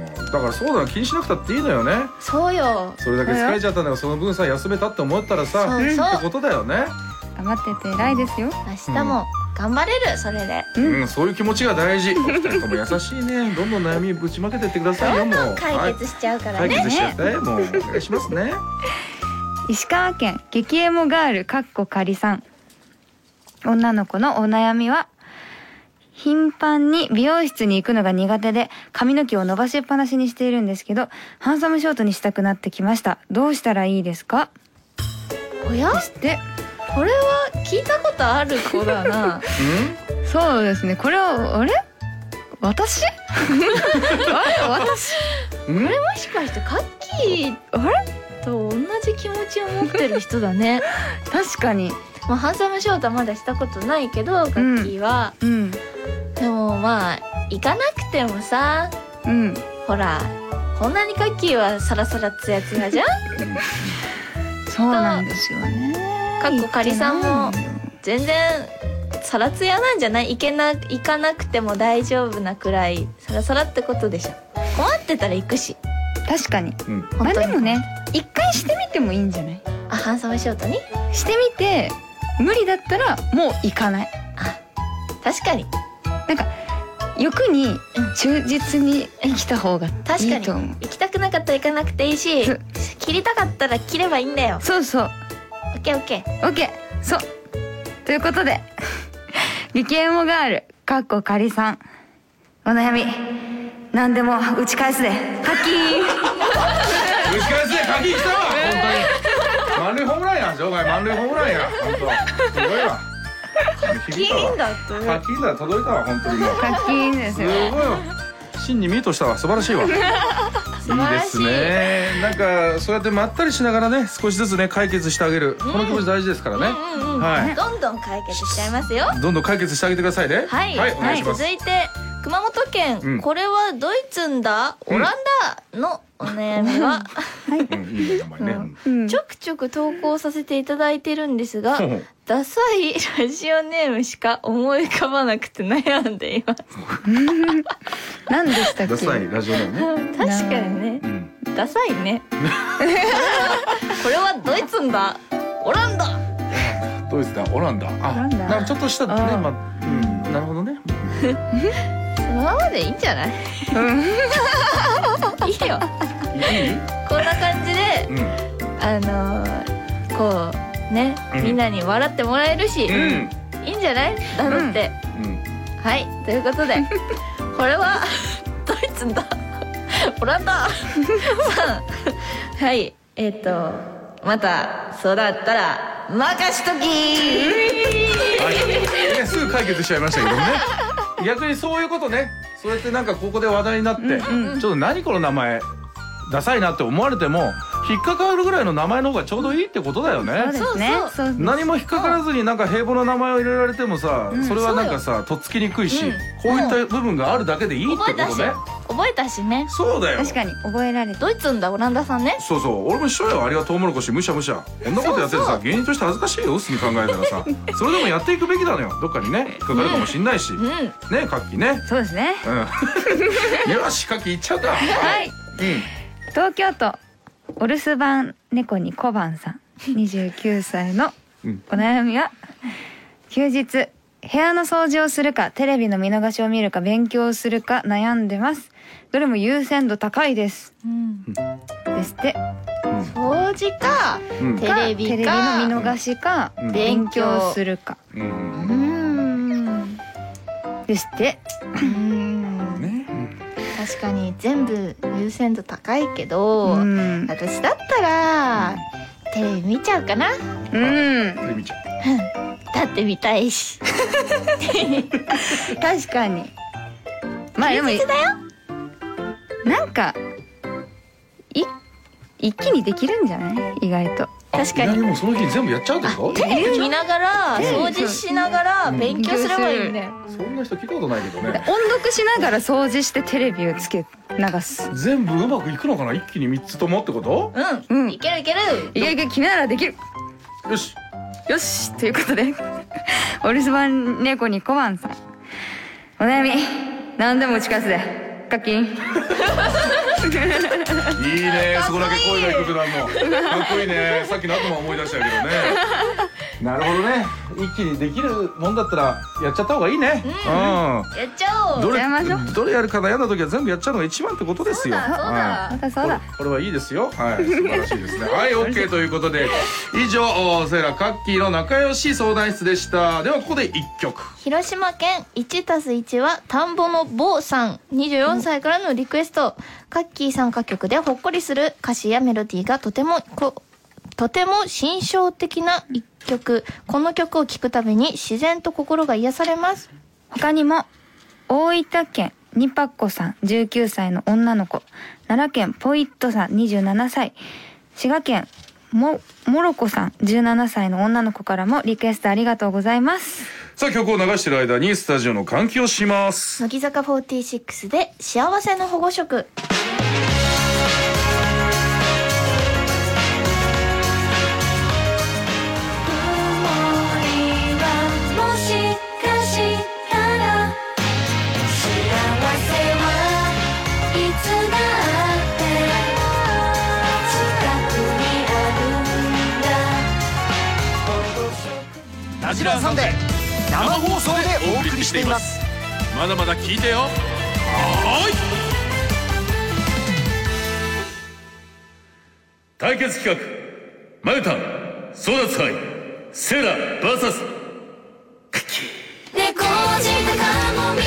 だからそうだよ、気にしなくたっていいのよね。 そうよ、 それだけ疲れちゃったんだからその分さ休めたって思ったらさ、 そうそうってことだよね。 頑張ってて偉いですよ。 明日も頑張れる、それで。 うん、そういう気持ちが大事。お二人とも優しいね。どんどん悩みぶちまけてってくださいよ。もうどんどん解決しちゃうからね。 解決しちゃってもうお願いしますね。 石川県激エモガールかっこかりさん、女の子のお悩みは頻繁に美容室に行くのが苦手で髪の毛を伸ばしっぱなしにしているんですけど、ハンサムショートにしたくなってきました。どうしたらいいですか？ おや？ でこれは聞いたことある子だな。 そうですね、これはあれ私あれ私これもしかしてカッキーあれと同じ気持ちを持ってる人だね。 確かに。 まあハンサムショートはまだしたことないけど、カッキーは、 うん、 でもまあ行かなくてもさ、 うん、 ほらこんなにカッキーはサラサラツヤツヤじゃん。 そうなんですよね。 かっこかりさんも全然サラツヤなんじゃない？行けな行かなくても大丈夫なくらいサラサラってことでしょ。困ってたら行くし。 確かに、 うん、 まあでもね、一回してみてもいいんじゃない？ あ、ハンサムショートにしてみて無理だったらもう行かない。 あ、確かに。 なんか欲に忠実に生きた方がいいと思う。 確かに行きたくなかったら行かなくていいし、切りたかったら切ればいいんだよ。 そうそう、 オッケーオッケーオッケー。そうということで激エモガールかっこかりさん、お悩み何でも打ち返すでカッキー。 打ち返すでカッキー来たわ。本当に満塁ホームランや、場外満塁ホームランや。本当すごいわ。 カッキーンだってカッキーンだ届いたわ本当に。 カッキーですよ。 すごいわ。真にミートしたわ、素晴らしいわ。いいですね。なんかそうやってまったりしながらね、少しずつね解決してあげる、この気持ち大事ですからね。はい。 どんどん解決しちゃいますよ。 どんどん解決してあげてくださいね。 はい。 はい、お願いします。 続いて熊本県、 うん、これはドイツんだオランダのお悩みは、 はい、 うん、いい名前ね、 うん、ちょくちょく投稿させていただいてるんですが、ダサいラジオネームしか思い浮かばなくて悩んでいます。 何でしたっけ？ ダサいラジオネームね。 確かにね、うん、ダサいね。これはドイツんだオランダ。 ドイツだオランダ。あ、なんかちょっとしたね、まあ、うん、なるほどね。 そのままでいいんじゃない？いいよ。 いい？ こんな感じで、うん、あのー、こうね、うん、みんなに笑ってもらえるし、うん、いいんじゃない？だろって、うん、はい、ということでこれはドイツだオランダさん、はい、えっ、ー、とまたそうだったら任しときー。 はい、すぐ解決しちゃいましたけどね。逆にそういうことね、そうやってなんかここで話題になって、うんうん、ちょっと何この名前ダサいなって思われても引っかかるぐらいの名前の方がちょうどいいってことだよね。 そうですね。 何も引っかからずになんか平凡な名前を入れられてもさ、うん、それはなんかさとっつきにくいし、うん、こういった部分があるだけでいいってことね。 覚えたしね。 そうだよ。 確かに覚えられた。 ドイツんだオランダさんね。 そうそう、俺も一緒よ。あれがトウモロコシむしゃむしゃこんなことやっててさ、芸人として恥ずかしいよ、薄に考えたらさ。それでもやっていくべきなのよ。どっかにね引っかかるかもしんないし、うん、ねカッキーね。 そうですね、 うん、よしカッキーいっちゃうか。 はい、うん、東京都お留守番猫に小判さんにじゅうきゅうさいのお悩みは、休日部屋の掃除をするかテレビの見逃しを見るか勉強するか悩んでます。どれも優先度高いです、うん、ですって、 うん、掃除か、うん、テレビかテレビの見逃しか、うん、勉強するか、うん、 ですって。 うんね、確かに全部優先度高いけど、うん、私だったら、うん、テレビ見ちゃうかな。うん、 テレビ見ちゃう。 だって見たいし。 確かに。まあでも休日だよ。 なんかい一気にできるんじゃない意外と。 確かに。 もうその日全部やっちゃうってこと？ テレビ見ながら掃除しながら勉強すればいいんだよ。 そんな人聞いたことないけどね。 音読しながら掃除してテレビをつけ流す。 全部うまくいくのかな？一気にみっつともってこと？ うん、 うん、 いけるいける。 いけるいける、君ならできる。 よしよしということでお留守番猫に小判さん、お悩み何でも打ち返すでカッキン。 いいね、そこだけ声が低くなるのかっこいいね。さっきの後も思い出したけどね。なるほどね、一気にできるもんだったらやっちゃった方がいいね。うん、 やっちゃおう。 どれやりましょう。 どれやるか悩んだ時は全部やっちゃうのが一番ってことですよ。 そうだそうだそうだそうだ。 これはいいですよ。はい、素晴らしいですね。はい、オッケーということで以上セーラカッキーの仲良し相談室でした。ではここで一曲。 広島県 いちたすいち は田んぼの坊さんにじゅうよんさいからのリクエスト。カッキー参加曲でほっこりする歌詞やメロディーがとてもことても心象的な一曲。この曲を聴くたびに自然と心が癒されます。 他にも大分県にぱっこさんじゅうきゅうさいの女の子、奈良県ポイットさんにじゅうななさい、滋賀県ももろこさんじゅうななさいの女の子からもリクエストありがとうございます。 さあ曲を流している間にスタジオの換気をします。 乃木坂フォーティーシックスで幸せの保護色。 ラジラーサンデー生放送でお送りしています。 まだまだ聞いてよ。はーい。対決企画マユタン争奪杯セーラ ブイエス猫舌かもみ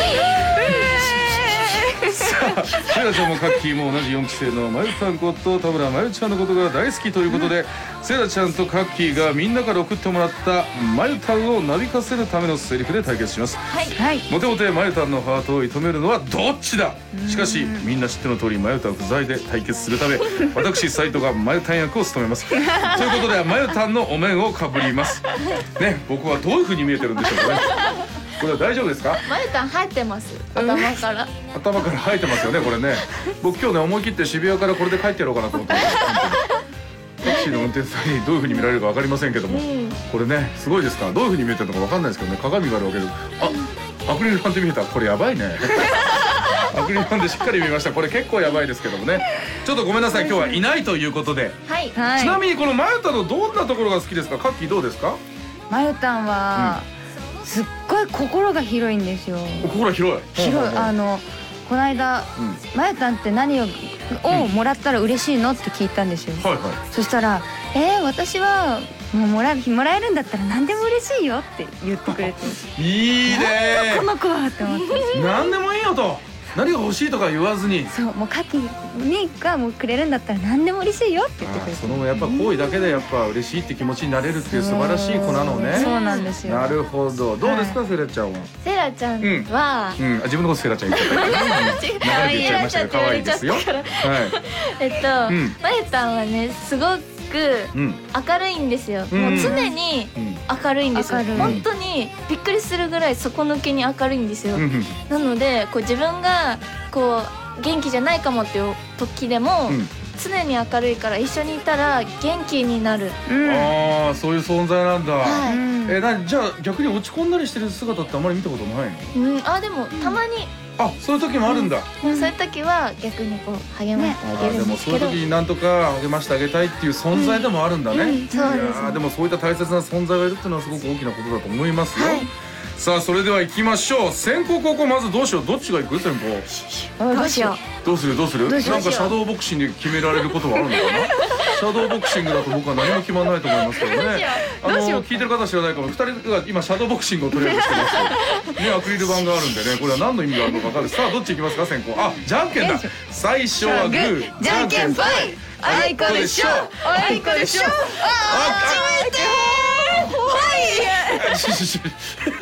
セイラちゃんもカッキーも同じよんき生のまゆたんこと田村まゆちゃんのことが大好きということで、うん、セイラちゃんとカッキーがみんなから送ってもらったまゆたんをなびかせるためのセリフで対決します。 はい、 モテモテまゆたんのハートを射止めるのはどっちだ。しかしみんな知っての通りまゆたん不在で対決するため私斉藤がまゆたん役を務めますということでまゆたんのお面をかぶりますね。僕はどういう風に見えてるんでしょうかね。これは大丈夫ですか？ まゆたん生えてます、頭から頭から生えてますよねこれね。僕今日ね思い切って渋谷からこれで帰ってやろうかなと思ってタクシーの運転手さんにどういう風に見られるか分かりませんけども、うん、これねすごいですからどういう風に見えてるのか分かんないですけどね。鏡があるわけで、あ、アクリル板で見えた。これやばいねアクリル板でしっかり見ました。これ結構やばいですけどもね。ちょっとごめんなさい、今日はいないということで、 はい、 ちなみにこのまゆたんのどんなところが好きですか？カッキーどうですか？ まゆたんは、うん、すっごい心が広いんですよ。 心広い広い。あのこの間、うん、まゆたんって何ををもらったら嬉しいのって聞いたんですよ、はいはい、そしたら「えー、私はもうもらもらえるんだったら何でも嬉しいよ」って言ってくれていいねこの子はって思って何でもいいよと、何が欲しいとか言わずに、 そう、もうカキにがもうくれるんだったら何でも嬉しいよって言ってくれて、 そのやっぱ行為だけでやっぱ嬉しいって気持ちになれるっていう素晴らしい子なのね。 そうなんですよ。 なるほど。どうですか、はい、セイラちゃんは。 セイラちゃんは、 うん、うん、自分のことセイラちゃん言っちゃったけど流れて言っちゃいましたけど可愛いですよ。はい。 えっと、まゆたんはねすごく明るいんですよ、うん、もう常に明るいんですよ、うん、本当にびっくりするぐらい底抜けに明るいんですよ、うん、なのでこう自分がこう元気じゃないかもっていう時でも、うん、常に明るいから一緒にいたら元気になる、 うん、ああそういう存在なんだ、はい、えなじゃあ逆に落ち込んだりしてる姿ってあんまり見たことないの？ うん、あでもたまに、 あ、そういう時もあるんだ、 うん、そういう時は逆にこう励ましてあげるんですけど、 でもそういう時になんとか励ましてあげたいっていう存在でもあるんだね、うんうん、 そうですね。 でもそういった大切な存在がいるっていうのはすごく大きなことだと思いますよ、はい。さあそれでは行きましょう。先攻後攻まずどうしよう。どっちが行く？先攻どうしよう。どうするどうする？なんかシャドーボクシングで決められることはあるのかなシャドーボクシングだと僕は何も決まらないと思いますけどね。あの聞いてる方は知らないかも、ふたりが今シャドーボクシングをとりあえずしてますね。アクリル板があるんでね、これは何の意味があるのか分かる。さあどっち行きますか？先攻。あ、じゃんけんだ。最初はグー、 じゃんけんぽい。あいこでしょ、あいこでしょ、ああっち向いてー、はい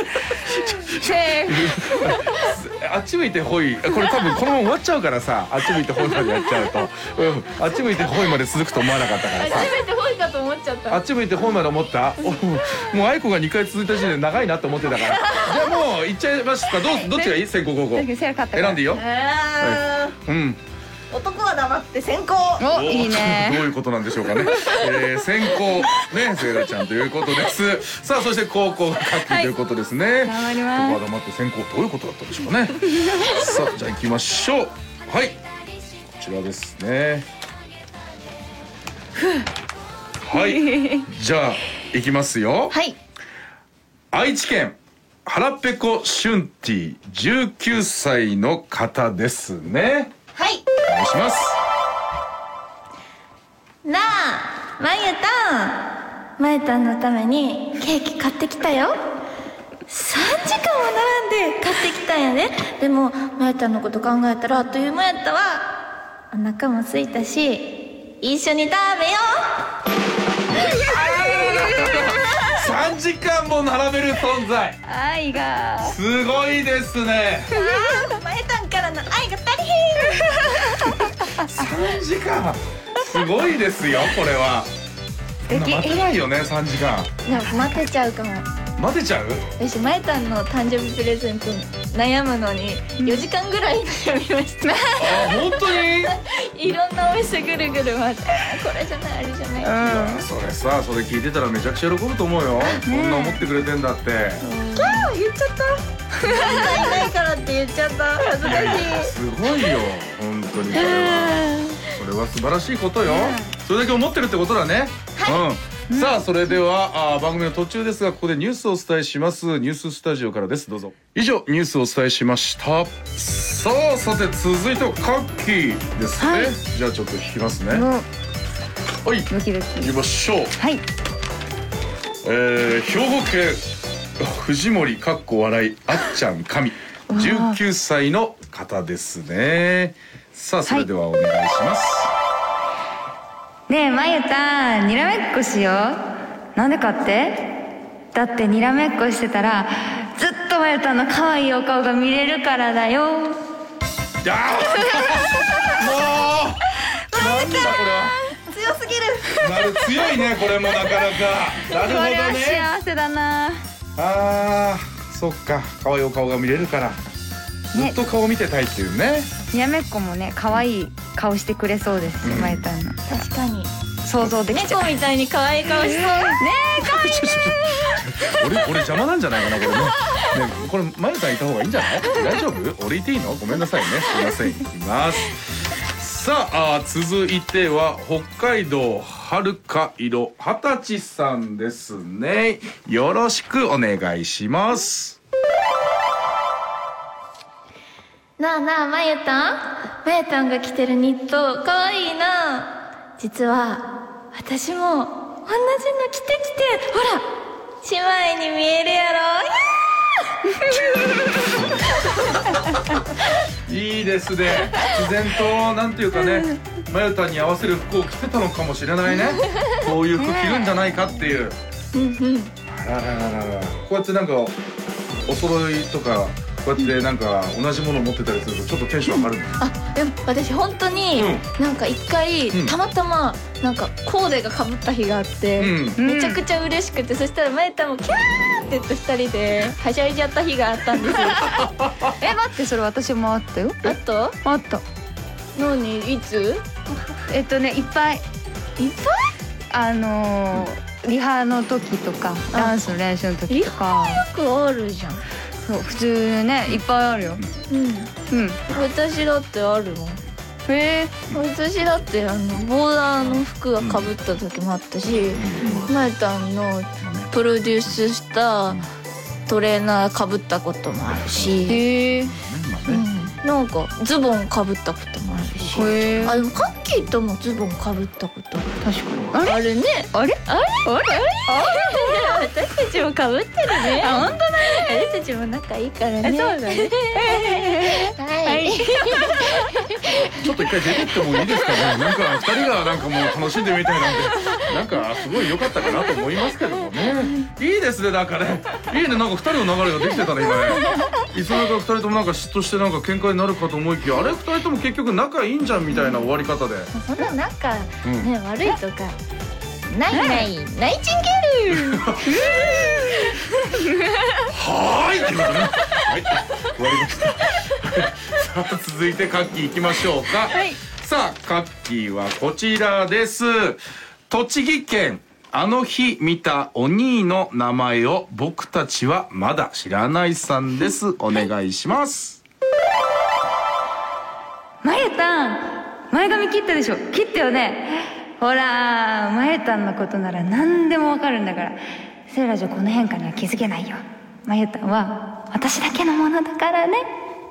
セーフ。 あっち向いてほい、これ多分このまま終わっちゃうからさ、あっち向いてほいまでやっちゃうと、うん、あっち向いてほいまで続くと思わなかったからさ。 初めてほいかと思っちゃった。 あっち向いてほいまで思った。おもう愛子がにかい続いた時点で長いなと思ってたから。じゃあもう行っちゃいますか。どうどっちがいい？先行後攻。選んでいいよ。 えーうん。 男は黙って先行。 お、いいね。 どういうことなんでしょうかね。えー、先行ね、セイラちゃんということです。さあそして高校がカッキーということですね。 頑張ります。 男は黙って先行、どういうことだったでしょうかね。さあじゃあ行きましょう。はい、こちらですね。はい、じゃあ行きますよ。 はい。 愛知県腹ペコシュンティじゅうきゅうさいの方ですね。 はい。 お願いします。 なあ、まゆたん。まゆたんのためにケーキ買ってきたよ。さんじかんも並んで買ってきたんやね。でもまゆたんのこと考えたらあっという間やったわ。お腹も空いたし、一緒に食べよう。 さんじかんも並べる存在。 愛がすごいですね。 まゆたんからの愛が足りへん。 さんじかんすごいですよ。これはそんな待てないよね。さんじかんなんか待てちゃうかも。 待てちゃう。 私まゆたんの誕生日プレゼント悩むのによじかんぐらい悩みました。 あ、本当にいろんなお店ぐるぐる回って、これじゃないあれじゃない、 いやそれさ、それ聞いてたらめちゃくちゃ喜ぶと思うよ。こんな思ってくれてんだって。 キャー言っちゃった。いないからって言っちゃった。恥ずかしい。 いやいやすごいよ本当に。これはそれは素晴らしいことよ。それだけ思ってるってことだね。うん。さあそれではあ番組の途中ですが、ここでニュースをお伝えします。ニューススタジオからです。どうぞ。以上ニュースをお伝えしました。さあさて続いてはカッキーですね、はい、じゃあちょっと引きますね。はい、 ドキドキ行きましょう。 はい。 えー、兵庫県藤森かっこ笑いあっちゃん神じゅうきゅうさいの方ですね。さあそれではお願いします。 はい、ねえまゆたん、にらめっこしよう。なんでかって？だってにらめっこしてたらずっとまゆたんの可愛いお顔が見れるからだよ。 あもうなんだこれは。 強すぎる。 なる強いねこれもなかなか。なるほどね。 これは幸せだな。 あーそっか、可愛いお顔が見れるから、ずっと顔見てたいっていうね。 にらめっこもね可愛い顔してくれそうですよ、まゆたんの。 確かに想像できちゃう。 猫みたいに可愛い顔しそう。ねえ可愛いね。 俺俺邪魔なんじゃないかなこれね。ねこれまゆたんいた方がいいんじゃない？大丈夫？俺いていいの？ごめんなさいね。すいません。いきます。さあ、あ続いては北海道はるか色はたちさんですね。よろしくお願いします。 なあなあまゆたん、まゆたんが着てるニットかわいいな。実は私も同じの着てきて、ほら姉妹に見えるやろ。 いいですね。自然となんていうかね、まゆたんに合わせる服を着てたのかもしれないね。こういう服着るんじゃないかっていう。あららららら。こうやってなんかお揃いとかこうやってなんか同じものを持ってたりするとちょっとテンション上がるの。 あ、でも私本当になんか一回、うん、たまたまなんかコーデがかぶった日があって、うん、めちゃくちゃ嬉しくて、そしたらまゆたんもキャーって言ってふたりではしゃいじゃった日があったんですよ。 え待って、それ私もあったよ。 あった？ あった。 何？いつ？ えっとねいっぱいいっぱいあのー、リハの時とかダンスの練習の時とか。リハよくあるじゃん。 そう普通ねいっぱいあるよ。 うんうん。私だってあるもん。 へえ。 私だってあのボーダーの服がかぶった時もあったし、まゆたんのプロデュースしたトレーナーかぶったこともあるし、へえ。うん、なんかズボンかぶったこともあるし、 へえ。 あでもカッキーともズボンかぶったこと確かに。あれあるね。 あれあれあれあれ私たちもかぶってるね。 あ、本当だね。 私たちも仲いいからね。 そうだね。 はい。 ちょっと一回出てってもいいですかね。なんか二人がなんかもう楽しんでみたいなんで、なんかすごい良かったかなと思いますけどもね。いいですね、なんかね。いいね、なんか二人の流れができてたね今ね。いつの間にか二人ともなんか嫉妬してなんか喧嘩になるかと思いきや、あれ二人とも結局仲いいんじゃんみたいな終わり方で。 そんな仲うんね悪いとかないないナイチンゲール。 はーいってことね。はい終わりました。さあ続いてカッキーいきましょうか。さあカッキーはこちらです。栃木県あの日見たお兄の名前を僕たちはまだ知らないさんです。お願いします。 まゆたん、前髪切ったでしょ。切ったよね。ほら、まゆたんのことなら何でもわかるんだから。セイラじゃこの変化には気づけないよ。まゆたんは私だけのものだからね。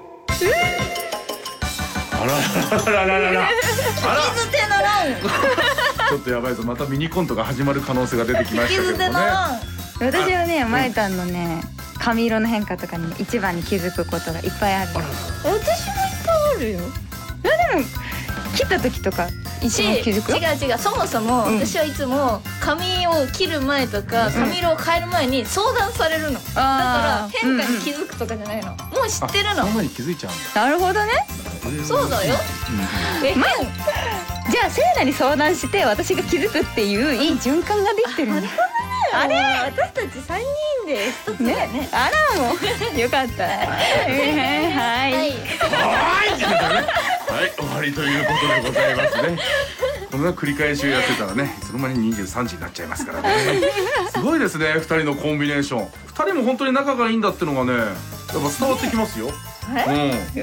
あららららららら。あら傷手ならん。 ちょっとやばいぞ、またミニコントが始まる可能性が出てきましたけ傷どもね。 手ならん。 私はね、まゆたんのね、髪色の変化とかに、ね、一番に気づくことがいっぱいあるよ。 私もいっぱいあるよ。 いやでも切った時とか一番気づくよ。 違う違う、そもそもうん私はいつも髪を切る前とか髪色を変える前に相談されるの。だからあー変化に気づくとかじゃないの。もう知ってるのそん。なに気づいちゃうんだ。 なるほどね。 そうだよ。え、 まじゃあセイラに相談して私が気づくっていういい循環ができてるんだ。 あれ私たちさんにんで一つだね。 ね、あらもうよかった。はい。 はい。 はーいってことでね。はい終わりということでございますね。この繰り返しをやってたらね、いつの間ににじゅうさんじになっちゃいますからね。すごいですね、ふたりのコンビネーション。ふたりも本当に仲がいいんだってのがね、やっぱ伝わってきますよ。うん。なんか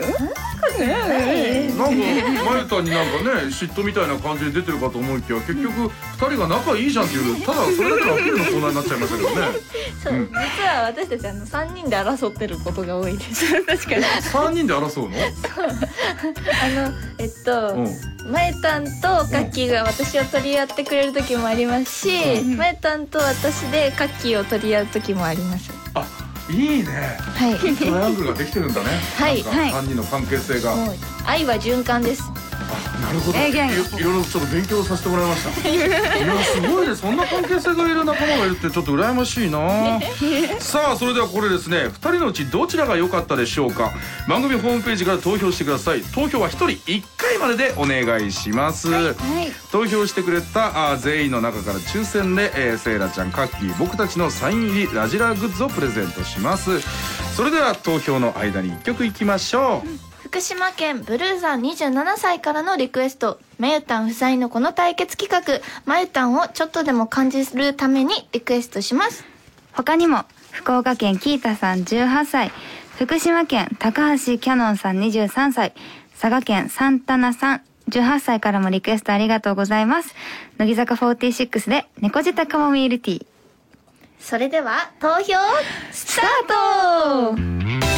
まゆたんになんかね嫉妬みたいな感じで出てるかと思いきや、結局ふたりが仲いいじゃんっていう、ただそれだけのアピールのコーナーになっちゃいましたけどね。 そう、実は私たちあのさんにんで争ってることが多いです。確かに。 さんにんで争うの？ あのえっと、 うん。 まゆたんとカッキーが私を取り合ってくれる時もありますし、まゆたんと私でカッキーを取り合う時もあります。 あ、いいね。 はい。 トライアングルができてるんだね。 はいなんかさんにんの関係性が。 もう愛は循環です。 あ、なるほど。いえー元いろいろちょっと勉強させてもらいました。いやすごいね、そんな関係性がいる仲間がいるってちょっと羨ましいな。さあそれではこれですね、ふたりのうちどちらが良かったでしょうか。番組ホームページから投票してください。投票はひとりいっかいまででお願いします。投票してくれたあ全員の中から抽選で、えー、セイラちゃん、カッキー、僕たちのサイン入りラジラグッズをプレゼントします。それでは投票の間にいっきょくいきましょう。 福島県ブルーさんにじゅうななさいからのリクエスト、まゆたん夫妻のこの対決企画、まゆたんをちょっとでも感じるためにリクエストします。 他にも福岡県キータさんじゅうはっさい、福島県高橋キャノンさんにじゅうさんさい、佐賀県サンタナさんじゅうはっさいからもリクエストありがとうございます。乃木坂フォーティーシックスで猫舌カモミールティー。 それでは投票スタート。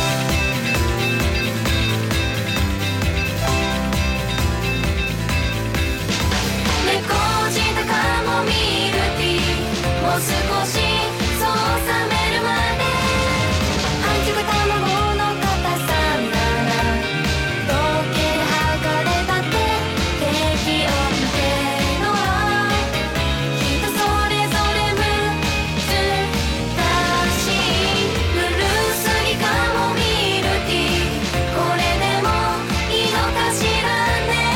猫舌カモミールティー、もう少しそう冷めるまで、半熟卵の硬さなら溶ける剥がれたて適温ってのは人それぞれ難しい。ぬるすぎカモミールティー、これでもいいのかしらね。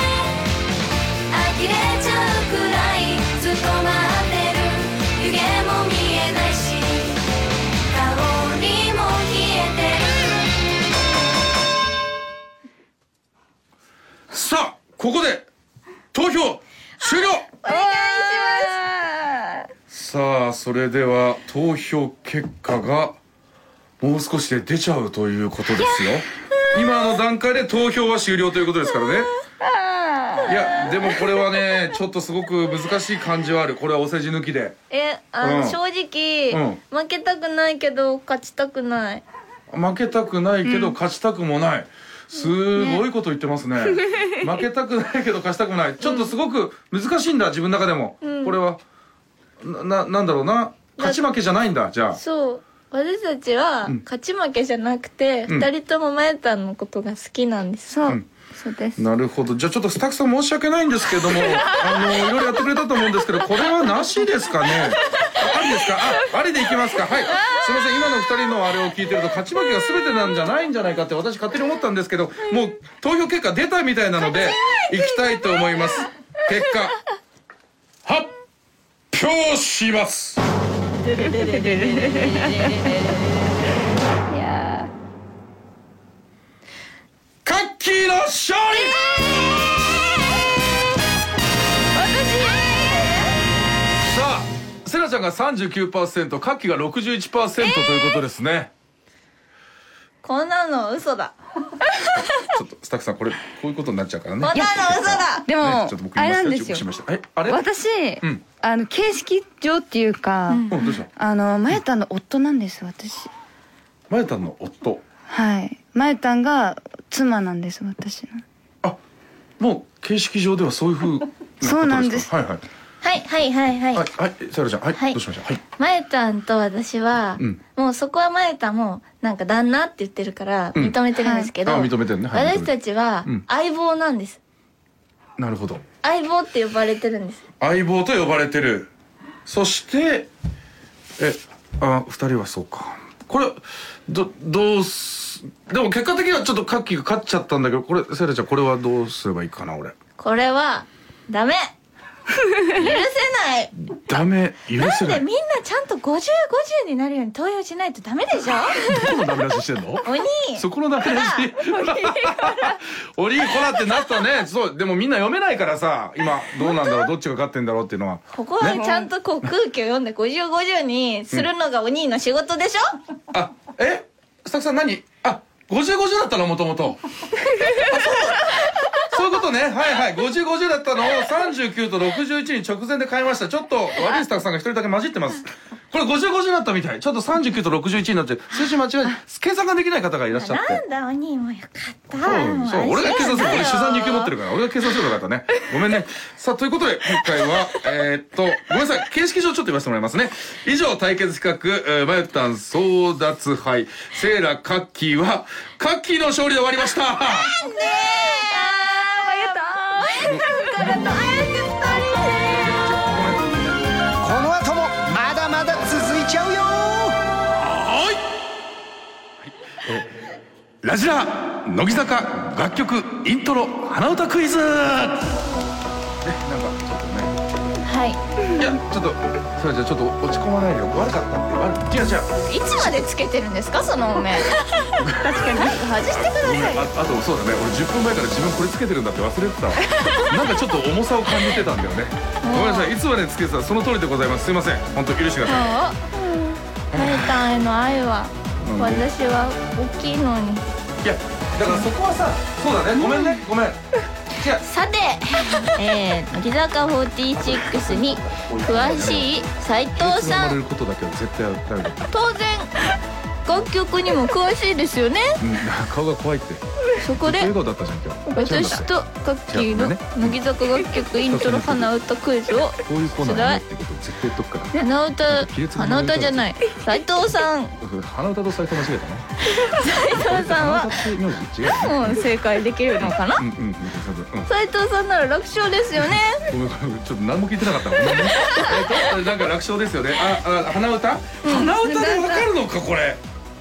呆れちゃうくらいずっと待ってる、湯気も見えないし香りも消えてる。 さあここで投票終了。さあそれでは投票結果がもう少しで出ちゃうということですよ。今の段階で投票は終了ということですからね。いやでもこれはねちょっとすごく難しい感じはある。これはお世辞抜きでえ、あの、 うん正直、 うん負けたくないけど勝ちたくない。 負けたくないけど勝ちたくもない、 すごいこと言ってますね。負けたくないけど貸したくもない。ちょっとすごく難しいんだ、自分の中でも。これはな、なんだろうな、勝ち負けじゃないんだ。じゃあそう、私たちは勝ち負けじゃなくて、 うん、 ふたりともまゆたんのことが好きなんです。 そう、 うん、 そうです。 なるほど。じゃあちょっとスタッフさん申し訳ないんですけどもあのいろいろやってくれたと思うんですけど、これはなしですかね。ありですか。あ、ありでいきますか。はい、すいません。今のふたりのあれを聞いてると勝ち負けが全てなんじゃないんじゃないかって私勝手に思ったんですけど、もう投票結果出たみたいなのでいきたいと思います。結果発表します。 いやカッキーの勝利。さあ、セナちゃんが さんじゅうきゅうパーセント、カッキーが ろくじゅういちパーセント ということですね。 こんなの嘘だ。 ちょっとスタッフさんこれこういうことになっちゃうからね。 こんなの嘘だ。 でも、 ね、ちょっと僕あ言いれなんですよ。 ますよ。しました。え、あれ？ 私、 うん、 あの形式上っていうか、 うん、どうした？ あのまゆたんの夫なんです私。 まゆたんの夫。 はい、まゆたんが妻なんです私の。 あ、もう形式上ではそういう風なことですか？ そうなんです。 はいはい。 はいはいはいはい。 はいはい、さゆらちゃん、はい、 はい、 どうしました？はい。 まゆたんと私は、うん、もうそこはまゆたんもなんか旦那って言ってるから認めてるんですけど、 うん、はい、あ、認めてるね。はい、 私たちは相棒なんです。 うん、なるほど。 相棒って呼ばれてるんです。 相棒と呼ばれてる。そしてえ、あ、二人はそうか。これどどうす、でも結果的にはちょっとカッキーが勝っちゃったんだけど、これさゆらちゃんこれはどうすればいいかな。俺これはダメ。許せない。 ダメ、許せない。 なんでみんなちゃんとごじゅうごじゅうになるように投票しないとダメでしょ。 どこのダメ出ししてんの？ 鬼。 そこのダメ出し。鬼こらってなったね。そう、でもみんな読めないからさ、今どうなんだろう、どっちが勝ってんだろうっていうのは。 ここはちゃんとこう空気を読んでごじゅうごじゅうにするのが鬼の仕事でしょ。 うん、あ、え、スタッフさん何？あ、ごじゅうごじゅうだったのもともと。そういうことね。はいはい。ごじゅうごじゅうだったのをさんじゅうきゅうとろくじゅういちに直前で変えました。ちょっと悪いスタッフさんが一人だけ混じってます。これごじゅうごじゅうだったみたい。ちょっとさんじゅうきゅうとろくじゅういちになって数字間違え、計算ができない方がいらっしゃって。 なんだ鬼もよかった。 そうそう、俺が計算する。俺取材に受け持ってるから俺が計算すればよかったね。ごめんね。さあ、ということで今回はえー、っとごめんなさい、形式上ちょっと言わせてもらいますね。以上、対決企画、えー、まゆたん争奪杯セーラカッキーはカッキーの勝利で終わりました。なんでこの後もまだまだ続いちゃうよ。 はい、えラジラ乃木坂楽曲イントロ鼻歌クイズ。え、なんかちょっとね、 はい、 いやちょっとそれじゃちょっと落ち込まないでよ。悪かったって悪い。違う違う、 いつまでつけてるんですかそのお面。確かに外してください。 あ, あとそうだね、俺じゅっぷんまえから自分これつけてるんだって忘れてたわ。なんかちょっと重さを感じてたんだよね。ごめんなさい、いつまでつけてたその通りでございます。すいません、本当許してください。 まゆたんへの愛は私は大きいのに。 いやだからそこはさ、そうだね、ごめんね、ごめん。 さて、えー、乃木坂フォーティーシックスに詳しい斉藤さん、当然楽曲にも詳しいですよね。 うん、顔が怖いって。 そこで笑顔だったじゃん今日。 私とカッキーの乃木坂楽曲イントロ鼻歌クイズを出題。鼻歌、鼻歌じゃない、斉藤さん。 鼻歌と斉藤間違えたの。斉藤さんはもう正解できるのかな。斉藤さんなら楽勝ですよね。 ちょっと何も聞いてなかったもんね。えっとなんか楽勝ですよね。あ、あ、鼻歌、鼻歌でわかるのかこれ。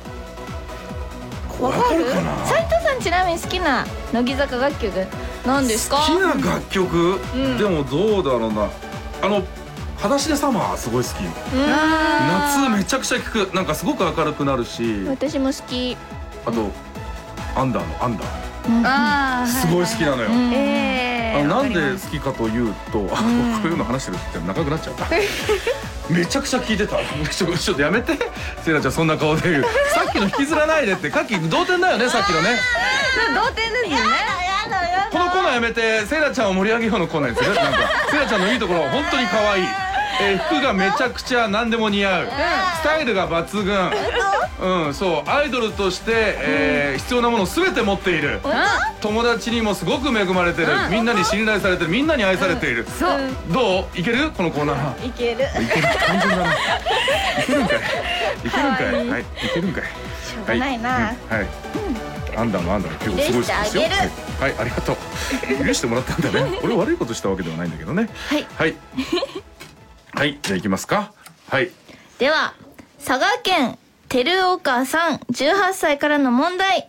わかる？斉藤さんちなみに好きな乃木坂楽曲何ですか？ 好きな楽曲、うん、でもどうだろうな、あの裸足でサマーすごい好き。夏めちゃくちゃ聴く。なんかすごく明るくなるし。 私も好き。 あとアンダーのアンダー、うん、すごい好きなのよ。あ、なんで好きかというと、あ、こういうの話してるって長くなっちゃった。めちゃくちゃ聞いてた。ちょ、ちょっとやめてセイラちゃん、そんな顔で言う。さっきの引きずらないでって。カッキー同点だよね、さっきのね。 同点ですよね。 このコーナーやめてセイラちゃんを盛り上げようのコーナーにする。なんかセイラちゃんのいいところ本当に可愛い。えー、服がめちゃくちゃ何でも似合う、スタイルが抜群、 うん、そうアイドルとして、えー、必要なものを全て持っている、友達にもすごく恵まれてる、みんなに信頼されてる、みんなに愛されている。 そうどういけるこのコーナー。 いける。 いける、単純だな。いけるんかい。いけるんかい。はい、いけるんかい。 しょうがないな。 はい。アンダーもアンダーも結構すごいですよ。はい、ありがとう。許してもらったんだね。俺悪いことしたわけではないんだけどね。 はい。 はい。はい、じゃあ行きますか。はい。 では佐賀県照岡さんじゅうはっさいからの問題。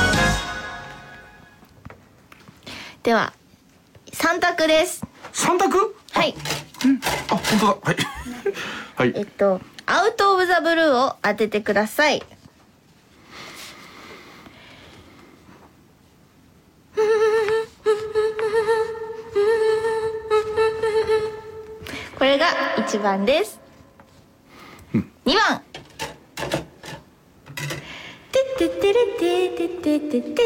ではさん択です。 さん択？ はい。 あ、本当だ。はい。はい。 えっとアウトオブザブルーを当ててください。これがいちばんです。にばん。てってってれてててててててれて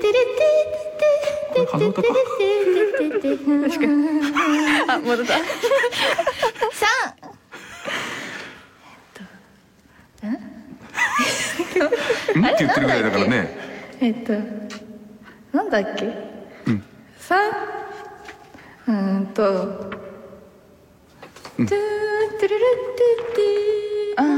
て鼻歌か。 確かに。あ、戻った。さん。 んって言ってるぐらいだからね。 えっとなんだっけ。さん。うんと。トゥートゥルルトゥトゥ。 あー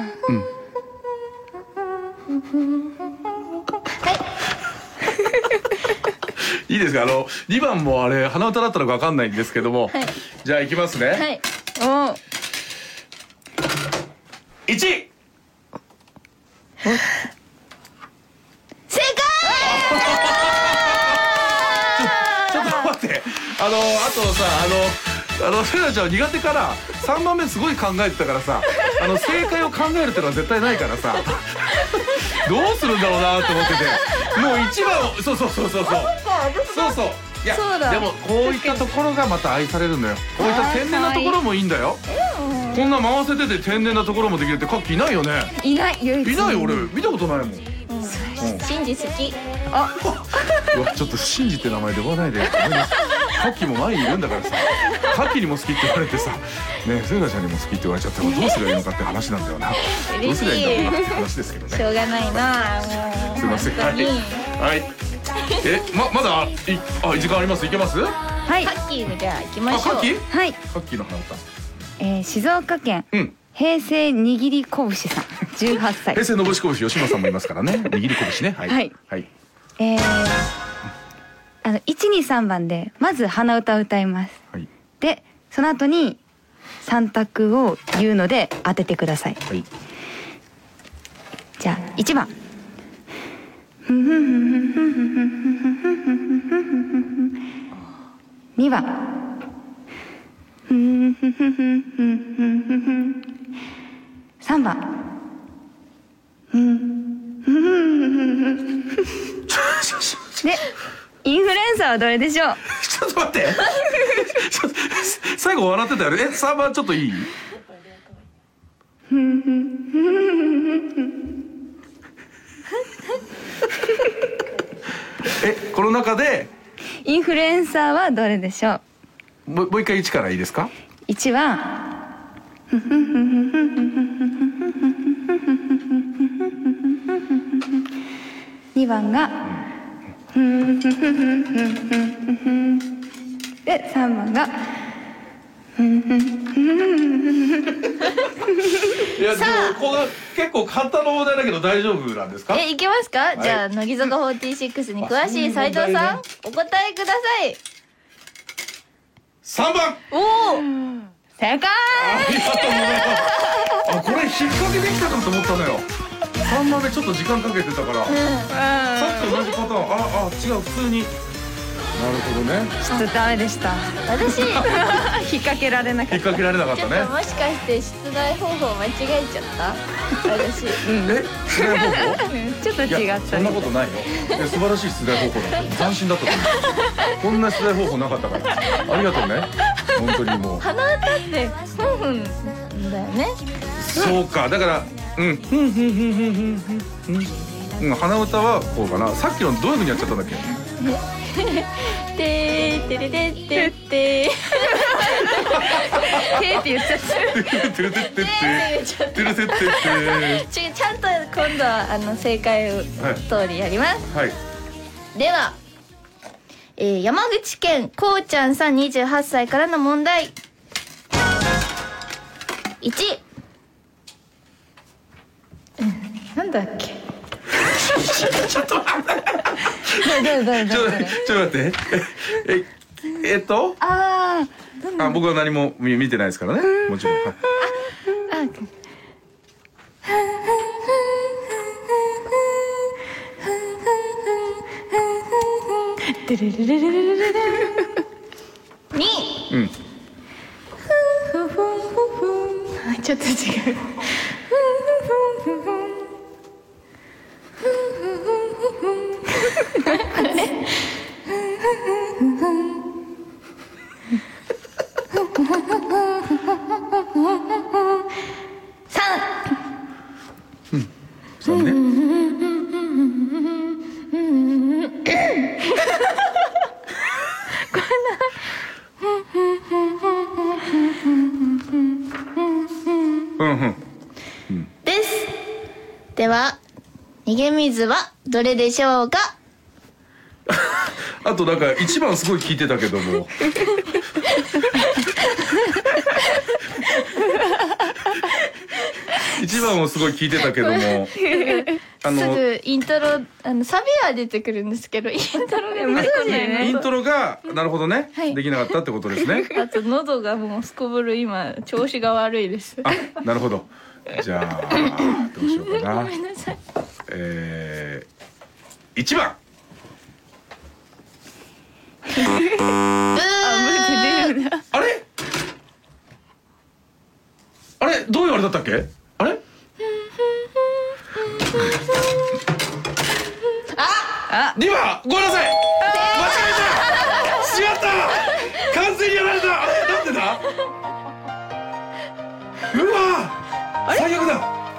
いいですか。あのにばんもあれ鼻歌だったのかわかんないんですけども、じゃあいきますね。 はい。お。 いち。 正解。 ちょっと待って。あのあとさあの。あのセナちゃん苦手からさんばんめすごい考えてたからさ、あの正解を考えるってのは絶対ないからさ、どうするんだろうなと思ってて、もういちばんをそうそうそうそうそうそうそういやそうだでもこういったところがまた愛されるのよ。こういった天然なところもいいんだよ。こんな回せてて天然なところもできるってカッキーいないよね。 いない唯一いないよ俺見たことないもん。 シンジ好き。 うわちょっとシンジって名前で呼ばないで。カッキーも前にいるんだからさ、カッキーにも好きって言われてさ、ねセイナちゃんにも好きって言われちゃったらどうすればいいのかって話なんだよな。どうすればいいんだろうなって話ですけどね。 しょうがないな。もうすいません。はい。はい。えままだいあ時間あります。いけます？ はい。 カッキーじゃあ行きまあしょう。 カッキー？ はい。 カッキーの花歌。 えー、静岡県、 うん。 平成握り拳さんじゅうはっさい。 平成のぼしこぶし吉野さんもいますからね。握り拳ね。はい。 はいはい。 えー、あのいちにさんばんでまず鼻歌を歌います。 はい。 でその後にさん択を言うので当ててください。 はい。 じゃあいちばん。にばん。さんばん。でインフルエンサーはどれでしょう。 ちょっと待って。ちょっと最後笑ってたよね。えさんばんちょっといい？えこの中でインフルエンサーはどれでしょう。 もうもう一回いちからいいですか？ いちはにばんがでさんばんがいやでもこの結構簡単な問題だけど大丈夫なんですか？ えいけますか？ いじゃあ乃木坂フォーティーシックスに詳しい斉藤さん、お答えください。 さんばん。 おお正解。 ありがとうございます。あこれ引っ掛けできたかと思ったのよ。さんばんめちょっと時間かけてたから、さっきと同じパターン。ああ違う普通に。なるほどね。 ちょっとダメでした。 私引っ掛けられなか引っった。 掛けられなかっちょたね。 っともしかして出題方法間違えちゃった私。 え出題方法？ ちょっといや違った。 そんなことないよ。いや素晴らしい出題方法だった。斬新だったと思う。こんな出題方法なかったから。ありがとうね。本当にもう。 鼻歌ってふんふんだよね。 そうかだからうんふんふんふんふんふんふんふん。鼻歌はこうかな。さっきのどういう風にやっちゃったんだっけ？ てーてれてってってへーって言っちゃってる。 てるてってってへーって言っちゃっててるてってってちちゃんと今度はあの正解を通りやります。 はい。 では、えー、山口県こうちゃんさんにじゅうはっさいからの問題。いち、うん、なんだっけ。 ちょっと待ってどれどれちょどれどれちょっと待ってえええっとああ僕は何も見見てないですからねもちろん、はい、 に、 うんあ、ちょっと違う。 そうねうんうんです。では逃げ水はどれでしょうか。 あとなんか一番すごい聞いてたけども一番もすごい聞いてたけどもあのすぐイントロ、あのサビは出てくるんですけどイントロが出てこないね。 イントロがなるほどね、 はいできなかったってことですね。 あと喉がもうすこぶる今調子が悪いです。 あ、なるほど。じゃあどうしようかな。 ごめんなさい。 えー、いちばん。あれ？あれどういうあれだったっけ？あれ？あ、リバごめんなさい。間違えた。違った。完全にやられた。あれなんでだ？うわ、最悪だ。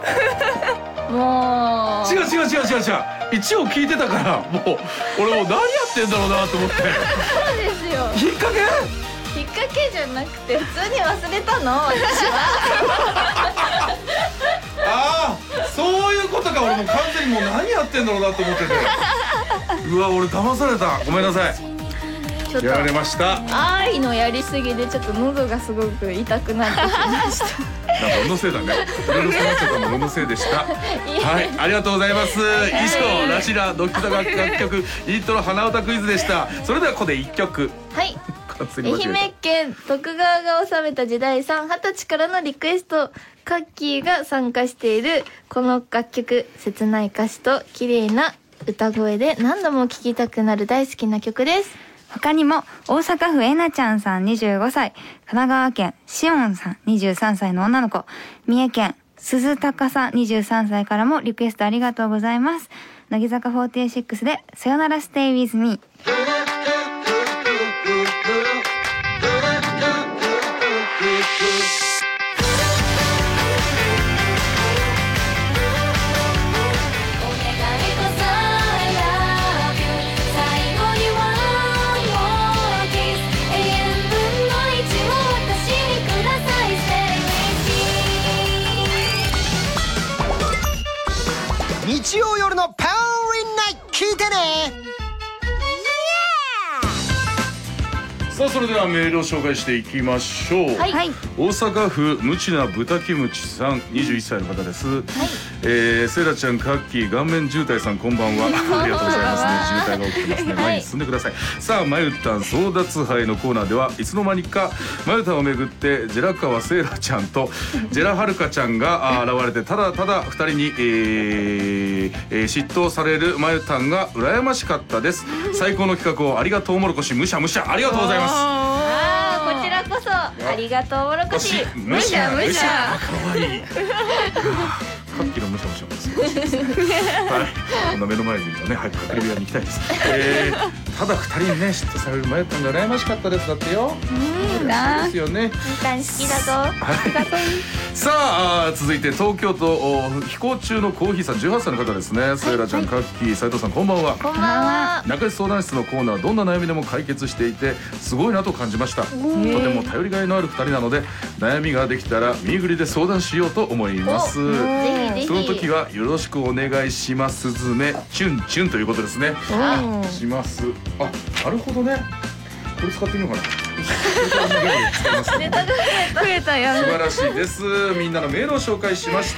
もう違う違う違う違う違う。一応聞いてたからもう俺もう何やってんだろうなと思って。 そうですよ。 引っ掛け？ 引っ掛けじゃなくて普通に忘れたの私は。 ああ、そういうことか。俺もう完全にもう何やってんだろうなと思ってて。うわ、俺騙された。ごめんなさい。 ちょっとやられました。 愛のやりすぎでちょっと喉がすごく痛くなってきました。 なんか俺のせいだね。俺のせいになっちゃったの俺のせいでした。はい、ありがとうございます。以上、ラシラドキザ楽曲イントロ鼻歌クイズでした。それではここで一曲。 はい。愛媛県徳川が治めた時代さん二十歳からのリクエスト、カッキーが参加しているこの楽曲、切ない歌詞と綺麗な歌声で何度も聴きたくなる大好きな曲です。 他にも大阪府えなちゃんさんにじゅうごさい、神奈川県しおんさんにじゅうさんさいの女の子、三重県鈴高さんにじゅうさんさいからもリクエストありがとうございます。乃木坂フォーティーシックスでさよなら Stay with me。 日曜夜のパワーリンナイト聞いてね。 さあそれではメールを紹介していきましょう。 はい、 大阪府無知な豚キムチさんにじゅういっさいの方です。はい、えー、セイラちゃん、カッキー、顔面渋滞さんこんばんは。ありがとうございますね。渋滞が起きてますね。前に進んでください。さあまゆたん争奪杯のコーナーではいつの間にかまゆたんをめぐってジェラ川セイラちゃんとジェラはるかちゃんが現れてただただふたりに、えーえー、嫉妬されるまゆたんが羨ましかったです。最高の企画をありがとうもろこしむしゃむしゃありがとうございます。 あー、こちらこそありがとうもろこしむしゃむしゃ。 かわいい。カッキーのむしゃむしゃもすごいですね。はい、こんな目の前にいるとね、早く隠れ部屋に行きたいです。えー、ただ二人にね嫉妬されるまゆたんが羨ましかったですだってよ。うん、そうですよね。 みかん好きだぞ。 はい。 さあ続いて東京都飛行中のコーヒーさんじゅうはっさいの方ですね。セイラちゃん、カッキー、斉藤さん、こんばんは。 こんばんは。 仲良し相談室のコーナー、どんな悩みでも解決していてすごいなと感じました。とても頼りがいのあるふたりなので、悩みができたら身ぐりで相談しようと思います。 ぜひぜひ。 その時はよろしくお願いしますずめチュンチュンということですね。します。あ、なるほどね。これ使ってみようかな。 ネタが増えたや素晴らしいです。みんなのメールを紹介しました。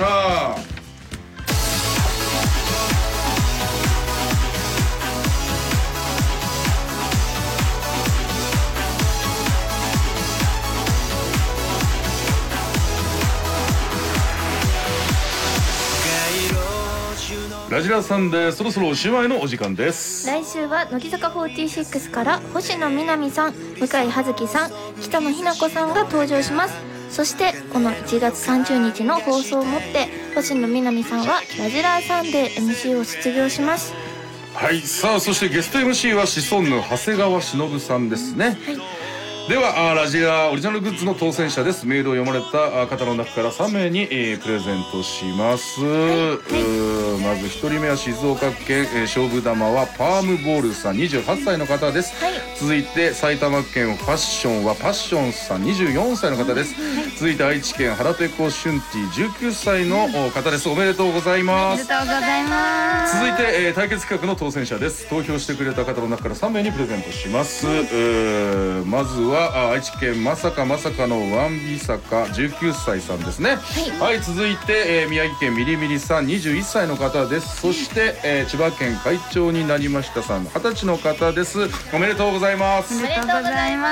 ラジラさんでそろそろおしまいのお時間です。 来週は乃木坂フォーティーシックスから星野みなみさん、向井葉月さん、北野日向子さんが登場します。そしてこのいちがつさんじゅうにちの放送をもって星野みなみさんはラジラーサンデー エムシー を卒業します。 はい、さあそしてゲスト エムシー はシソンヌ長谷川忍さんですね。はい、ではラジラオリジナルグッズの当選者です。メールを読まれた方の中からさんめいに、えー、プレゼントします。はいはい、まずひとりめは静岡県、えー、勝負玉はパームボールさんにじゅうはっさいの方です。はい、続いて埼玉県ファッションはパッションさんにじゅうよんさいの方です。はい、続いて愛知県腹ペコシュンティじゅうきゅうさいの方です。おめでとうございます。 おめでとうございます。 続いて、えー、対決企画の当選者です。投票してくれた方の中からさんめいにプレゼントします。えー、まずは愛知県まさかまさかのワンビサカじゅうきゅうさいさんですね。はい、はい、続いて、えー、宮城県みりみりさんにじゅういっさいの方です。そして、えー、千葉県会長になりましたさんはたちの方です。おめでとうございます。 おめでとうございます。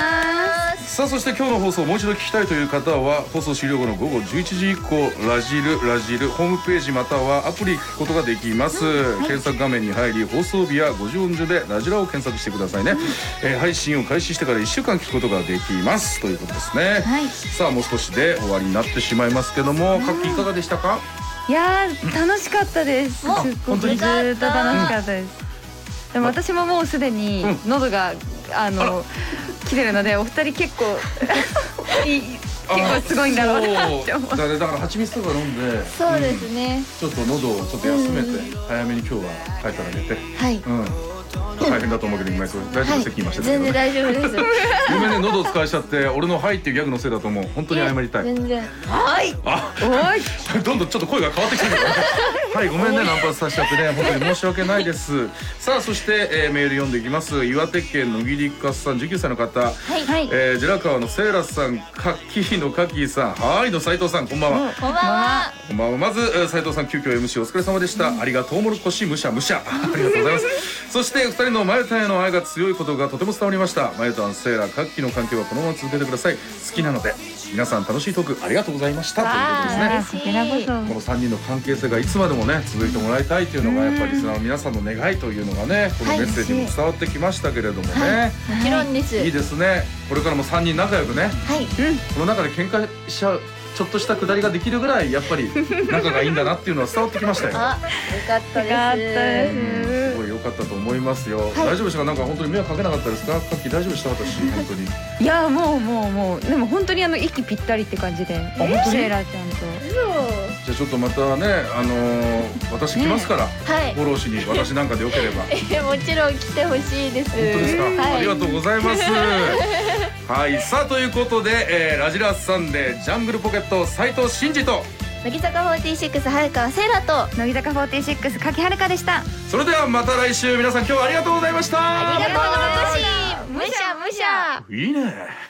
さあそして今日の放送をもう一度聞きたいという方は放送終了後のごごじゅういちじ以降ラジルラジルホームページまたはアプリ聞くことができます。はい、検索画面に入り放送日やごじ音順でラジラを検索してくださいね。えー、配信を開始してからいっしゅうかん聞くことができますということですね。はい、さあもう少しで終わりになってしまいますけども、カッキーいかがでしたか？ いやー楽しかったです。すっごくずっと楽しかったです。でも私ももうすでに喉があの切れるので、お二人結構いい結構すごいんだろうなって思う。だからだから蜂蜜とか飲んで、 そうですね。 ちょっと喉をちょっと休めて早めに今日は帰ったら寝て。はい。うん。大変だと思うけど今大丈夫？席言いましたけど。 全然大丈夫です。 ごめんね、喉を使わしちゃって俺の「はい」っていうギャグのせいだと思う。本当に謝りたい。 全然はい。 あ、おい。どんどんちょっと声が変わってきてるから。はい、ごめんね、乱発させちゃってね、本当に申し訳ないです。さあそして、えー、メール読んでいきます。岩手県のぎりかさんじゅうきゅうさいの方、はい、えー、ジェラ川のセイラさん、カッキーのカッキーさん、はいの斉藤さん、こんばんは。 こんばんは。 こんばんは。まず斉藤さん、急遽 エムシー お疲れ様でした。ありがとうもろこしむしゃむしゃ。ありがとうございます。そしてふたりのまゆたんへの愛が強いことがとても伝わりました。まゆたん、セイラ、カッキーの関係はこのまま続けてください。好きなので。皆さん楽しいトークありがとうございましたということですね。このさんにんの関係性がいつまでもね続いてもらいたいというのがやっぱりリスナーの皆さんの願いというのがね、このメッセージにも伝わってきましたけれどもね。 もちろんです。 いいですね。これからもさんにん仲良くね、この中で喧嘩しちゃうちょっとしたくだりができるぐらいやっぱり仲がいいんだなっていうのは伝わってきましたよ。 あ、よかったです。 すごい良かったと思いますよ。大丈夫でしたか？なんか本当に迷惑かけなかったですか？カッキー大丈夫でした？私本当に。 いやもうもうもうでも本当にあの息ぴったりって感じで、セイラちゃんと。 じゃあちょっとまたね、あのー、私来ますから、ね、フォローしに私なんかでよければもちろん来てほしいです。本当ですか、はい、ありがとうございますはい、さあということで、えー、ラジラさんでジャングルポケット斉藤真二と乃木坂フォーティーシックス早川セイラと乃木坂フォーティーシックス柿遥でした。 それではまた来週、皆さん今日はありがとうございました。 ありがとうございました。むしゃむしゃいいね。